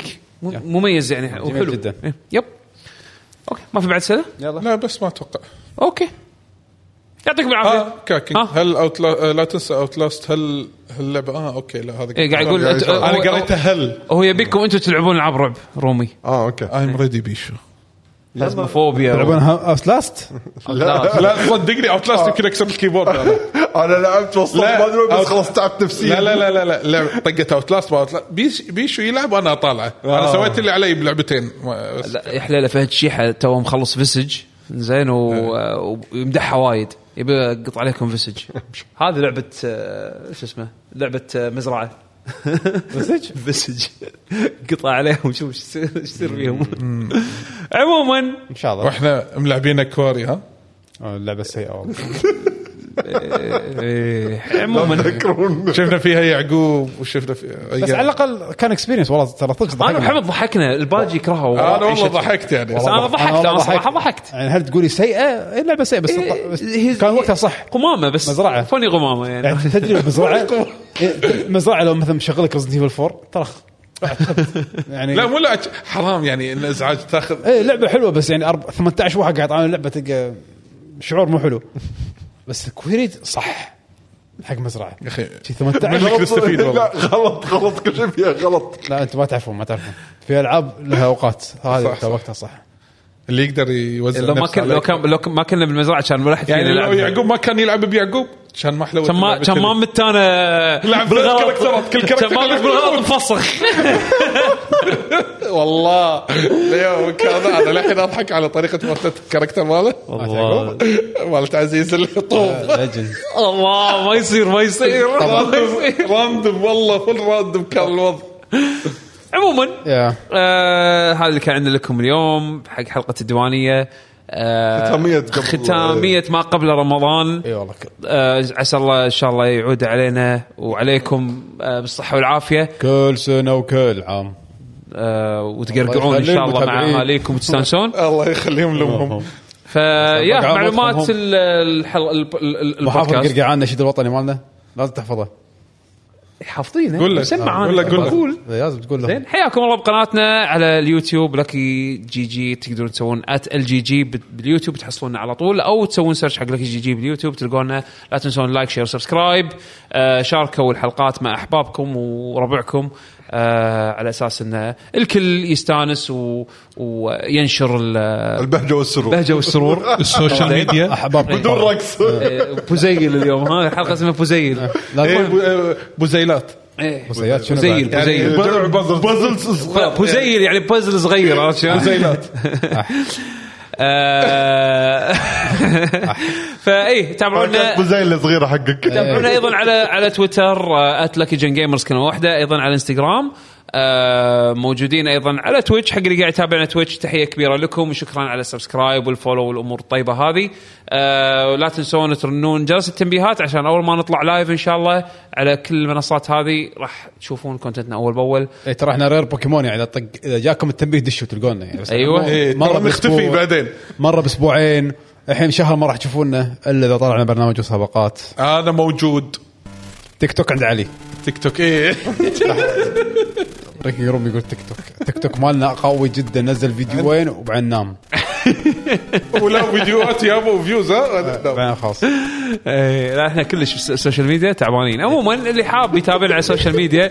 مميز يعني وحلو جدا. يب اوكي ما في بعد سنه لا بس ما اتوقع. اوكي يعطيكم العافيه. كاكي هل لا تنسى اوتلاست هل اللعبه اوكي لا هذا قاعد يقول انا قريته هل هو يبيكم انتم تلعبون العاب رعب رومي. اوكي I'm ready بيشو فازموفوبيا تلعبونها اوتلاست؟ لا صدقني اوتلاست يمكن اكسر الكيبورد انا لعبت وصلت ما ادري بس خلاص تعبت نفسيا. لا طقت اوتلاست بيشو يلعب وانا اطالعه. انا سويت اللي علي بلعبتين. لا يحلى فهد شيحه تو مخلص فيسج زين ويمدحها وايد يبي اقط عليكم فيسج. هذه لعبه شو اسمه لعبه مزرعه فيسج قطع عليهم شوف ايش يصير فيهم. عموما ان شاء الله واحنا ملعبين كواري ها اللعبه سيئه. عموما شفنا فيها يعقوب وشفنا فيها بس على الاقل كان اكسبيرينس والله ترى ضحكنا. انا محمد ضحكنا الباجي يكرهه. انا والله ضحكت يعني انا ضحكت انا صراحه ضحكت. يعني هل تقولي سيئه؟ اللعبه سيئه بس كان وقتها صح. قمامه بس مزرعه فوني قمامه يعني تدري مزرعه لو مثلا مشغلك ريزنت ايفل 4 ترى يعني لا مو لا حرام يعني ان ازعاج تاخذ. ايه لعبه حلوه بس يعني 18 واحد قاعد يطالعون اللعبه تلقى شعور مو حلو. بس الكويريد صح حق مزرعه يا اخي 18 نستفيد والله. لا غلط كل شيء فيها غلط. لا انتم ما تعرفون في العاب لها اوقات هذه وقتها صح. اللي يقدر يوزع لو ما كنا بالمزرعه كان واحد يعني فينا لو يعقوب ما كان يلعب بيعقوب كان ما حلو. كان ما مت انا بالغلط كل كاركتر ما بالغلط مفسخ والله. اليوم كان انا الحين اضحك على طريقه موتة الكاركتر ماله والله مالت عزيز الطوف. الله ما يصير راندم والله فل راندم كان الوضع. عموما هذا اللي كان عندنا لكم اليوم حق حلقه الديوانيه. ختامية ما قبل رمضان. اي والله عسى الله ان شاء الله يعود علينا وعليكم بالصحه والعافيه كل سنه وكل عام وتقرقعون ان شاء الله مع اهاليكم وتستانسون. الله يخليهم لهم. فيا معلومات محافظ قرقعان النشيد الوطني مالنا لازم تحفظه. حافظينه قول لازم تقول له. زين حياكم الله بقناتنا على اليوتيوب لكي جي جي. تقدرون تسوون @LGG باليوتيوب تحصلوننا على طول او تسوون سيرش حق لكي جي جي باليوتيوب تلقونا. لا تنسون لايك شير سبسكرايب. شاركوا الحلقات مع احبابكم وربعكم على اساس ان الكل يستانس وينشر البهجه والسرور. السوشيال ميديا احبابكم بدون رقص. بوزيل اليوم ها حلقه اسمها بوزيل. بوزيلات بوزيلات شنو بوزيل بوزيل يعني بازل صغير عرفت شلون بوزيلات. فايه تابعونا بوزيل صغيره حقك. تابعونا ايضا على تويتر @luckygengamers كلمه واحده. ايضا على انستغرام موجودين ايضا على تويتش. حق اللي قاعد يتابعنا تويتش تحيه كبيره لكم وشكرا على السبسكرايب والفولو والامور الطيبه هذه. ولا تنسون ترنون جرس التنبيهات عشان اول ما نطلع لايف ان شاء الله على كل المنصات هذه راح تشوفون كونتنتنا اول باول. ترى احنا رير بوكيمون يعني اذا جاكم التنبيه دشوا تلقونا يعني. بس ايوه مره مختفي بعدين مره باسبوعين الحين شهر ما راح تشوفونا الا اذا طلعنا برنامج مسابقات. انا موجود. تيك توك عند علي. تيك توك ايه ريكي روم يقول تيك توك مالنا قوي جدا. نزل فيديوين وبعدين نام. ولا فيديوهات يابو فيوز بعدين خلاص. لا احنا كلش السوشيال ميديا تعبانين. عموما اللي حاب يتابعنا على السوشيال ميديا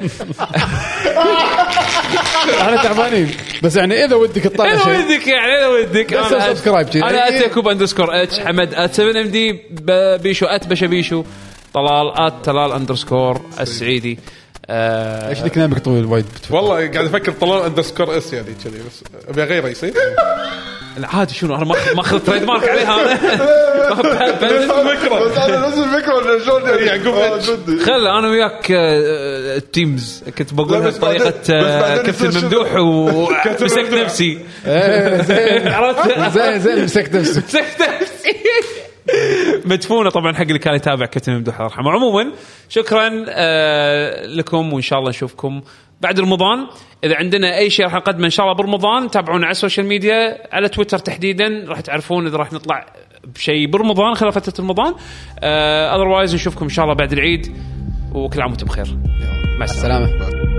احنا تعبانين بس يعني اذا ودك تطلع شيء اذا ودك انا سبسكرايب انا @يعقوب_H حمد @7md بيشو @بشبيشو طلال _السعيدي. ايش لك نامك طويل وايد والله قاعد افكر طلال _ يعني كذي بس ابي اغير يصير عادي. شنو انا ما اخذ تريد مارك عليها انا نفس الفكره شلون يعقوب خل انا وياك تيمز كنت بقولها بطريقه كابتن ممدوح ومسكت نفسي. زين مسكت نفسي مدفونه طبعا حق اللي كان يتابع كابتن ممدوح الله يرحمه. عموما شكرا لكم وان شاء الله نشوفكم بعد رمضان. اذا عندنا اي شيء راح نقدمه ان شاء الله برمضان تابعونا على السوشيال ميديا على تويتر تحديدا راح تعرفون اذا راح نطلع بشيء برمضان خلال فتره رمضان. اذروايز نشوفكم ان شاء الله بعد العيد وكل عام وانتم بخير. مع السلامه.